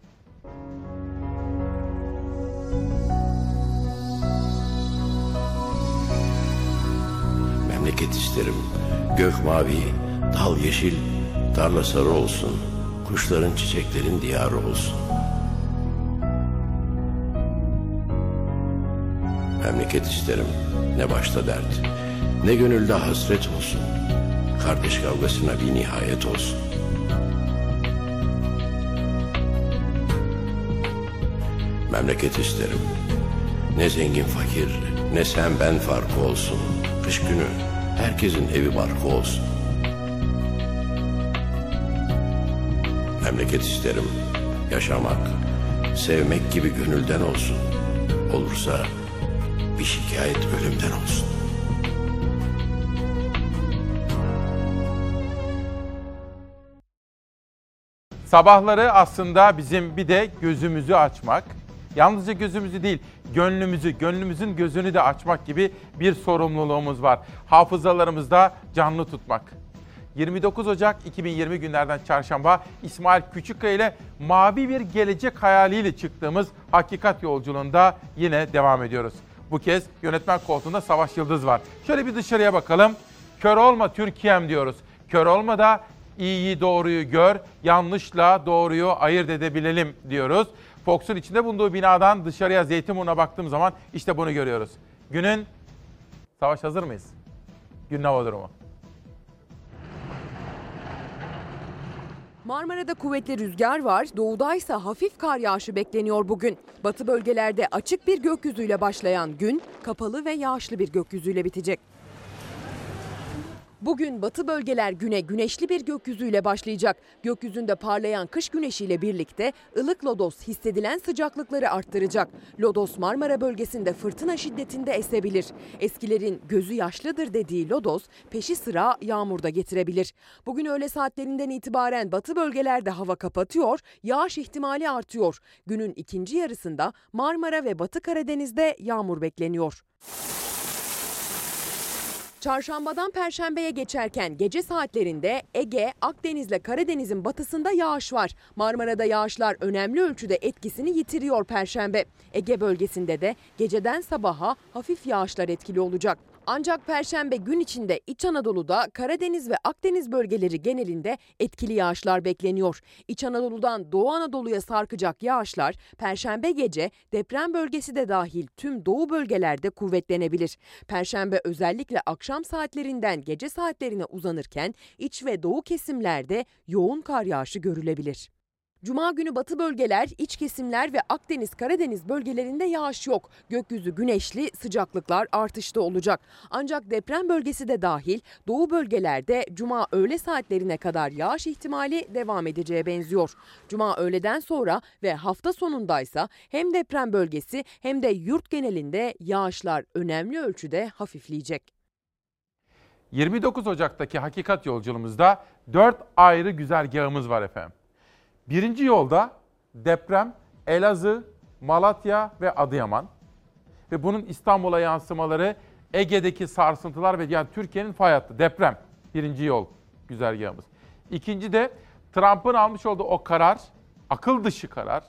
Speaker 10: Memleket isterim, gök mavi, dal yeşil, tarla sarı olsun, kuşların çiçeklerin diyarı olsun. Memleket isterim, ne başta dert, ne gönülde hasret olsun, kardeş kavgasına bir nihayet olsun. Memleket isterim, ne zengin fakir, ne sen ben farkı olsun, kış günü herkesin evi barkı olsun. Memleket isterim, yaşamak, sevmek gibi gönülden olsun, olursa bir şikayet ölümden olsun.
Speaker 1: Sabahları aslında bizim bir de gözümüzü açmak, yalnızca gözümüzü değil, gönlümüzün gözünü de açmak gibi bir sorumluluğumuz var. Hafızalarımızda canlı tutmak. 29 Ocak 2020 günlerden çarşamba İsmail Küçükkaya ile mavi bir gelecek hayaliyle çıktığımız hakikat yolculuğunda yine devam ediyoruz. Bu kez yönetmen koltuğunda Savaş Yıldız var. Şöyle bir dışarıya bakalım. Kör olma Türkiye'm diyoruz. Kör olma da iyiyi doğruyu gör, yanlışla doğruyu ayırt edebilelim diyoruz. Fox'un içinde bulunduğu binadan dışarıya Zeytinburnu'na baktığım zaman işte bunu görüyoruz. Günün, Savaş hazır mıyız? Günün hava durumu.
Speaker 2: Marmara'da kuvvetli rüzgar var, doğudaysa hafif kar yağışı bekleniyor bugün. Batı bölgelerde açık bir gökyüzüyle başlayan gün, kapalı ve yağışlı bir gökyüzüyle bitecek. Bugün batı bölgeler güne güneşli bir gökyüzüyle başlayacak. Gökyüzünde parlayan kış güneşiyle birlikte ılık lodos hissedilen sıcaklıkları arttıracak. Lodos Marmara bölgesinde fırtına şiddetinde esebilir. Eskilerin gözü yaşlıdır dediği lodos peşi sıra yağmur da getirebilir. Bugün öğle saatlerinden itibaren batı bölgelerde hava kapatıyor, yağış ihtimali artıyor. Günün ikinci yarısında Marmara ve Batı Karadeniz'de yağmur bekleniyor. Çarşambadan Perşembe'ye geçerken gece saatlerinde Ege, Akdeniz ile Karadeniz'in batısında yağış var. Marmara'da yağışlar önemli ölçüde etkisini yitiriyor Perşembe. Ege bölgesinde de geceden sabaha hafif yağışlar etkili olacak. Ancak Perşembe gün içinde İç Anadolu'da Karadeniz ve Akdeniz bölgeleri genelinde etkili yağışlar bekleniyor. İç Anadolu'dan Doğu Anadolu'ya sarkacak yağışlar Perşembe gece deprem bölgesi de dahil tüm doğu bölgelerde kuvvetlenebilir. Perşembe özellikle akşam saatlerinden gece saatlerine uzanırken iç ve doğu kesimlerde yoğun kar yağışı görülebilir. Cuma günü batı bölgeler, iç kesimler ve Akdeniz-Karadeniz bölgelerinde yağış yok. Gökyüzü güneşli, sıcaklıklar artışta olacak. Ancak deprem bölgesi de dahil doğu bölgelerde Cuma öğle saatlerine kadar yağış ihtimali devam edeceğe benziyor. Cuma öğleden sonra ve hafta sonundaysa hem deprem bölgesi hem de yurt genelinde yağışlar önemli ölçüde hafifleyecek.
Speaker 1: 29 Ocak'taki Hakikat Yolculuğumuzda 4 ayrı güzergahımız var efendim. Birinci yolda deprem Elazığ, Malatya ve Adıyaman ve bunun İstanbul'a yansımaları, Ege'deki sarsıntılar ve yani Türkiye'nin fay hattı deprem birinci yol güzergahımız. İkinci de Trump'ın almış olduğu o karar, akıl dışı karar,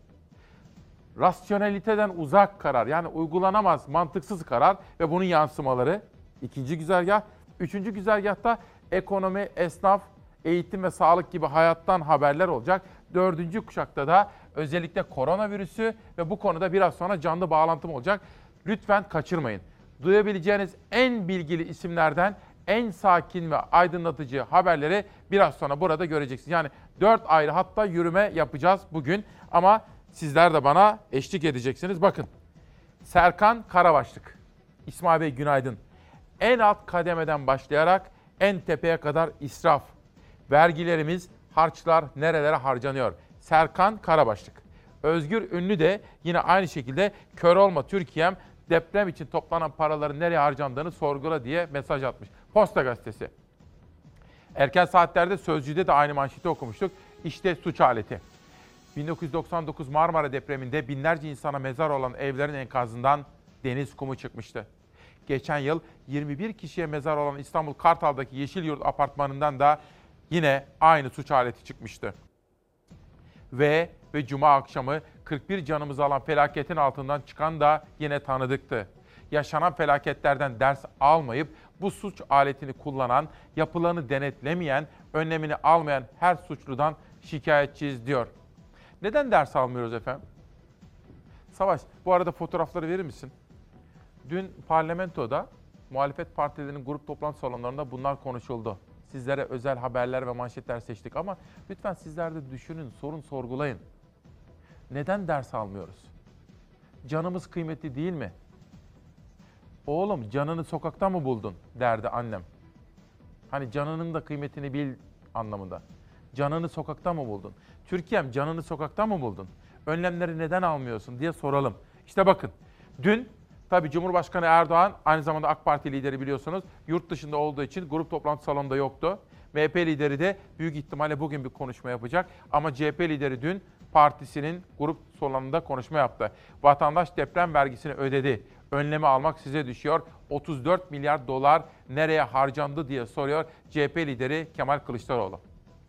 Speaker 1: rasyoneliteden uzak karar yani uygulanamaz mantıksız karar ve bunun yansımaları ikinci güzergah. Üçüncü güzergahta ekonomi, esnaf, eğitim ve sağlık gibi hayattan haberler olacak. Dördüncü kuşakta da özellikle koronavirüsü ve bu konuda biraz sonra canlı bağlantım olacak. Lütfen kaçırmayın. Duyabileceğiniz en bilgili isimlerden en sakin ve aydınlatıcı haberleri biraz sonra burada göreceksiniz. Yani 4 ayrı hatta yürüme yapacağız bugün ama sizler de bana eşlik edeceksiniz. Bakın, Serkan Karabaşlık, İsmail Bey günaydın. En alt kademeden başlayarak en tepeye kadar israf. Vergilerimiz, harçlar nerelere harcanıyor? Serkan Karabaşlık. Özgür Ünlü de yine aynı şekilde kör olma Türkiye'm, deprem için toplanan paraların nereye harcandığını sorgula diye mesaj atmış. Posta Gazetesi. Erken saatlerde Sözcü'de de aynı manşeti okumuştuk. İşte suç aleti. 1999 Marmara depreminde binlerce insana mezar olan evlerin enkazından deniz kumu çıkmıştı. Geçen yıl 21 kişiye mezar olan İstanbul Kartal'daki Yeşilyurt apartmanından da yine aynı suç aleti çıkmıştı. Ve Cuma akşamı 41 canımızı alan felaketin altından çıkan da yine tanıdıktı. Yaşanan felaketlerden ders almayıp bu suç aletini kullanan, yapılanı denetlemeyen, önlemini almayan her suçludan şikayetçiyiz diyor. Neden ders almıyoruz efendim? Savaş, bu arada fotoğrafları verir misin? Dün parlamentoda muhalefet partilerinin grup toplantı salonlarında bunlar konuşuldu. Sizlere özel haberler ve manşetler seçtik ama lütfen sizler de düşünün, sorun, sorgulayın. Neden ders almıyoruz? Canımız kıymetli değil mi? Oğlum canını sokakta mı buldun derdi annem. Hani canının da kıymetini bil anlamında. Canını sokakta mı buldun? Türkiye'm canını sokakta mı buldun? Önlemleri neden almıyorsun diye soralım. İşte bakın dün tabii Cumhurbaşkanı Erdoğan aynı zamanda AK Parti lideri biliyorsunuz yurt dışında olduğu için grup toplantı salonunda yoktu. MHP lideri de büyük ihtimalle bugün bir konuşma yapacak ama CHP lideri dün partisinin grup salonunda konuşma yaptı. Vatandaş deprem vergisini ödedi. Önlemi almak size düşüyor. 34 milyar dolar nereye harcandı diye soruyor CHP lideri Kemal Kılıçdaroğlu.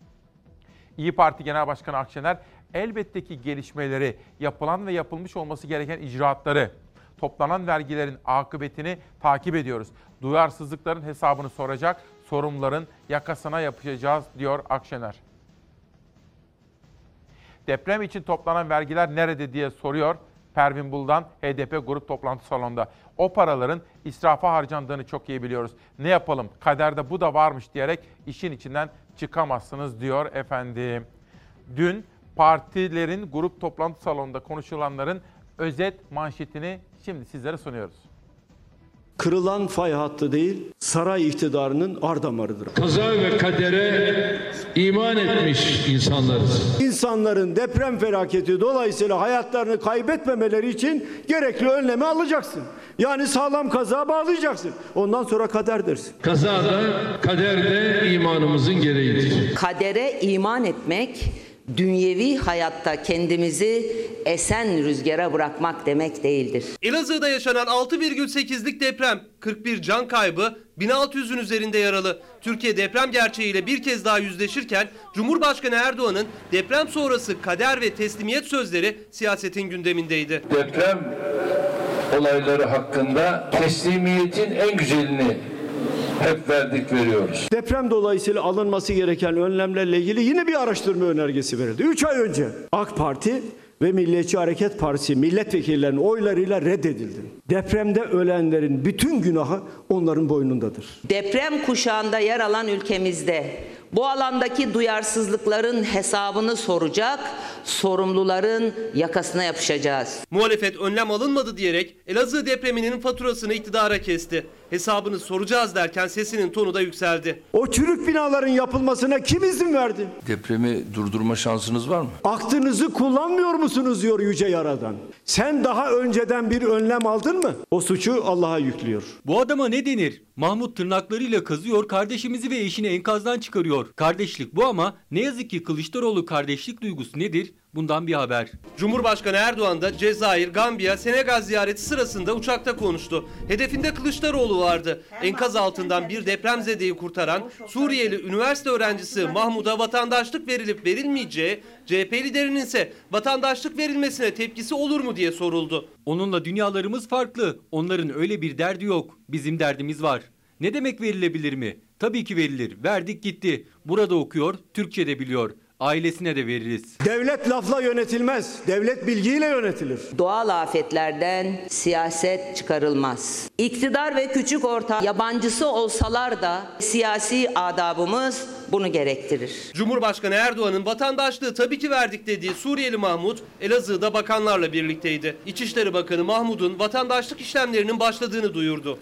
Speaker 1: İYİ Parti Genel Başkanı Akşener elbette ki gelişmeleri, yapılan ve yapılmış olması gereken icraatları, toplanan vergilerin akıbetini takip ediyoruz. Duyarsızlıkların hesabını soracak, sorumluların yakasına yapışacağız diyor Akşener. Deprem için toplanan vergiler nerede diye soruyor Pervin Buldan HDP grup toplantı salonunda. O paraların israfa harcandığını çok iyi biliyoruz. Ne yapalım? Kaderde bu da varmış diyerek işin içinden çıkamazsınız diyor efendim. Dün partilerin grup toplantı salonunda konuşulanların özet manşetini şimdi sizlere sunuyoruz.
Speaker 13: Kırılan fay hattı değil, saray iktidarının ardamarıdır.
Speaker 14: Kaza ve kadere iman etmiş insanlarız.
Speaker 13: İnsanların deprem felaketi dolayısıyla hayatlarını kaybetmemeleri için gerekli önlemi alacaksın. Yani sağlam kaza bağlayacaksın. Ondan sonra kader dersin.
Speaker 14: Kaza da kader de imanımızın gereğidir.
Speaker 15: Kadere iman etmek, dünyevi hayatta kendimizi esen rüzgara bırakmak demek değildir.
Speaker 16: Elazığ'da yaşanan 6,8'lik deprem, 41 can kaybı, 1600'ün üzerinde yaralı. Türkiye deprem gerçeğiyle bir kez daha yüzleşirken Cumhurbaşkanı Erdoğan'ın deprem sonrası kader ve teslimiyet sözleri siyasetin gündemindeydi.
Speaker 14: Deprem olayları hakkında teslimiyetin en güzelini hep veriyoruz.
Speaker 13: Deprem dolayısıyla alınması gereken önlemlerle ilgili yine bir araştırma önergesi verildi. 3 ay önce AK Parti ve Milliyetçi Hareket Partisi milletvekillerinin oylarıyla reddedildi. Depremde ölenlerin bütün günahı onların boynundadır.
Speaker 15: Deprem kuşağında yer alan ülkemizde bu alandaki duyarsızlıkların hesabını soracak, sorumluların yakasına yapışacağız.
Speaker 16: Muhalefet önlem alınmadı diyerek Elazığ depreminin faturasını iktidara kesti. Hesabını soracağız derken sesinin tonu da yükseldi.
Speaker 13: O çürük binaların yapılmasına kim izin verdi?
Speaker 14: Depremi durdurma şansınız var mı?
Speaker 13: Aklınızı kullanmıyor musunuz diyor Yüce Yaradan. Sen daha önceden bir önlem aldın mı? O suçu Allah'a yüklüyor.
Speaker 18: Bu adama ne denir? Mahmut tırnaklarıyla kazıyor, kardeşimizi ve eşini enkazdan çıkarıyor. Kardeşlik bu ama ne yazık ki Kılıçdaroğlu kardeşlik duygusu nedir? Bundan bir haber.
Speaker 16: Cumhurbaşkanı Erdoğan da Cezayir, Gambiya, Senegal ziyareti sırasında uçakta konuştu. Hedefinde Kılıçdaroğlu vardı. Enkaz altından bir depremzedeyi kurtaran Suriyeli üniversite öğrencisi Mahmud'a vatandaşlık verilip verilmeyeceği, CHP liderinin ise vatandaşlık verilmesine tepkisi olur mu diye soruldu.
Speaker 18: Onunla dünyalarımız farklı. Onların öyle bir derdi yok. Bizim derdimiz var. Ne demek verilebilir mi? Tabii ki verilir. Verdik gitti. Burada okuyor, Türkçe de biliyor. Ailesine de veririz.
Speaker 13: Devlet lafla yönetilmez. Devlet bilgiyle yönetilir.
Speaker 15: Doğal afetlerden siyaset çıkarılmaz. İktidar ve küçük orta yabancısı olsalar da siyasi adabımız bunu gerektirir.
Speaker 16: Cumhurbaşkanı Erdoğan'ın vatandaşlığı tabii ki verdik dediği Suriyeli Mahmut, Elazığ'da bakanlarla birlikteydi. İçişleri Bakanı Mahmud'un vatandaşlık işlemlerinin başladığını duyurdu.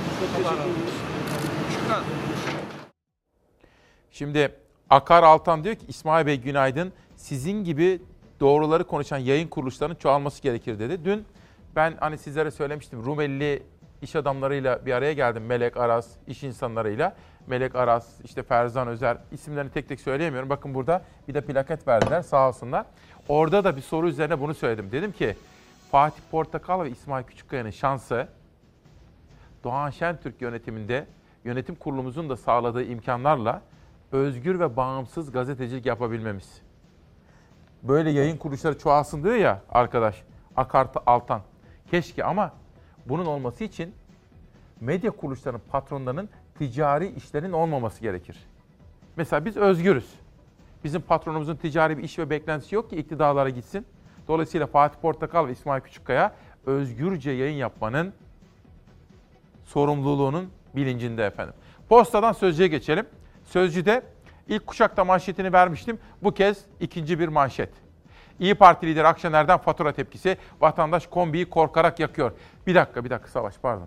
Speaker 1: Şimdi Akar Altan diyor ki İsmail Bey günaydın. Sizin gibi doğruları konuşan yayın kuruluşlarının çoğalması gerekir dedi. Dün ben hani sizlere söylemiştim. Rumeli iş adamlarıyla bir araya geldim. Melek Aras, iş insanlarıyla. Melek Aras, işte Ferzan Özer isimlerini tek tek söyleyemiyorum. Bakın burada bir de plaket verdiler sağ olsunlar. Orada da bir soru üzerine bunu söyledim. Dedim ki Fatih Portakal ve İsmail Küçükkaya'nın şansı Doğan Şentürk yönetiminde yönetim kurulumuzun da sağladığı imkanlarla özgür ve bağımsız gazetecilik yapabilmemiz. Böyle yayın kuruluşları çoğalsın diyor ya arkadaş Akar Altan. Keşke ama bunun olması için medya kuruluşlarının patronlarının ticari işlerin olmaması gerekir. Mesela biz özgürüz. Bizim patronumuzun ticari bir iş ve beklentisi yok ki iktidarlara gitsin. Dolayısıyla Fatih Portakal ve İsmail Küçükkaya özgürce yayın yapmanın sorumluluğunun bilincinde efendim. Postadan Sözcü'ye geçelim. Sözcü'de ilk kuşakta manşetini vermiştim. Bu kez ikinci bir manşet. İYİ Parti lideri Akşener'den fatura tepkisi. Vatandaş kombiyi korkarak yakıyor. Bir dakika Savaş pardon.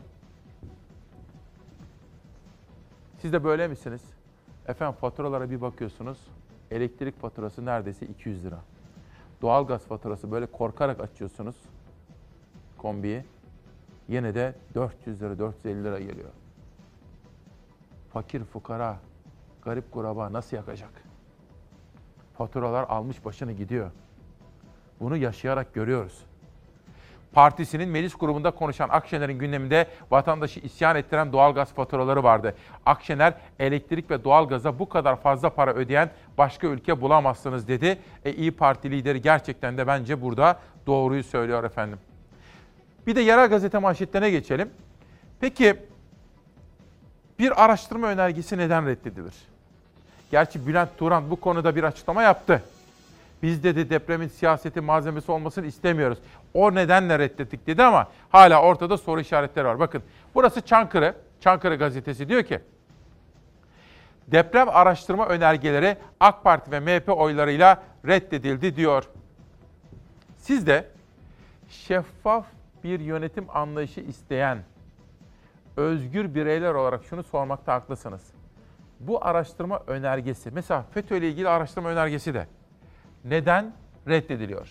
Speaker 1: Siz de böyle misiniz? Efendim faturalara bir bakıyorsunuz. Elektrik faturası neredeyse 200 lira. Doğalgaz faturası böyle korkarak açıyorsunuz kombiyi. Yine de 400 lira, 450 lira geliyor. Fakir, fukara, garip kuraba nasıl yakacak? Faturalar almış başını gidiyor. Bunu yaşayarak görüyoruz. Partisinin meclis grubunda konuşan Akşener'in gündeminde vatandaşı isyan ettiren doğalgaz faturaları vardı. Akşener, elektrik ve doğalgaza bu kadar fazla para ödeyen başka ülke bulamazsınız dedi. İYİ Parti lideri gerçekten de bence burada doğruyu söylüyor efendim. Bir de yerel gazete manşetlerine geçelim. Peki bir araştırma önergesi neden reddedilir? Gerçi Bülent Turan bu konuda bir açıklama yaptı. Biz dedi depremin siyaseti malzemesi olmasını istemiyoruz. O nedenle reddettik dedi ama hala ortada soru işaretleri var. Bakın burası Çankırı. Çankırı gazetesi diyor ki Deprem araştırma önergeleri AK Parti ve MHP oylarıyla reddedildi diyor. Siz de şeffaf bir yönetim anlayışı isteyen özgür bireyler olarak şunu sormakta haklısınız. Bu araştırma önergesi, mesela FETÖ ile ilgili araştırma önergesi de neden reddediliyor?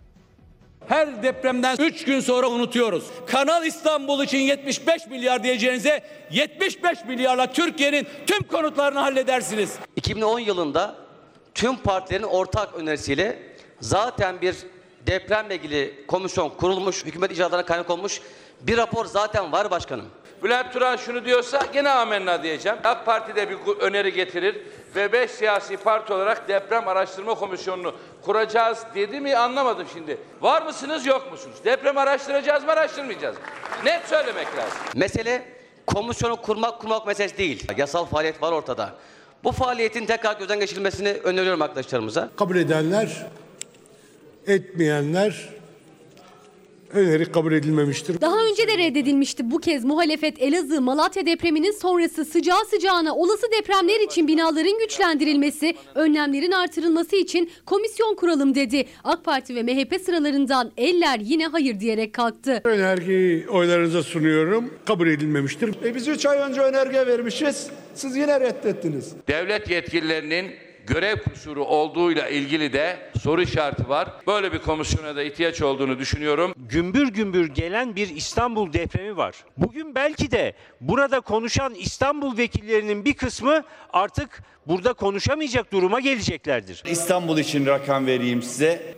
Speaker 6: Her depremden 3 gün sonra unutuyoruz. Kanal İstanbul için 75 milyar diyeceğinize 75 milyarla Türkiye'nin tüm konutlarını halledersiniz.
Speaker 17: 2010 yılında tüm partilerin ortak önerisiyle zaten bir depremle ilgili komisyon kurulmuş, hükümet icraatlarına kaynak olmuş bir rapor zaten var başkanım.
Speaker 19: Bülent Turan şunu diyorsa gene amenna diyeceğim. AK Parti de bir öneri getirir ve 5 siyasi parti olarak deprem araştırma komisyonunu kuracağız dedi mi anlamadım şimdi. Var mısınız yok musunuz? Deprem araştıracağız mı araştırmayacağız mı? Net söylemek lazım.
Speaker 17: Mesele komisyonu kurmak meselesi değil. Yasal faaliyet var ortada. Bu faaliyetin tekrar gözden geçirilmesini öneriyorum arkadaşlarımıza.
Speaker 20: Kabul edenler, etmeyenler öneri kabul edilmemiştir.
Speaker 12: Daha önce de reddedilmişti. Bu kez muhalefet Elazığ, Malatya depreminin sonrası sıcağı sıcağına olası depremler için binaların güçlendirilmesi, önlemlerin artırılması için komisyon kuralım dedi. AK Parti ve MHP sıralarından eller yine hayır diyerek kalktı.
Speaker 20: Önergeyi oylarınıza sunuyorum. Kabul edilmemiştir.
Speaker 13: Biz 3 ay önce önerge vermişiz. Siz yine reddettiniz.
Speaker 19: Devlet yetkililerinin görev kusuru olduğuyla ilgili de soru işareti var. Böyle bir komisyona da ihtiyaç olduğunu düşünüyorum.
Speaker 22: Gümbür gümbür gelen bir İstanbul depremi var. Bugün belki de burada konuşan İstanbul vekillerinin bir kısmı artık burada konuşamayacak duruma geleceklerdir.
Speaker 23: İstanbul için rakam vereyim size.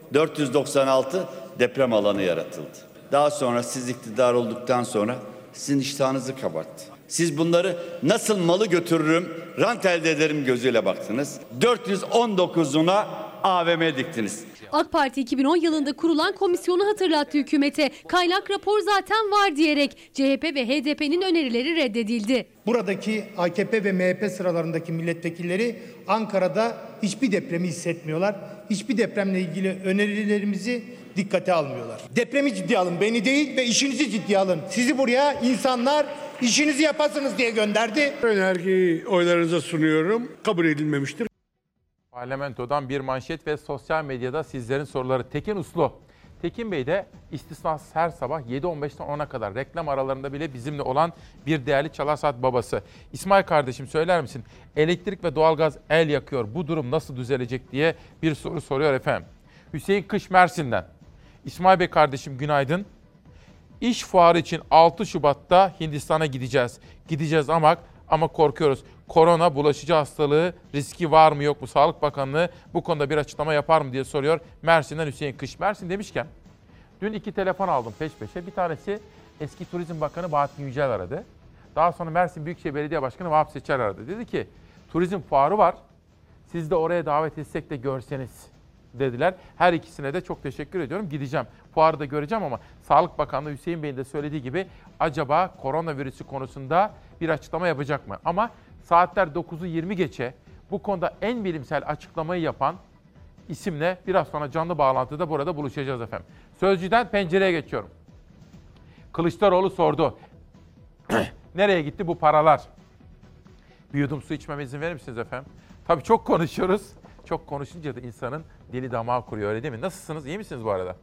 Speaker 23: 496 deprem alanı yaratıldı. Daha sonra siz iktidar olduktan sonra sizin iştahınızı kabarttı. Siz bunları nasıl malı götürürüm, rant elde ederim gözüyle baktınız. 419'una AVM diktiniz.
Speaker 12: AK Parti 2010 yılında kurulan komisyonu hatırlattı hükümete. Kaynak rapor zaten var diyerek CHP ve HDP'nin önerileri reddedildi.
Speaker 24: Buradaki AKP ve MHP sıralarındaki milletvekilleri Ankara'da hiçbir depremi hissetmiyorlar. Hiçbir depremle ilgili önerilerimizi dikkate almıyorlar. Depremi ciddiye alın, beni değil ve işinizi ciddiye alın. Sizi buraya insanlar işinizi yapasınız diye gönderdi.
Speaker 20: Önergeyi oylarınıza sunuyorum. Kabul edilmemiştir.
Speaker 1: Parlamentodan bir manşet ve sosyal medyada sizlerin soruları. Tekin Uslu. Tekin Bey de istisnasız her sabah 7.15'ten 10'a kadar reklam aralarında bile bizimle olan bir değerli Çalar Saat babası. İsmail kardeşim söyler misin? Elektrik ve doğalgaz el yakıyor. Bu durum nasıl düzelecek diye bir soru soruyor efendim. Hüseyin Kış Mersin'den. İsmail Bey kardeşim günaydın. İş fuarı için 6 Şubat'ta Hindistan'a gideceğiz. Gideceğiz ama korkuyoruz. Korona bulaşıcı hastalığı riski var mı yok mu? Sağlık Bakanlığı bu konuda bir açıklama yapar mı diye soruyor Mersin'den Hüseyin Kış. Mersin demişken dün 2 telefon aldım peş peşe. Bir tanesi eski Turizm Bakanı Bahattin Yücel aradı. Daha sonra Mersin Büyükşehir Belediye Başkanı Vahap Seçer aradı. Dedi ki turizm fuarı var. Siz de oraya davet etsek de görseniz dediler. Her ikisine de çok teşekkür ediyorum. Gideceğim. Fuarı da göreceğim ama Sağlık Bakanlığı Hüseyin Bey'in de söylediği gibi acaba koronavirüsü konusunda bir açıklama yapacak mı? Ama saatler 9'u 20 geçe bu konuda en bilimsel açıklamayı yapan isimle biraz sonra canlı bağlantıda burada buluşacağız efendim. Sözcü'den Pencere'ye geçiyorum. Kılıçdaroğlu sordu. Nereye gitti bu paralar? Bir yudum su içmeme izin verir misiniz efendim? Tabii çok konuşuyoruz. Çok konuşunca da insanın dili damağı kuruyor öyle değil mi? Nasılsınız? İyi misiniz bu arada?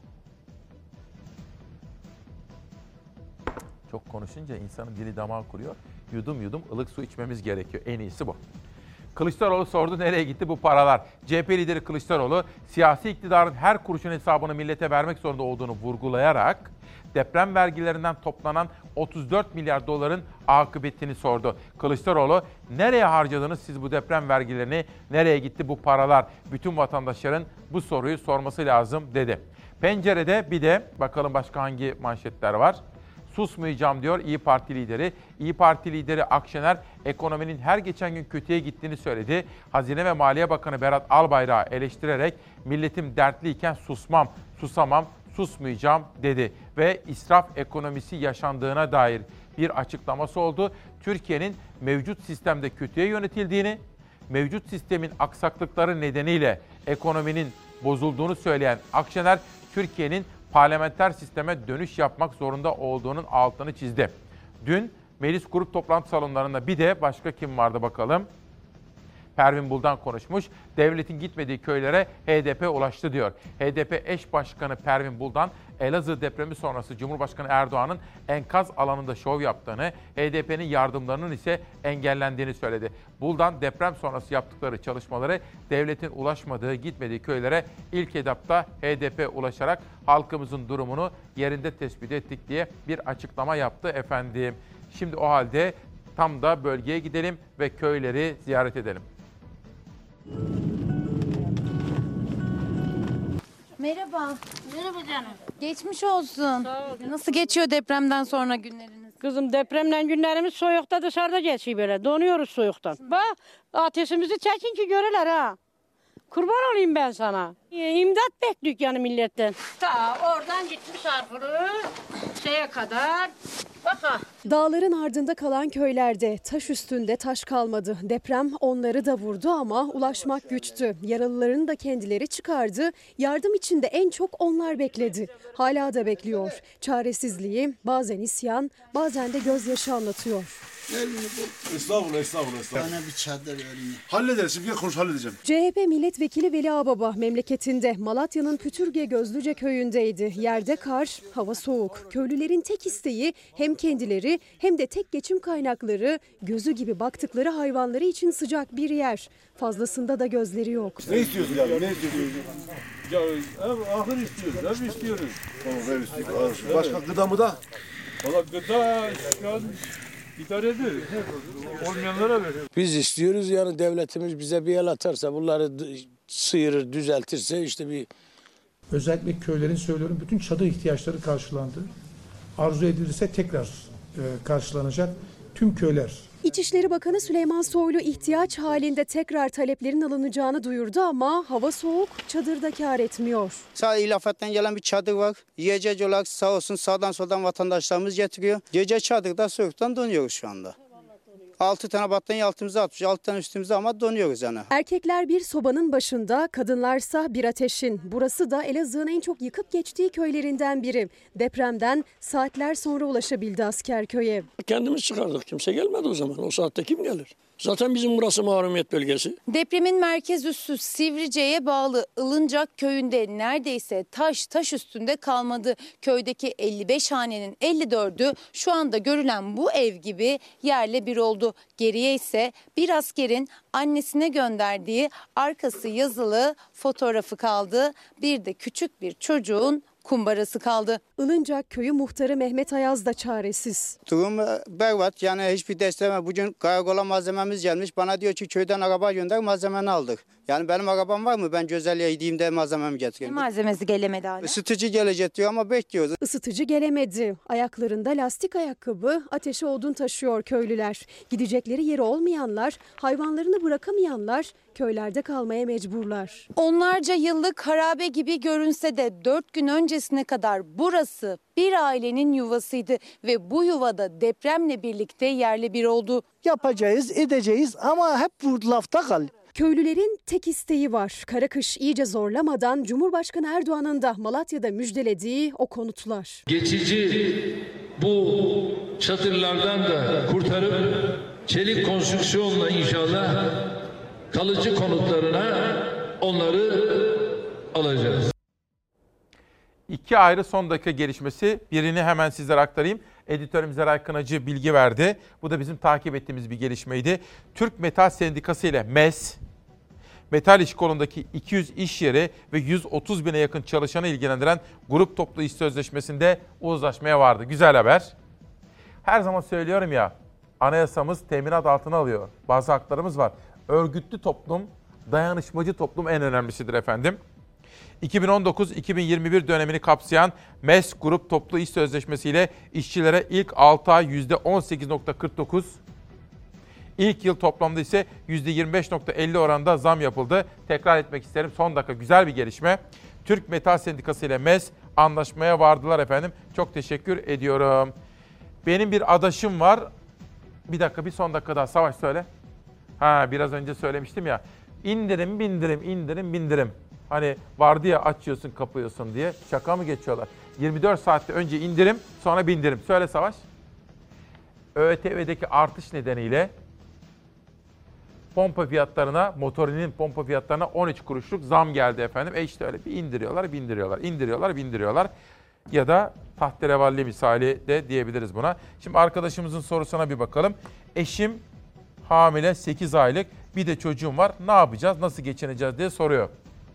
Speaker 1: Çok konuşunca insanın dili damağı kuruyor. Yudum yudum ılık su içmemiz gerekiyor. En iyisi bu. Kılıçdaroğlu sordu nereye gitti bu paralar? CHP lideri Kılıçdaroğlu siyasi iktidarın her kuruşun hesabını millete vermek zorunda olduğunu vurgulayarak deprem vergilerinden toplanan 34 milyar doların akıbetini sordu. Kılıçdaroğlu nereye harcadınız siz bu deprem vergilerini? Nereye gitti bu paralar? Bütün vatandaşların bu soruyu sorması lazım dedi. Pencerede bir de bakalım başka hangi manşetler var? Susmayacağım diyor İYİ Parti lideri. İYİ Parti lideri Akşener ekonominin her geçen gün kötüye gittiğini söyledi. Hazine ve Maliye Bakanı Berat Albayrak'ı eleştirerek milletim dertliyken susamam, susmayacağım dedi. Ve israf ekonomisi yaşandığına dair bir açıklaması oldu. Türkiye'nin mevcut sistemde kötüye yönetildiğini, mevcut sistemin aksaklıkları nedeniyle ekonominin bozulduğunu söyleyen Akşener, Türkiye'nin parlamenter sisteme dönüş yapmak zorunda olduğunun altını çizdi. Dün meclis grup toplantı salonlarında bir de başka kim vardı bakalım? Pervin Buldan konuşmuş. Devletin gitmediği köylere HDP ulaştı diyor. HDP eş başkanı Pervin Buldan, Elazığ depremi sonrası Cumhurbaşkanı Erdoğan'ın enkaz alanında şov yaptığını, HDP'nin yardımlarının ise engellendiğini söyledi. Buldan deprem sonrası yaptıkları çalışmaları devletin ulaşmadığı, gitmediği köylere ilk etapta HDP ulaşarak halkımızın durumunu yerinde tespit ettik diye bir açıklama yaptı efendim. Şimdi o halde tam da bölgeye gidelim ve köyleri ziyaret edelim.
Speaker 3: Merhaba. Merhaba canım. Geçmiş olsun. Sağ ol. Nasıl geçiyor depremden sonra günleriniz?
Speaker 4: Kızım depremden günlerimiz soğukta dışarıda geçiyor böyle. Donuyoruz soğuktan. Bak ateşimizi çekin ki görürler ha. Kurban olayım ben sana. İmdat bekliyoruz yani milletten. Ta oradan gitmiş arkırı şeye kadar. Baka.
Speaker 2: Dağların ardında kalan köylerde taş üstünde taş kalmadı. Deprem onları da vurdu ama ulaşmak güçtü. Yaralılarını da kendileri çıkardı. Yardım için de en çok onlar bekledi. Hala da bekliyor. Çaresizliği, bazen isyan, bazen de gözyaşı anlatıyor.
Speaker 5: Estağfurullah.
Speaker 8: Bana bir çadır verin.
Speaker 5: Hallederiz. Şimdi konuş halledeceğim.
Speaker 2: CHP milletvekili Veli Ağbaba memleketinde Malatya'nın Pütürge Gözlüce köyündeydi. Yerde kar, hava soğuk. Köylülerin tek isteği hem kendileri hem de tek geçim kaynakları, gözü gibi baktıkları hayvanları için sıcak bir yer. Fazlasında da gözleri yok.
Speaker 5: Ne istiyorsun abi? Ne istiyorsun? Ya ahır istiyoruz. Ev istiyoruz. Tamam ev istiyoruz. Başka gıda mı da? Valla gıda şu an İdare ediyor. Olmayanlara veriyor.
Speaker 11: Biz istiyoruz yani devletimiz bize bir el atarsa bunları sıyırır, düzeltirse işte bir...
Speaker 25: Özellikle köylerin söylüyorum bütün çadır ihtiyaçları karşılandı. Arzu edilirse tekrar karşılanacak tüm köyler.
Speaker 2: İçişleri Bakanı Süleyman Soylu ihtiyaç halinde tekrar taleplerin alınacağını duyurdu ama hava soğuk, çadırda kâr etmiyor.
Speaker 8: Sağ ilafetten gelen bir çadır var. Yiyecek olarak sağ olsun sağdan soldan vatandaşlarımız getiriyor. Gece çadırda soğuktan donuyoruz şu anda. 6 tane battaniye altımıza atmış, 6 tane üstümüze ama donuyoruz yani.
Speaker 2: Erkekler bir sobanın başında, kadınlarsa bir ateşin. Burası da Elazığ'ın en çok yıkıp geçtiği köylerinden biri. Depremden saatler sonra ulaşabildi Askerköy'e.
Speaker 11: Kendimiz çıkardık, kimse gelmedi o zaman. O saatte kim gelir? Zaten bizim burası mahrumiyet bölgesi.
Speaker 3: Depremin merkez üssü Sivrice'ye bağlı Ilıncak köyünde neredeyse taş üstünde kalmadı. Köydeki 55 hanenin 54'ü şu anda görülen bu ev gibi yerle bir oldu. Geriye ise bir askerin annesine gönderdiği arkası yazılı fotoğrafı kaldı. Bir de küçük bir çocuğun kumbarası kaldı.
Speaker 2: Ilıncak köyü muhtarı Mehmet Ayaz da çaresiz.
Speaker 8: Durum berbat yani hiçbir destek. Bugün karakola malzememiz gelmiş. Bana diyor ki köyden araba gönder malzemeni aldık. Yani benim arabam var mı? Ben Gözelli'ye gideyim malzememi getireyim.
Speaker 3: Ne malzemesi gelemedi hala?
Speaker 8: Isıtıcı gelecek diyor ama bekliyoruz.
Speaker 2: Isıtıcı gelemedi. Ayaklarında lastik ayakkabı, ateşe odun taşıyor köylüler. Gidecekleri yeri olmayanlar, hayvanlarını bırakamayanlar köylerde kalmaya mecburlar.
Speaker 3: Onlarca yıllık harabe gibi görünse de 4 gün öncesine kadar burası bir ailenin yuvasıydı ve bu yuvada depremle birlikte yerle bir oldu.
Speaker 8: Yapacağız, edeceğiz ama hep bu lafta kal.
Speaker 2: Köylülerin tek isteği var. Kara kış iyice zorlamadan Cumhurbaşkanı Erdoğan'ın da Malatya'da müjdelediği o konutlar.
Speaker 14: Geçici bu çadırlardan da kurtarıp çelik konstrüksiyonla inşallah kalıcı konutlarına onları alacağız.
Speaker 1: İki ayrı son dakika gelişmesi. Birini hemen sizlere aktarayım. Editörümüz Eray Kınacı bilgi verdi. Bu da bizim takip ettiğimiz bir gelişmeydi. Türk Metal Sendikası ile MES, metal iş kolundaki 200 iş yeri ve 130 bine yakın çalışanı ilgilendiren grup toplu iş sözleşmesinde uzlaşmaya vardı. Güzel haber. Her zaman söylüyorum ya, anayasamız teminat altına alıyor. Bazı haklarımız var. Örgütlü toplum, dayanışmacı toplum en önemlisidir efendim. 2019-2021 dönemini kapsayan MES Grup Toplu İş Sözleşmesi ile işçilere ilk 6 ay %18.49, ilk yıl toplamda ise %25.50 oranında zam yapıldı. Tekrar etmek isterim, son dakika güzel bir gelişme. Türk Metal Sendikası ile MES anlaşmaya vardılar efendim. Çok teşekkür ediyorum. Benim bir adaşım var. Bir dakika, bir son dakika daha. Savaş söyle. Biraz önce söylemiştim ya. İndirim, bindirim. Hani vardı ya, açıyorsun kapıyorsun diye. Şaka mı geçiyorlar? 24 saatte önce indirim, sonra bindirim. Söyle Savaş. ÖTV'deki artış nedeniyle pompa fiyatlarına, motorinin pompa fiyatlarına 13 kuruşluk zam geldi efendim. İşte öyle bir indiriyorlar. Ya da tahterevalli misali de diyebiliriz buna. Şimdi arkadaşımızın sorusuna bir bakalım. Eşim hamile 8 aylık, bir de çocuğum var. Ne yapacağız, nasıl geçineceğiz diye soruyor.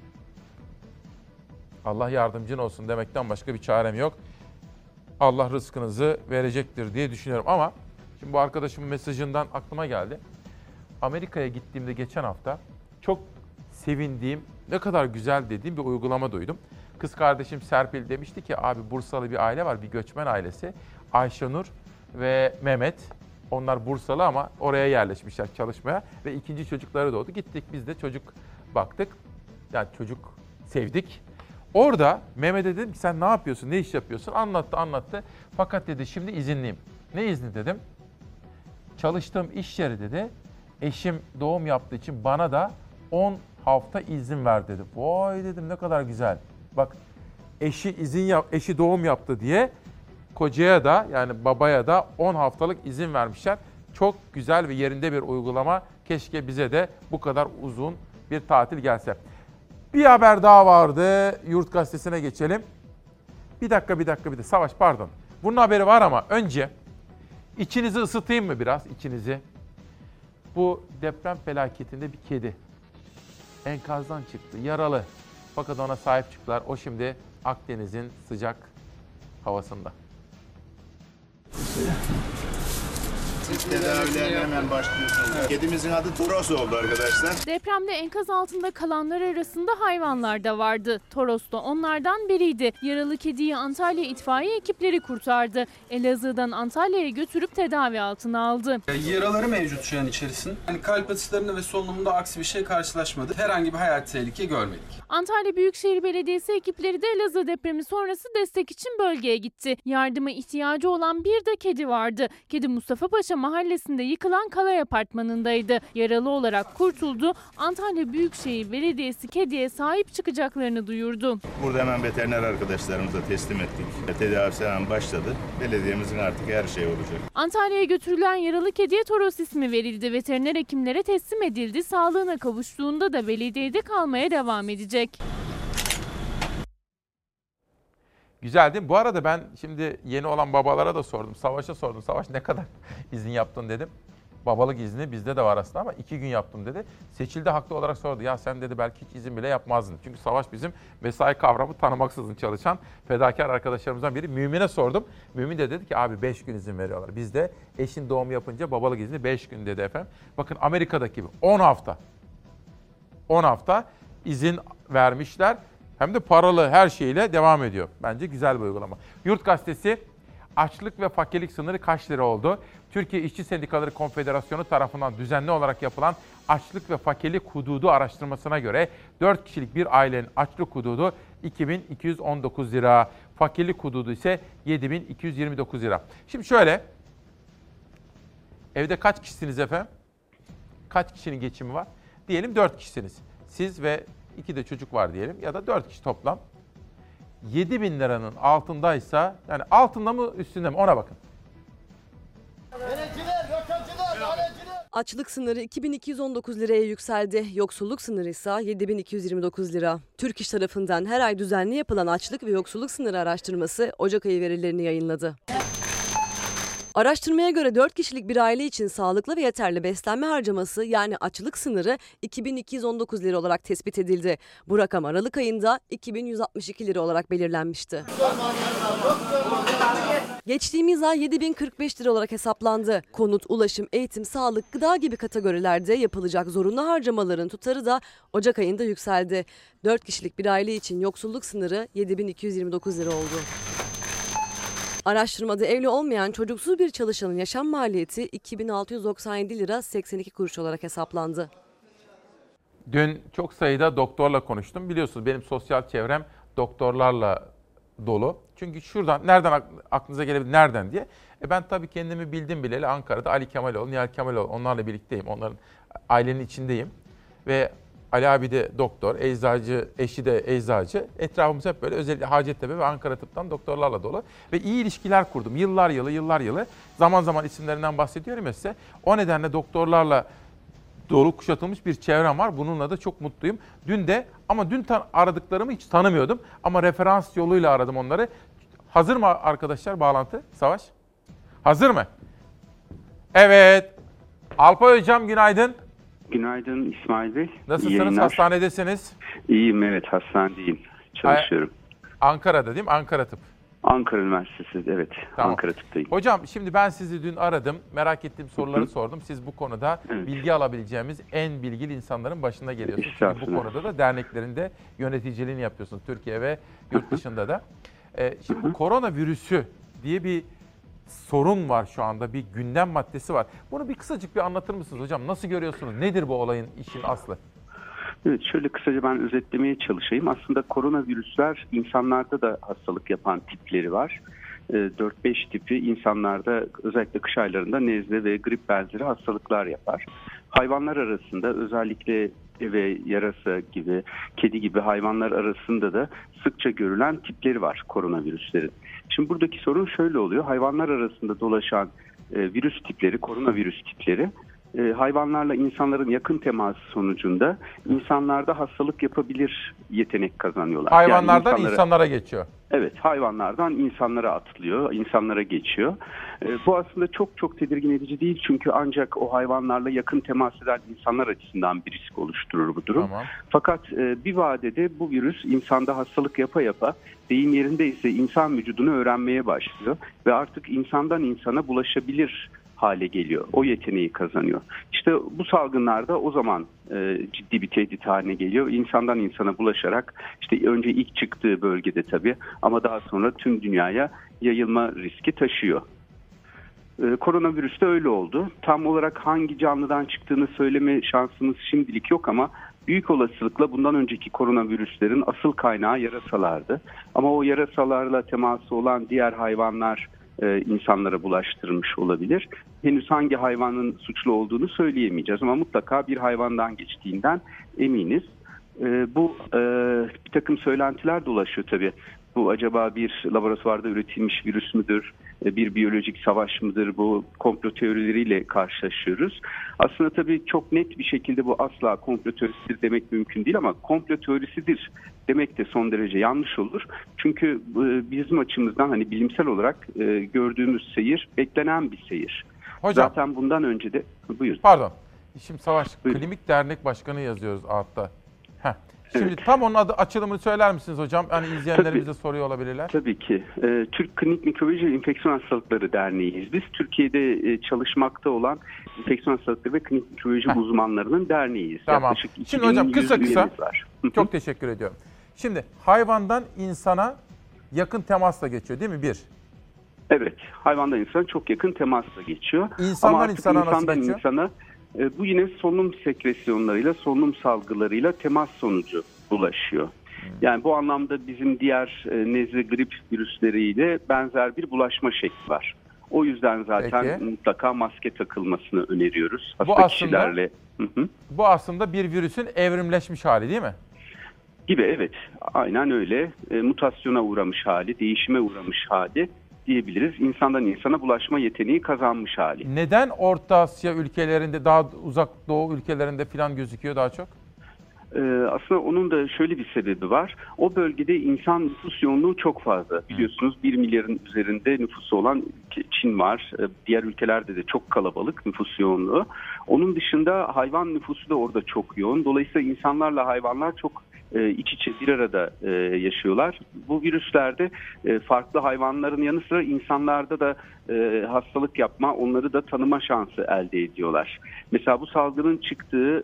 Speaker 1: Allah yardımcın olsun demekten başka bir çarem yok. Allah rızkınızı verecektir diye düşünüyorum ama şimdi bu arkadaşımın mesajından aklıma geldi. Amerika'ya gittiğimde geçen hafta çok sevindiğim, ne kadar güzel dediğim bir uygulama duydum. Kız kardeşim Serpil demişti ki abi Bursalı bir aile var, bir göçmen ailesi. Ayşenur ve Mehmet. Onlar Bursalı ama oraya yerleşmişler çalışmaya ve ikinci çocukları doğdu. Gittik biz de çocuk baktık. Yani çocuk sevdik. Orada Mehmet'e dedim ki sen ne yapıyorsun, ne iş yapıyorsun? Anlattı. Fakat dedi şimdi izinliyim. Ne izni dedim. Çalıştığım iş yeri dedi. Eşim doğum yaptığı için bana da 10 hafta izin ver dedi. Vay dedim ne kadar güzel. Bak eşi doğum yaptı diye kocaya da yani babaya da 10 haftalık izin vermişler. Çok güzel ve yerinde bir uygulama. Keşke bize de bu kadar uzun bir tatil gelse. Bir haber daha vardı. Yurt Gazetesi'ne geçelim. Bir dakika. Savaş pardon. Bunun haberi var ama önce içinizi ısıtayım mı biraz içinizi? Bu deprem felaketinde bir kedi enkazdan çıktı, yaralı. Fakat ona sahip çıktılar. O şimdi Akdeniz'in sıcak havasında.
Speaker 7: Tedavilerine hemen başlıyorsunuz. Kedimizin adı Toros oldu arkadaşlar.
Speaker 9: Depremde enkaz altında kalanlar arasında hayvanlar da vardı. Toros da onlardan biriydi. Yaralı kediyi Antalya itfaiye ekipleri kurtardı. Elazığ'dan Antalya'ya götürüp tedavi altına aldı.
Speaker 10: Yaraları mevcut şu an içerisinde. Yani kalp atışlarında ve solunumunda aksi bir şey karşılaşmadı. Herhangi bir hayati tehlike görmedik.
Speaker 9: Antalya Büyükşehir Belediyesi ekipleri de Elazığ depremi sonrası destek için bölgeye gitti. Yardıma ihtiyacı olan bir de kedi vardı. Kedi Mustafa Paşa mahallesinde yıkılan Kalay Apartmanı'ndaydı. Yaralı olarak kurtuldu. Antalya Büyükşehir Belediyesi kediye sahip çıkacaklarını duyurdu.
Speaker 7: Burada hemen veteriner arkadaşlarımıza teslim ettik. Tedavisi hemen başladı. Belediyemizin artık her şeyi olacak.
Speaker 9: Antalya'ya götürülen yaralı kediye Toros ismi verildi. Veteriner hekimlere teslim edildi. Sağlığına kavuştuğunda da belediyede kalmaya devam edecek.
Speaker 1: Güzel değil mi? Bu arada ben şimdi yeni olan babalara da sordum. Savaş'a sordum. Savaş ne kadar izin yaptın dedim. Babalık izni bizde de var aslında ama 2 gün yaptım dedi. Seçildi haklı olarak sordu. Ya sen dedi belki hiç izin bile yapmazdın. Çünkü Savaş bizim mesai kavramı tanımaksızın çalışan fedakar arkadaşlarımızdan biri. Mümin'e sordum. Mümin de dedi ki abi 5 gün izin veriyorlar. Bizde eşin doğum yapınca babalık izni 5 gün dedi efendim. Bakın Amerika'daki gibi 10 hafta izin vermişler. Hem de paralı her şeyle devam ediyor. Bence güzel bir uygulama. Yurt Gazetesi açlık ve fakirlik sınırı kaç lira oldu? Türkiye İşçi Sendikaları Konfederasyonu tarafından düzenli olarak yapılan açlık ve fakirlik hududu araştırmasına göre 4 kişilik bir ailenin açlık hududu 2.219 lira. Fakirlik hududu ise 7.229 lira. Şimdi şöyle, evde kaç kişisiniz efendim? Kaç kişinin geçimi var? Diyelim 4 kişisiniz. Siz ve 2 de çocuk var diyelim ya da 4 kişi toplam. 7.000 liranın altındaysa, yani altında mı üstünde mi ona bakın.
Speaker 18: Açlık sınırı 2.219 liraya yükseldi. Yoksulluk sınırı ise 7.229 lira. Türk İş tarafından her ay düzenli yapılan açlık ve yoksulluk sınırı araştırması Ocak ayı verilerini yayınladı. Araştırmaya göre 4 kişilik bir aile için sağlıklı ve yeterli beslenme harcaması yani açlık sınırı 2.219 lira olarak tespit edildi. Bu rakam Aralık ayında 2.162 lira olarak belirlenmişti. Geçtiğimiz ay 7.045 lira olarak hesaplandı. Konut, ulaşım, eğitim, sağlık, gıda gibi kategorilerde yapılacak zorunlu harcamaların tutarı da Ocak ayında yükseldi. 4 kişilik bir aile için yoksulluk sınırı 7.229 lira oldu. Araştırmada evli olmayan çocuksuz bir çalışanın yaşam maliyeti 2.697 lira 82 kuruş olarak hesaplandı.
Speaker 1: Dün çok sayıda doktorla konuştum. Biliyorsunuz benim sosyal çevrem doktorlarla dolu. Çünkü şuradan nereden aklınıza gelebilir, nereden diye. Ben tabii kendimi bildim bileli Ankara'da Ali Kemaloğlu, Nihal Kemaloğlu onlarla birlikteyim. Onların ailenin içindeyim. Ve Ali abi de doktor, eczacı, eşi de eczacı. Etrafımız hep böyle özellikle Hacettepe ve Ankara Tıp'tan doktorlarla dolu. Ve iyi ilişkiler kurdum. Yıllar yılı. Zaman zaman isimlerinden bahsediyorum ya size. O nedenle doktorlarla dolu kuşatılmış bir çevrem var. Bununla da çok mutluyum. Dün aradıklarımı hiç tanımıyordum ama referans yoluyla aradım onları. Hazır mı arkadaşlar bağlantı? Savaş? Hazır mı? Evet. Alpay Hocam günaydın.
Speaker 6: Günaydın İsmail Bey.
Speaker 1: Nasılsınız? Hastanedesiniz.
Speaker 6: İyiyim, evet, hastanedeyim. Çalışıyorum.
Speaker 1: Ankara'da değil mi? Ankara Tıp.
Speaker 6: Ankara Üniversitesi, evet. Tamam. Ankara Tıp'tayım.
Speaker 1: Hocam şimdi ben sizi dün aradım. Merak ettiğim soruları sordum. Siz bu konuda bilgi alabileceğimiz en bilgili insanların başına geliyorsunuz. Çünkü bu konuda da derneklerinde yöneticiliğini yapıyorsunuz. Türkiye ve yurt dışında da. Şimdi bu koronavirüsü diye bir sorun var şu anda. Bir gündem maddesi var. Bunu bir kısacık bir anlatır mısınız hocam? Nasıl görüyorsunuz? Nedir bu olayın, işin aslı?
Speaker 6: Evet, şöyle kısaca ben özetlemeye çalışayım. Aslında koronavirüsler insanlarda da hastalık yapan tipleri var. 4-5 tipi insanlarda özellikle kış aylarında nezle ve grip benzeri hastalıklar yapar. Hayvanlar arasında özellikle ve yarasa gibi, kedi gibi hayvanlar arasında da sıkça görülen tipleri var koronavirüslerin. Şimdi buradaki sorun şöyle oluyor. Hayvanlar arasında dolaşan virüs tipleri, koronavirüs tipleri hayvanlarla insanların yakın teması sonucunda insanlarda hastalık yapabilir yetenek kazanıyorlar.
Speaker 1: Hayvanlardan yani insanlara geçiyor.
Speaker 6: Evet, hayvanlardan insanlara atılıyor, insanlara geçiyor. Bu aslında çok tedirgin edici değil çünkü ancak o hayvanlarla yakın temas eden insanlar açısından bir risk oluşturur bu durum.
Speaker 1: Tamam.
Speaker 6: Fakat bir vadede bu virüs insanda hastalık yapa deyim yerindeyse insan vücudunu öğrenmeye başlıyor ve artık insandan insana bulaşabilir hale geliyor. O yeteneği kazanıyor. İşte bu salgınlarda o zaman ciddi bir tehdit haline geliyor. İnsandan insana bulaşarak işte önce ilk çıktığı bölgede tabii ama daha sonra tüm dünyaya yayılma riski taşıyor. Koronavirüs de öyle oldu. Tam olarak hangi canlıdan çıktığını söyleme şansımız şimdilik yok ama büyük olasılıkla bundan önceki koronavirüslerin asıl kaynağı yarasalardı. Ama o yarasalarla teması olan diğer hayvanlar insanlara bulaştırmış olabilir. Henüz hangi hayvanın suçlu olduğunu söyleyemeyeceğiz ama mutlaka bir hayvandan geçtiğinden eminiz. Bu bir takım söylentiler dolaşıyor tabii. Bu acaba bir laboratuvarda üretilmiş virüs müdür, bir biyolojik savaş mıdır, bu komplo teorileriyle karşılaşıyoruz. Aslında tabii çok net bir şekilde bu asla komplo teorisidir demek mümkün değil ama komplo teorisidir demek de son derece yanlış olur. Çünkü bizim açımızdan hani bilimsel olarak gördüğümüz seyir beklenen bir seyir.
Speaker 1: Hocam,
Speaker 6: zaten bundan önce de... Buyurun.
Speaker 1: Pardon. Şimdi Savaş, Klinik Dernek Başkanı yazıyoruz altta. Şimdi evet. Tam onun açılımını söyler misiniz hocam? Hani izleyenlerimiz de soruyor olabilirler.
Speaker 6: Tabii ki. Türk Klinik Mikrobiyoloji ve İnfeksiyon Hastalıkları Derneği'yiz biz. Türkiye'de çalışmakta olan infeksiyon hastalıkları ve klinik mikrobiyoloji uzmanlarının derneğiyiz.
Speaker 1: Tamam. Şimdi hocam kısa çok teşekkür ediyorum. Şimdi hayvandan insana yakın temasla geçiyor değil mi?
Speaker 6: Evet. Hayvandan insana çok yakın temasla geçiyor.
Speaker 1: İnsandan insana nasıl geçiyor?
Speaker 6: Bu yine solunum sekresyonlarıyla, solunum salgılarıyla temas sonucu bulaşıyor. Yani bu anlamda bizim diğer nezle, grip virüsleriyle benzer bir bulaşma şekli var. O yüzden zaten mutlaka maske takılmasını öneriyoruz hasta kişilerle.
Speaker 1: Bu aslında bir virüsün evrimleşmiş hali değil mi?
Speaker 6: Gibi, evet. Aynen öyle. Mutasyona uğramış hali, değişime uğramış hali diyebiliriz. İnsandan insana bulaşma yeteneği kazanmış hali.
Speaker 1: Neden Orta Asya ülkelerinde, daha uzak doğu ülkelerinde falan gözüküyor daha çok?
Speaker 6: Aslında onun da şöyle bir sebebi var. O bölgede insan nüfus yoğunluğu çok fazla. Biliyorsunuz 1 milyarın üzerinde nüfusu olan Çin var. Diğer ülkelerde de çok kalabalık nüfus yoğunluğu. Onun dışında hayvan nüfusu da orada çok yoğun. Dolayısıyla insanlarla hayvanlar çok iç içe bir arada yaşıyorlar. Bu virüslerde farklı hayvanların yanı sıra insanlarda da hastalık yapma, onları da tanıma şansı elde ediyorlar. Mesela bu salgının çıktığı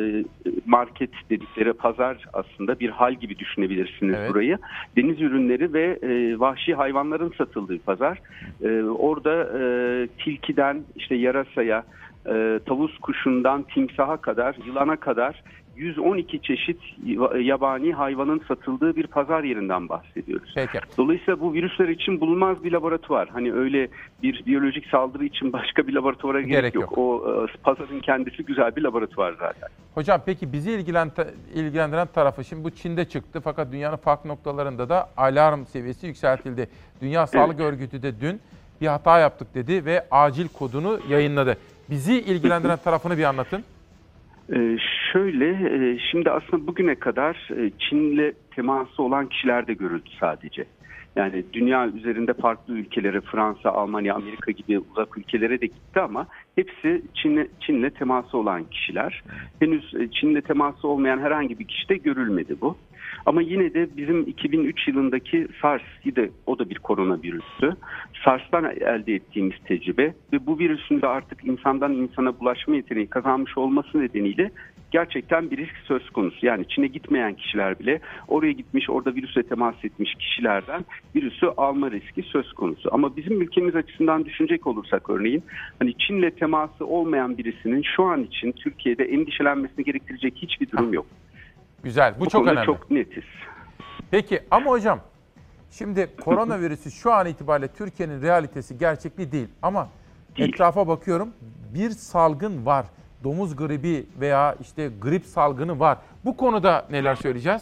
Speaker 6: market dedikleri pazar aslında bir hal gibi düşünebilirsiniz burayı. Deniz ürünleri ve vahşi hayvanların satıldığı pazar. Orada tilkiden işte yarasaya, tavus kuşundan timsaha kadar, yılana kadar 112 çeşit yabani hayvanın satıldığı bir pazar yerinden bahsediyoruz.
Speaker 1: Peki.
Speaker 6: Dolayısıyla bu virüsler için bulunmaz bir laboratuvar. Hani öyle bir biyolojik saldırı için başka bir laboratuvara gerek yok. O pazarın kendisi güzel bir laboratuvar zaten.
Speaker 1: Hocam peki bizi ilgilendiren tarafı, şimdi bu Çin'de çıktı fakat dünyanın farklı noktalarında da alarm seviyesi yükseltildi. Dünya Sağlık Örgütü de dün bir hata yaptık dedi ve acil kodunu yayınladı. Bizi ilgilendiren tarafını bir anlatın.
Speaker 6: Şimdi aslında bugüne kadar Çin'le teması olan kişiler de görüldü sadece. Yani dünya üzerinde farklı ülkelere, Fransa, Almanya, Amerika gibi uzak ülkelere de gitti ama hepsi Çin'le teması olan kişiler. Henüz Çin'le teması olmayan herhangi bir kişi de görülmedi bu. Ama yine de bizim 2003 yılındaki SARS, o da bir koronavirüstü. SARS'tan elde ettiğimiz tecrübe ve bu virüsün de artık insandan insana bulaşma yeteneği kazanmış olması nedeniyle gerçekten bir risk söz konusu. Yani Çin'e gitmeyen kişiler bile oraya gitmiş, orada virüsle temas etmiş kişilerden virüsü alma riski söz konusu. Ama bizim ülkemiz açısından düşünecek olursak örneğin hani Çin'le teması olmayan birisinin şu an için Türkiye'de endişelenmesini gerektirecek hiçbir durum yok.
Speaker 1: Güzel, bu çok önemli.
Speaker 6: Çok netiz.
Speaker 1: Peki ama hocam şimdi koronavirüsü şu an itibariyle Türkiye'nin realitesi, gerçekliği değil. Ama etrafa bakıyorum, bir salgın var. Domuz gribi veya işte grip salgını var. Bu konuda neler söyleyeceğiz?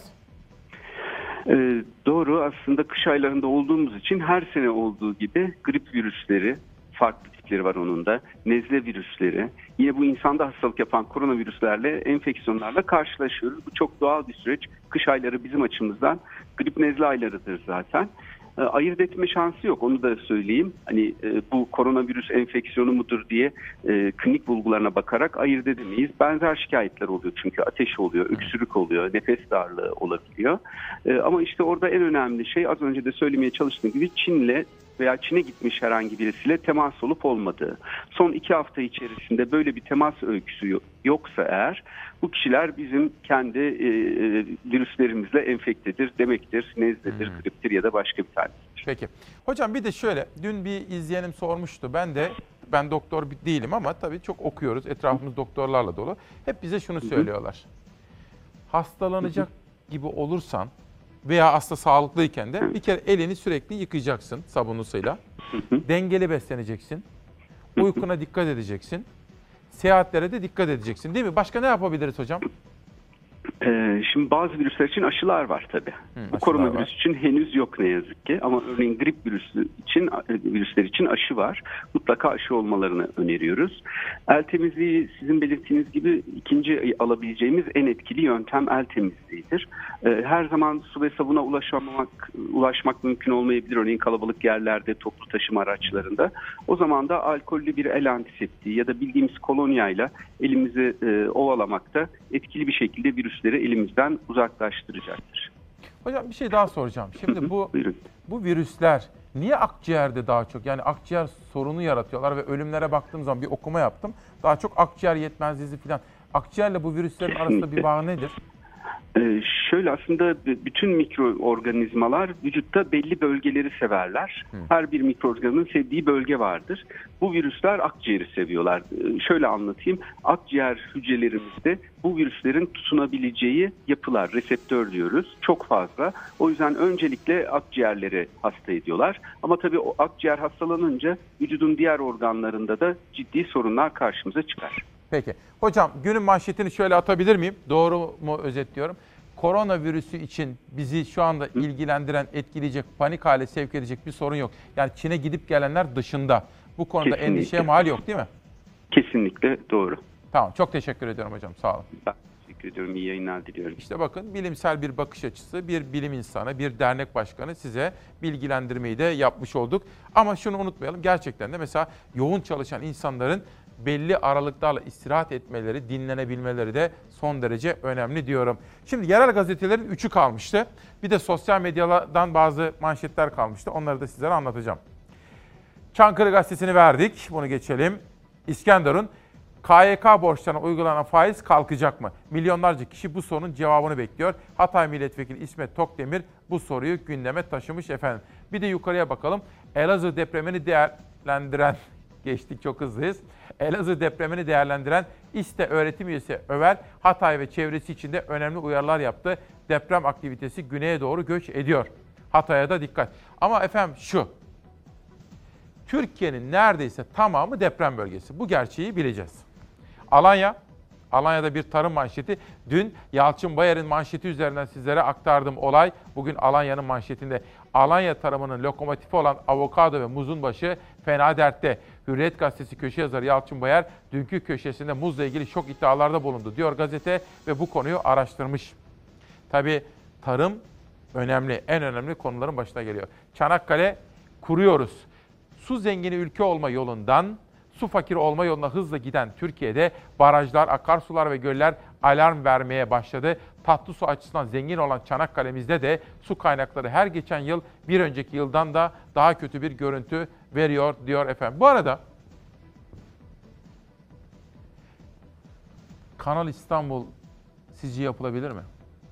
Speaker 6: Doğru, aslında kış aylarında olduğumuz için her sene olduğu gibi grip virüsleri, farklı tipleri var onun da. Nezle virüsleri, yine bu insanda hastalık yapan koronavirüslerle, enfeksiyonlarla karşılaşıyoruz. Bu çok doğal bir süreç. Kış ayları bizim açımızdan grip nezle aylarıdır zaten. Ayırt etme şansı yok, onu da söyleyeyim. Hani bu koronavirüs enfeksiyonu mudur diye klinik bulgularına bakarak ayırt edemeyiz. Benzer şikayetler oluyor çünkü ateş oluyor, öksürük oluyor, nefes darlığı olabiliyor. Ama işte orada en önemli şey, az önce de söylemeye çalıştığım gibi, Çin'le veya Çin'e gitmiş herhangi birisiyle temas olup olmadığı. Son 2 hafta içerisinde böyle bir temas öyküsü yoksa eğer, bu kişiler bizim kendi virüslerimizle enfektedir demektir. Nezledir, griptir ya da başka bir tanesidir.
Speaker 1: Peki. Hocam bir de şöyle, dün bir izleyenim sormuştu. Ben doktor değilim ama tabii çok okuyoruz. Etrafımız doktorlarla dolu. Hep bize şunu söylüyorlar. Hastalanacak gibi olursan veya hasta sağlıklıyken de bir kere elini sürekli yıkayacaksın sabunlu suyla. Dengeli besleneceksin. Uykuna dikkat edeceksin. Seyahatlere de dikkat edeceksin, değil mi? Başka ne yapabiliriz hocam?
Speaker 6: Şimdi bazı virüsler için aşılar var tabii. Bu koronavirüs için henüz yok ne yazık ki. Ama örneğin grip virüsler için aşı var. Mutlaka aşı olmalarını öneriyoruz. El temizliği, sizin belirttiğiniz gibi ikinci alabileceğimiz en etkili yöntem el temizliğidir. Her zaman su ve sabuna ulaşmak mümkün olmayabilir. Örneğin kalabalık yerlerde, toplu taşıma araçlarında. O zaman da alkollü bir el antiseptiği ya da bildiğimiz kolonyayla elimizi ovalamakta etkili bir şekilde virüsleri elimizden uzaklaştıracaktır.
Speaker 1: Hocam bir şey daha soracağım. Şimdi bu virüsler niye akciğerde daha çok? Yani akciğer sorunu yaratıyorlar ve ölümlere baktığım zaman bir okuma yaptım. Daha çok akciğer yetmezliği falan. Akciğerle bu virüslerin arasında bir bağ nedir?
Speaker 6: Şöyle, aslında bütün mikroorganizmalar vücutta belli bölgeleri severler. Her bir mikroorganizmanın sevdiği bölge vardır. Bu virüsler akciğeri seviyorlar. Şöyle anlatayım. Akciğer hücrelerimizde bu virüslerin tutunabileceği yapılar, reseptör diyoruz, çok fazla. O yüzden öncelikle akciğerleri hasta ediyorlar. Ama tabii o akciğer hastalanınca vücudun diğer organlarında da ciddi sorunlar karşımıza çıkar.
Speaker 1: Peki. Hocam günün manşetini şöyle atabilir miyim? Doğru mu özetliyorum? Koronavirüsü için bizi şu anda ilgilendiren, etkileyecek, panik hale sevk edecek bir sorun yok. Yani Çin'e gidip gelenler dışında. Bu konuda
Speaker 6: kesinlikle
Speaker 1: endişeye mal yok, değil mi?
Speaker 6: Kesinlikle doğru.
Speaker 1: Tamam, çok teşekkür ediyorum hocam. Sağ olun.
Speaker 6: Ben teşekkür ediyorum. İyi yayınlar diliyorum.
Speaker 1: İşte bakın, bilimsel bir bakış açısı, bir bilim insanı, bir dernek başkanı, size bilgilendirmeyi de yapmış olduk. Ama şunu unutmayalım, gerçekten de mesela yoğun çalışan insanların belli aralıklarla istirahat etmeleri, dinlenebilmeleri de son derece önemli diyorum. Şimdi yerel gazetelerin 3'ü kalmıştı. Bir de sosyal medyadan bazı manşetler kalmıştı. Onları da sizlere anlatacağım. Çankırı Gazetesi'ni verdik. Bunu geçelim. İskenderun, KYK borçlarına uygulanan faiz kalkacak mı? Milyonlarca kişi bu sorunun cevabını bekliyor. Hatay Milletvekili İsmet Tokdemir bu soruyu gündeme taşımış efendim. Bir de yukarıya bakalım. Elazığ depremini değerlendiren, geçtik çok hızlıyız. Elazığ depremini değerlendiren İSTE öğretim üyesi Över, Hatay ve çevresi için de önemli uyarılar yaptı. Deprem aktivitesi güneye doğru göç ediyor. Hatay'a da dikkat. Ama efendim şu, Türkiye'nin neredeyse tamamı deprem bölgesi. Bu gerçeği bileceğiz. Alanya, Alanya'da bir tarım manşeti. Dün Yalçın Bayar'ın manşeti üzerinden sizlere aktardığım olay bugün Alanya'nın manşetinde. Alanya tarımının lokomotifi olan avokado ve muzun başı fena dertte. Hürriyet gazetesi köşe yazarı Yalçın Bayar dünkü köşesinde muzla ilgili şok iddialarda bulundu diyor gazete ve bu konuyu araştırmış. Tabii tarım önemli, en önemli konuların başına geliyor. Çanakkale kuruyoruz. Su zengini ülke olma yolundan su fakiri olma yoluna hızla giden Türkiye'de barajlar, akarsular ve göller alarm vermeye başladı. Tatlı su açısından zengin olan Çanakkale'mizde de su kaynakları her geçen yıl bir önceki yıldan da daha kötü bir görüntü veriyor diyor efendim. Bu arada Kanal İstanbul sizce yapılabilir mi?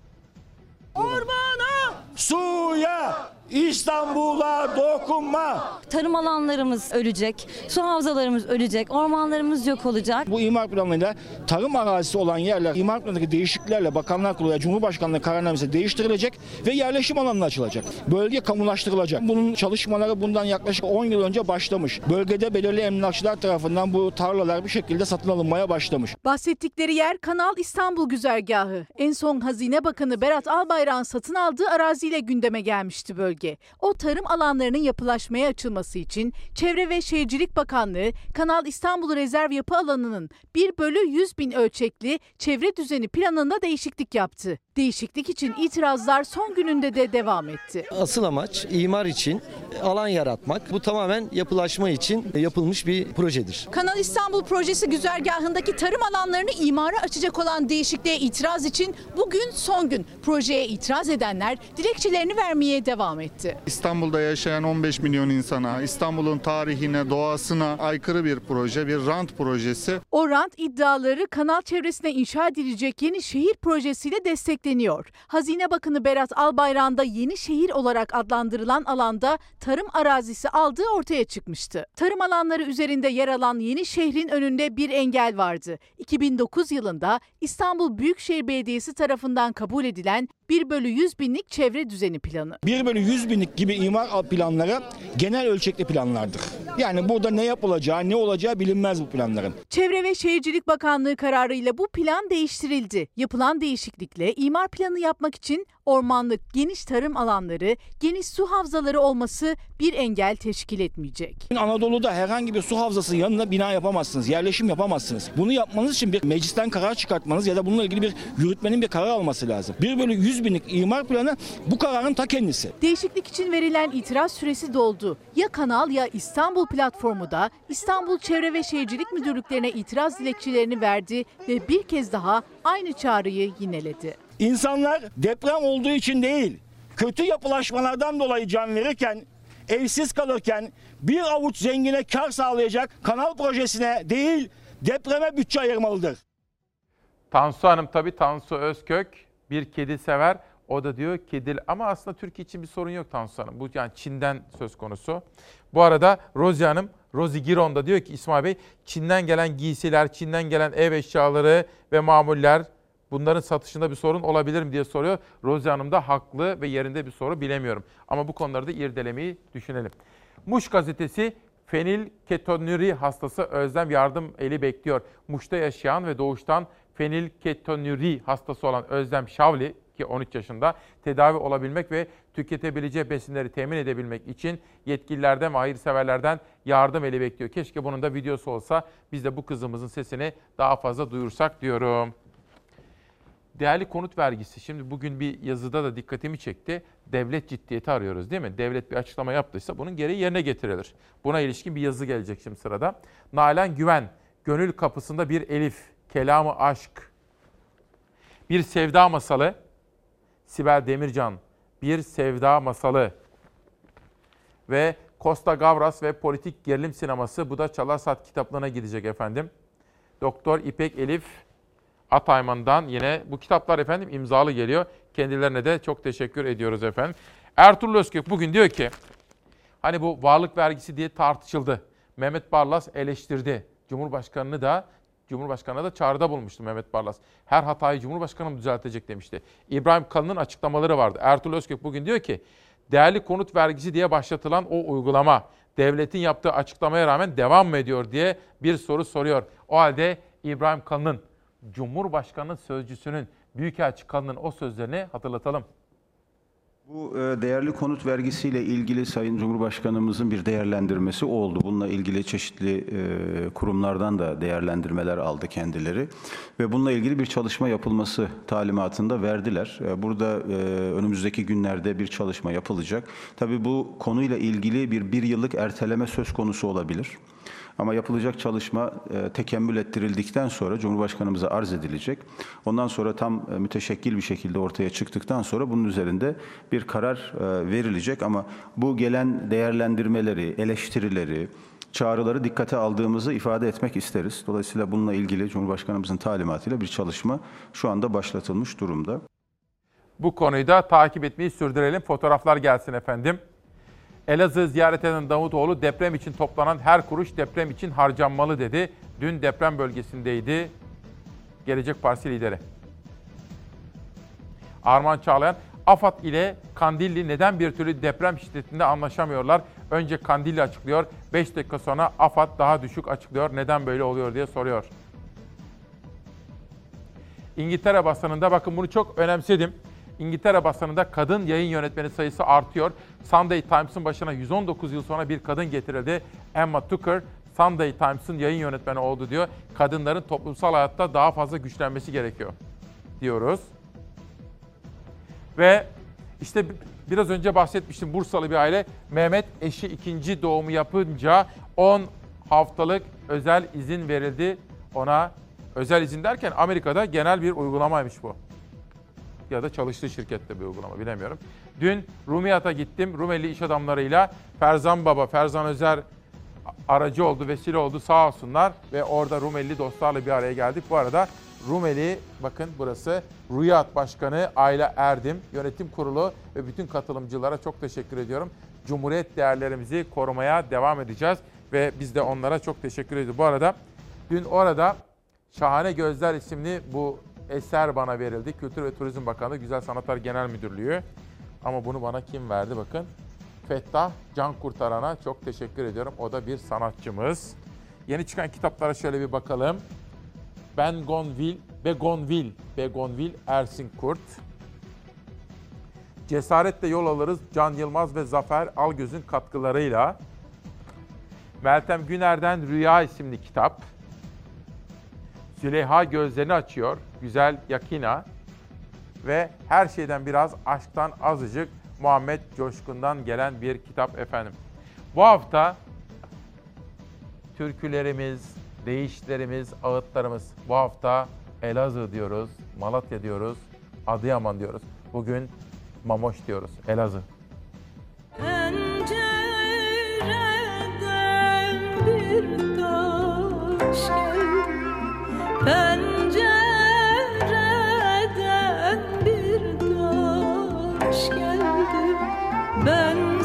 Speaker 13: Ormana, suya, İstanbul'a dokunma.
Speaker 15: Tarım alanlarımız ölecek, su havzalarımız ölecek, ormanlarımız yok olacak.
Speaker 13: Bu imar planıyla tarım arazisi olan yerler imar planındaki değişikliklerle Bakanlar Kurulu, Cumhurbaşkanlığı kararnamesi değiştirilecek ve yerleşim alanına açılacak. Bölge kamulaştırılacak. Bunun çalışmaları bundan yaklaşık 10 yıl önce başlamış. Bölgede belirli emlakçılar tarafından bu tarlalar bir şekilde satın alınmaya başlamış.
Speaker 16: Bahsettikleri yer Kanal İstanbul güzergahı. En son Hazine Bakanı Berat Albayrak'ın satın aldığı araziyle gündeme gelmişti bölge. O tarım alanlarının yapılaşmaya açılması için Çevre ve Şehircilik Bakanlığı Kanal İstanbul Rezerv Yapı Alanı'nın 1/100.000 ölçekli çevre düzeni planında değişiklik yaptı. Değişiklik için itirazlar son gününde de devam etti.
Speaker 17: Asıl amaç imar için alan yaratmak. Bu tamamen yapılaşma için yapılmış bir projedir.
Speaker 16: Kanal İstanbul projesi güzergahındaki tarım alanlarını imara açacak olan değişikliğe itiraz için bugün son gün. Projeye itiraz edenler dilekçelerini vermeye devam etti.
Speaker 21: İstanbul'da yaşayan 15 milyon insana, İstanbul'un tarihine, doğasına aykırı bir proje, bir rant projesi.
Speaker 16: O rant iddiaları kanal çevresine inşa edilecek yeni şehir projesiyle destekleniyor. Hazine Bakanı Berat Albayrak'ın da yeni şehir olarak adlandırılan alanda tarım arazisi aldığı ortaya çıkmıştı. Tarım alanları üzerinde yer alan yeni şehrin önünde bir engel vardı. 2009 yılında İstanbul Büyükşehir Belediyesi tarafından kabul edilen 1/100.000'lik çevre düzeni planı.
Speaker 13: 1/100.000'lik gibi imar planları genel ölçekli planlardır. Yani burada ne yapılacağı, ne olacağı bilinmez bu planların.
Speaker 16: Çevre ve Şehircilik Bakanlığı kararıyla bu plan değiştirildi. Yapılan değişiklikle imar planı yapmak için ormanlık, geniş tarım alanları, geniş su havzaları olması bir engel teşkil etmeyecek.
Speaker 13: Anadolu'da herhangi bir su havzası yanına bina yapamazsınız, yerleşim yapamazsınız. Bunu yapmanız için bir meclisten karar çıkartmanız ya da bununla ilgili bir yürütmenin bir karar alması lazım. 1/100.000'lik imar planı bu kararın ta kendisi.
Speaker 16: Değişiklik için verilen itiraz süresi doldu. Ya Kanal ya İstanbul platformu da İstanbul Çevre ve Şehircilik Müdürlüklerine itiraz dilekçelerini verdi ve bir kez daha aynı çağrıyı yineledi.
Speaker 13: İnsanlar deprem olduğu için değil, kötü yapılaşmalardan dolayı can verirken, evsiz kalırken bir avuç zengine kar sağlayacak kanal projesine değil, depreme bütçe ayırmalıdır.
Speaker 1: Tansu Hanım, tabii Tansu Özkök bir kedi sever. O da diyor kedil, ama aslında Türkiye için bir sorun yok Tansu Hanım. Bu yani Çin'den söz konusu. Bu arada Rozi Hanım, Rozi Giron da diyor ki İsmail Bey, Çin'den gelen giysiler, Çin'den gelen ev eşyaları ve mamuller, bunların satışında bir sorun olabilir mi diye soruyor. Rozi Hanım da haklı ve yerinde bir soru, bilemiyorum. Ama bu konuları da irdelemeyi düşünelim. Muş gazetesi fenilketonuri hastası Özlem yardım eli bekliyor. Muş'ta yaşayan ve doğuştan fenilketonuri hastası olan Özlem Şavli, ki 13 yaşında, tedavi olabilmek ve tüketebileceği besinleri temin edebilmek için yetkililerden ve hayırseverlerden yardım eli bekliyor. Keşke bunun da videosu olsa, biz de bu kızımızın sesini daha fazla duyursak diyorum. Değerli konut vergisi. Şimdi bugün bir yazıda da dikkatimi çekti. Devlet ciddiyeti arıyoruz değil mi? Devlet bir açıklama yaptıysa bunun gereği yerine getirilir. Buna ilişkin bir yazı gelecek şimdi sırada. Nalan Güven, gönül kapısında bir Elif, kelamı aşk. Bir sevda masalı. Sibel Demircan, bir sevda masalı. Ve Costa Gavras ve politik gerilim sineması. Bu da Çalarsat kitaplığına gidecek efendim. Doktor İpek Elif Atayman'dan yine bu kitaplar efendim imzalı geliyor. Kendilerine de çok teşekkür ediyoruz efendim. Ertuğrul Özkök bugün diyor ki, hani bu varlık vergisi diye tartışıldı. Mehmet Barlas eleştirdi. Cumhurbaşkanı'na da çağrıda bulmuştu Mehmet Barlas. Her hatayı Cumhurbaşkanı mı düzeltecek demişti. İbrahim Kalın'ın açıklamaları vardı. Ertuğrul Özkök bugün diyor ki, değerli konut vergisi diye başlatılan o uygulama devletin yaptığı açıklamaya rağmen devam mı ediyor diye bir soru soruyor. O halde İbrahim Kalın'ın Cumhurbaşkanı Sözcüsü'nün, Büyükelçi Kalın'ın o sözlerini hatırlatalım.
Speaker 12: Bu değerli konut vergisiyle ilgili Sayın Cumhurbaşkanımızın bir değerlendirmesi oldu. Bununla ilgili çeşitli kurumlardan da değerlendirmeler aldı kendileri. Ve bununla ilgili bir çalışma yapılması talimatında verdiler. Burada önümüzdeki günlerde bir çalışma yapılacak. Tabii bu konuyla ilgili bir yıllık erteleme söz konusu olabilir. Ama yapılacak çalışma tekemmül ettirildikten sonra Cumhurbaşkanımıza arz edilecek. Ondan sonra tam müteşekkil bir şekilde ortaya çıktıktan sonra bunun üzerinde bir karar verilecek. Ama bu gelen değerlendirmeleri, eleştirileri, çağrıları dikkate aldığımızı ifade etmek isteriz. Dolayısıyla bununla ilgili Cumhurbaşkanımızın talimatıyla bir çalışma şu anda başlatılmış durumda.
Speaker 1: Bu konuyu da takip etmeyi sürdürelim. Fotoğraflar gelsin efendim. Elazığ ziyaret eden Davutoğlu, deprem için toplanan her kuruş deprem için harcanmalı dedi. Dün deprem bölgesindeydi Gelecek Partisi lideri. Arman Çağlayan, AFAD ile Kandilli neden bir türlü deprem şiddetinde anlaşamıyorlar? Önce Kandilli açıklıyor, 5 dakika sonra AFAD daha düşük açıklıyor. Neden böyle oluyor diye soruyor. İngiltere basınında, bakın bunu çok önemsedim. İngiltere basınında kadın yayın yönetmeni sayısı artıyor. Sunday Times'ın başına 119 yıl sonra bir kadın getirildi. Emma Tucker, Sunday Times'ın yayın yönetmeni oldu diyor. Kadınların toplumsal hayatta daha fazla güçlenmesi gerekiyor diyoruz. Ve işte biraz önce bahsetmiştim, Bursalı bir aile. Mehmet eşi ikinci doğumu yapınca 10 haftalık özel izin verildi ona. Özel izin derken Amerika'da genel bir uygulamaymış bu. Ya da çalıştığı şirkette bir uygulama, bilemiyorum. Dün Rumiyat'a gittim. Rumeli iş adamlarıyla Ferzan Baba, Ferzan Özer aracı oldu, vesile oldu, sağ olsunlar. Ve orada Rumeli dostlarla bir araya geldik. Bu arada Rumeli, bakın burası, Rüyat Başkanı Ayla Erdim, yönetim kurulu ve bütün katılımcılara çok teşekkür ediyorum. Cumhuriyet değerlerimizi korumaya devam edeceğiz ve biz de onlara çok teşekkür ediyoruz. Bu arada dün orada Şahane Gözler isimli bu eser bana verildi. Kültür ve Turizm Bakanlığı Güzel Sanatlar Genel Müdürlüğü. Ama bunu bana kim verdi bakın. Fettah Can Kurtaran'a çok teşekkür ediyorum. O da bir sanatçımız. Yeni çıkan kitaplara şöyle bir bakalım. Begonvil Ersin Kurt. Cesaretle Yol Alırız Can Yılmaz ve Zafer Algöz'ün katkılarıyla. Meltem Güner'den Rüya isimli kitap. Züleyha Gözlerini Açıyor, Güzel Yakina ve Her Şeyden Biraz, Aşktan Azıcık Muhammed Coşkun'dan gelen bir kitap efendim. Bu hafta türkülerimiz, deyişlerimiz, ağıtlarımız. Bu hafta Elazığ diyoruz, Malatya diyoruz, Adıyaman diyoruz. Bugün Mamoş diyoruz, Elazığ.
Speaker 19: Pencereden bir taş pencereden bir taş geldi. Ben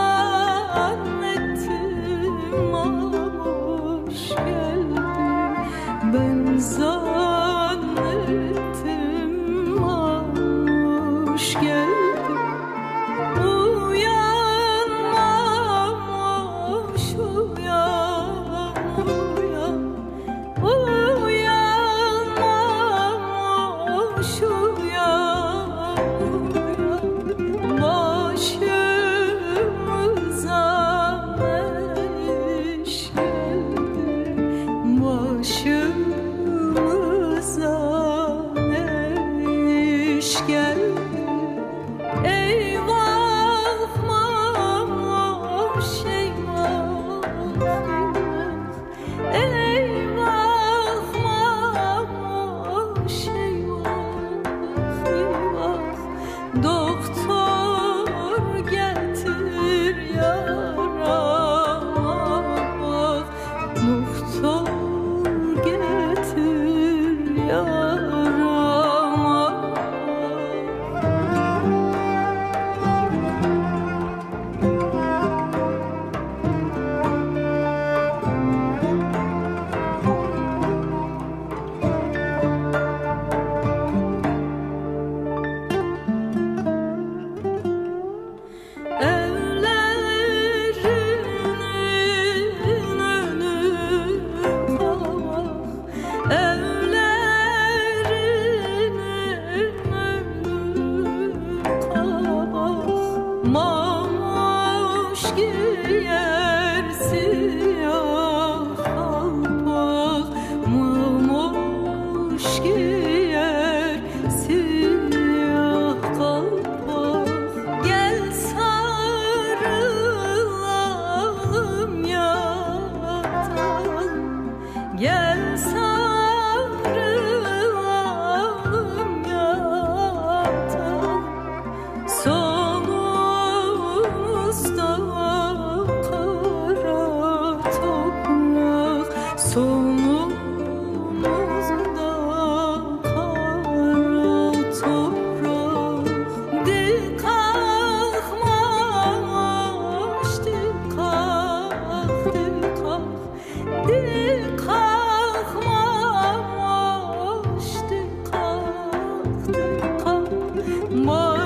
Speaker 19: zannettim Mamoş geldi. Ben zannettim Mamoş geldi. Uyan Mamoş uyan, uyan. Uyan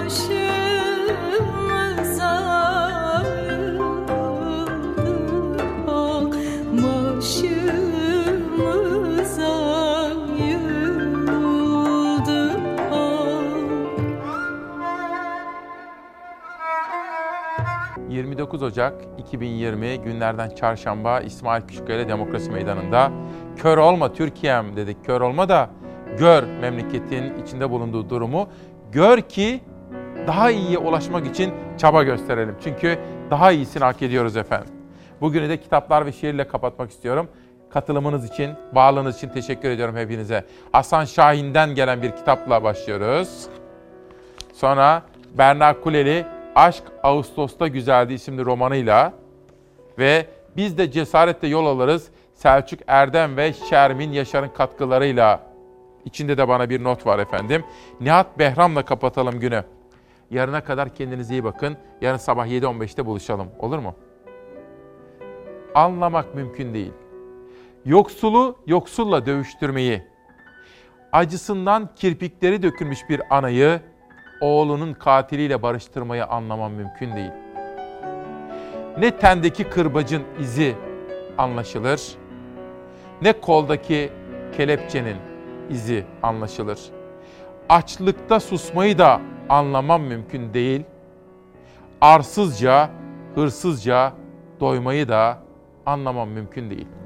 Speaker 1: başımıza 29 Ocak 2020 günlerden çarşamba İsmail Küçükkaya Demokrasi Meydanı'nda kör olma Türkiye'm dedik. Kör olma da gör memleketin içinde bulunduğu durumu. Gör ki daha iyiye ulaşmak için çaba gösterelim. Çünkü daha iyisini hak ediyoruz efendim. Bugünü de kitaplar ve şiirle kapatmak istiyorum. Katılımınız için, bağlılığınız için teşekkür ediyorum hepinize. Hasan Şahin'den gelen bir kitapla başlıyoruz. Sonra Berna Kuleli Aşk Ağustos'ta Güzeldi isimli romanıyla ve Biz de Cesaretle Yol Alırız Selçuk Erdem ve Şermin Yaşar'ın katkılarıyla. İçinde de bana bir not var efendim. Nihat Behram'la kapatalım günü. Yarına kadar kendinize iyi bakın. Yarın sabah 7.15'te buluşalım. Olur mu? Anlamak mümkün değil. Yoksulu yoksulla dövüştürmeyi, acısından kirpikleri dökülmüş bir anayı oğlunun katiliyle barıştırmayı anlamam mümkün değil. Ne tendeki kırbacın izi anlaşılır, ne koldaki kelepçenin izi anlaşılır. Açlıkta susmayı da anlamam mümkün değil. Arsızca, hırsızca doymayı da anlamam mümkün değil.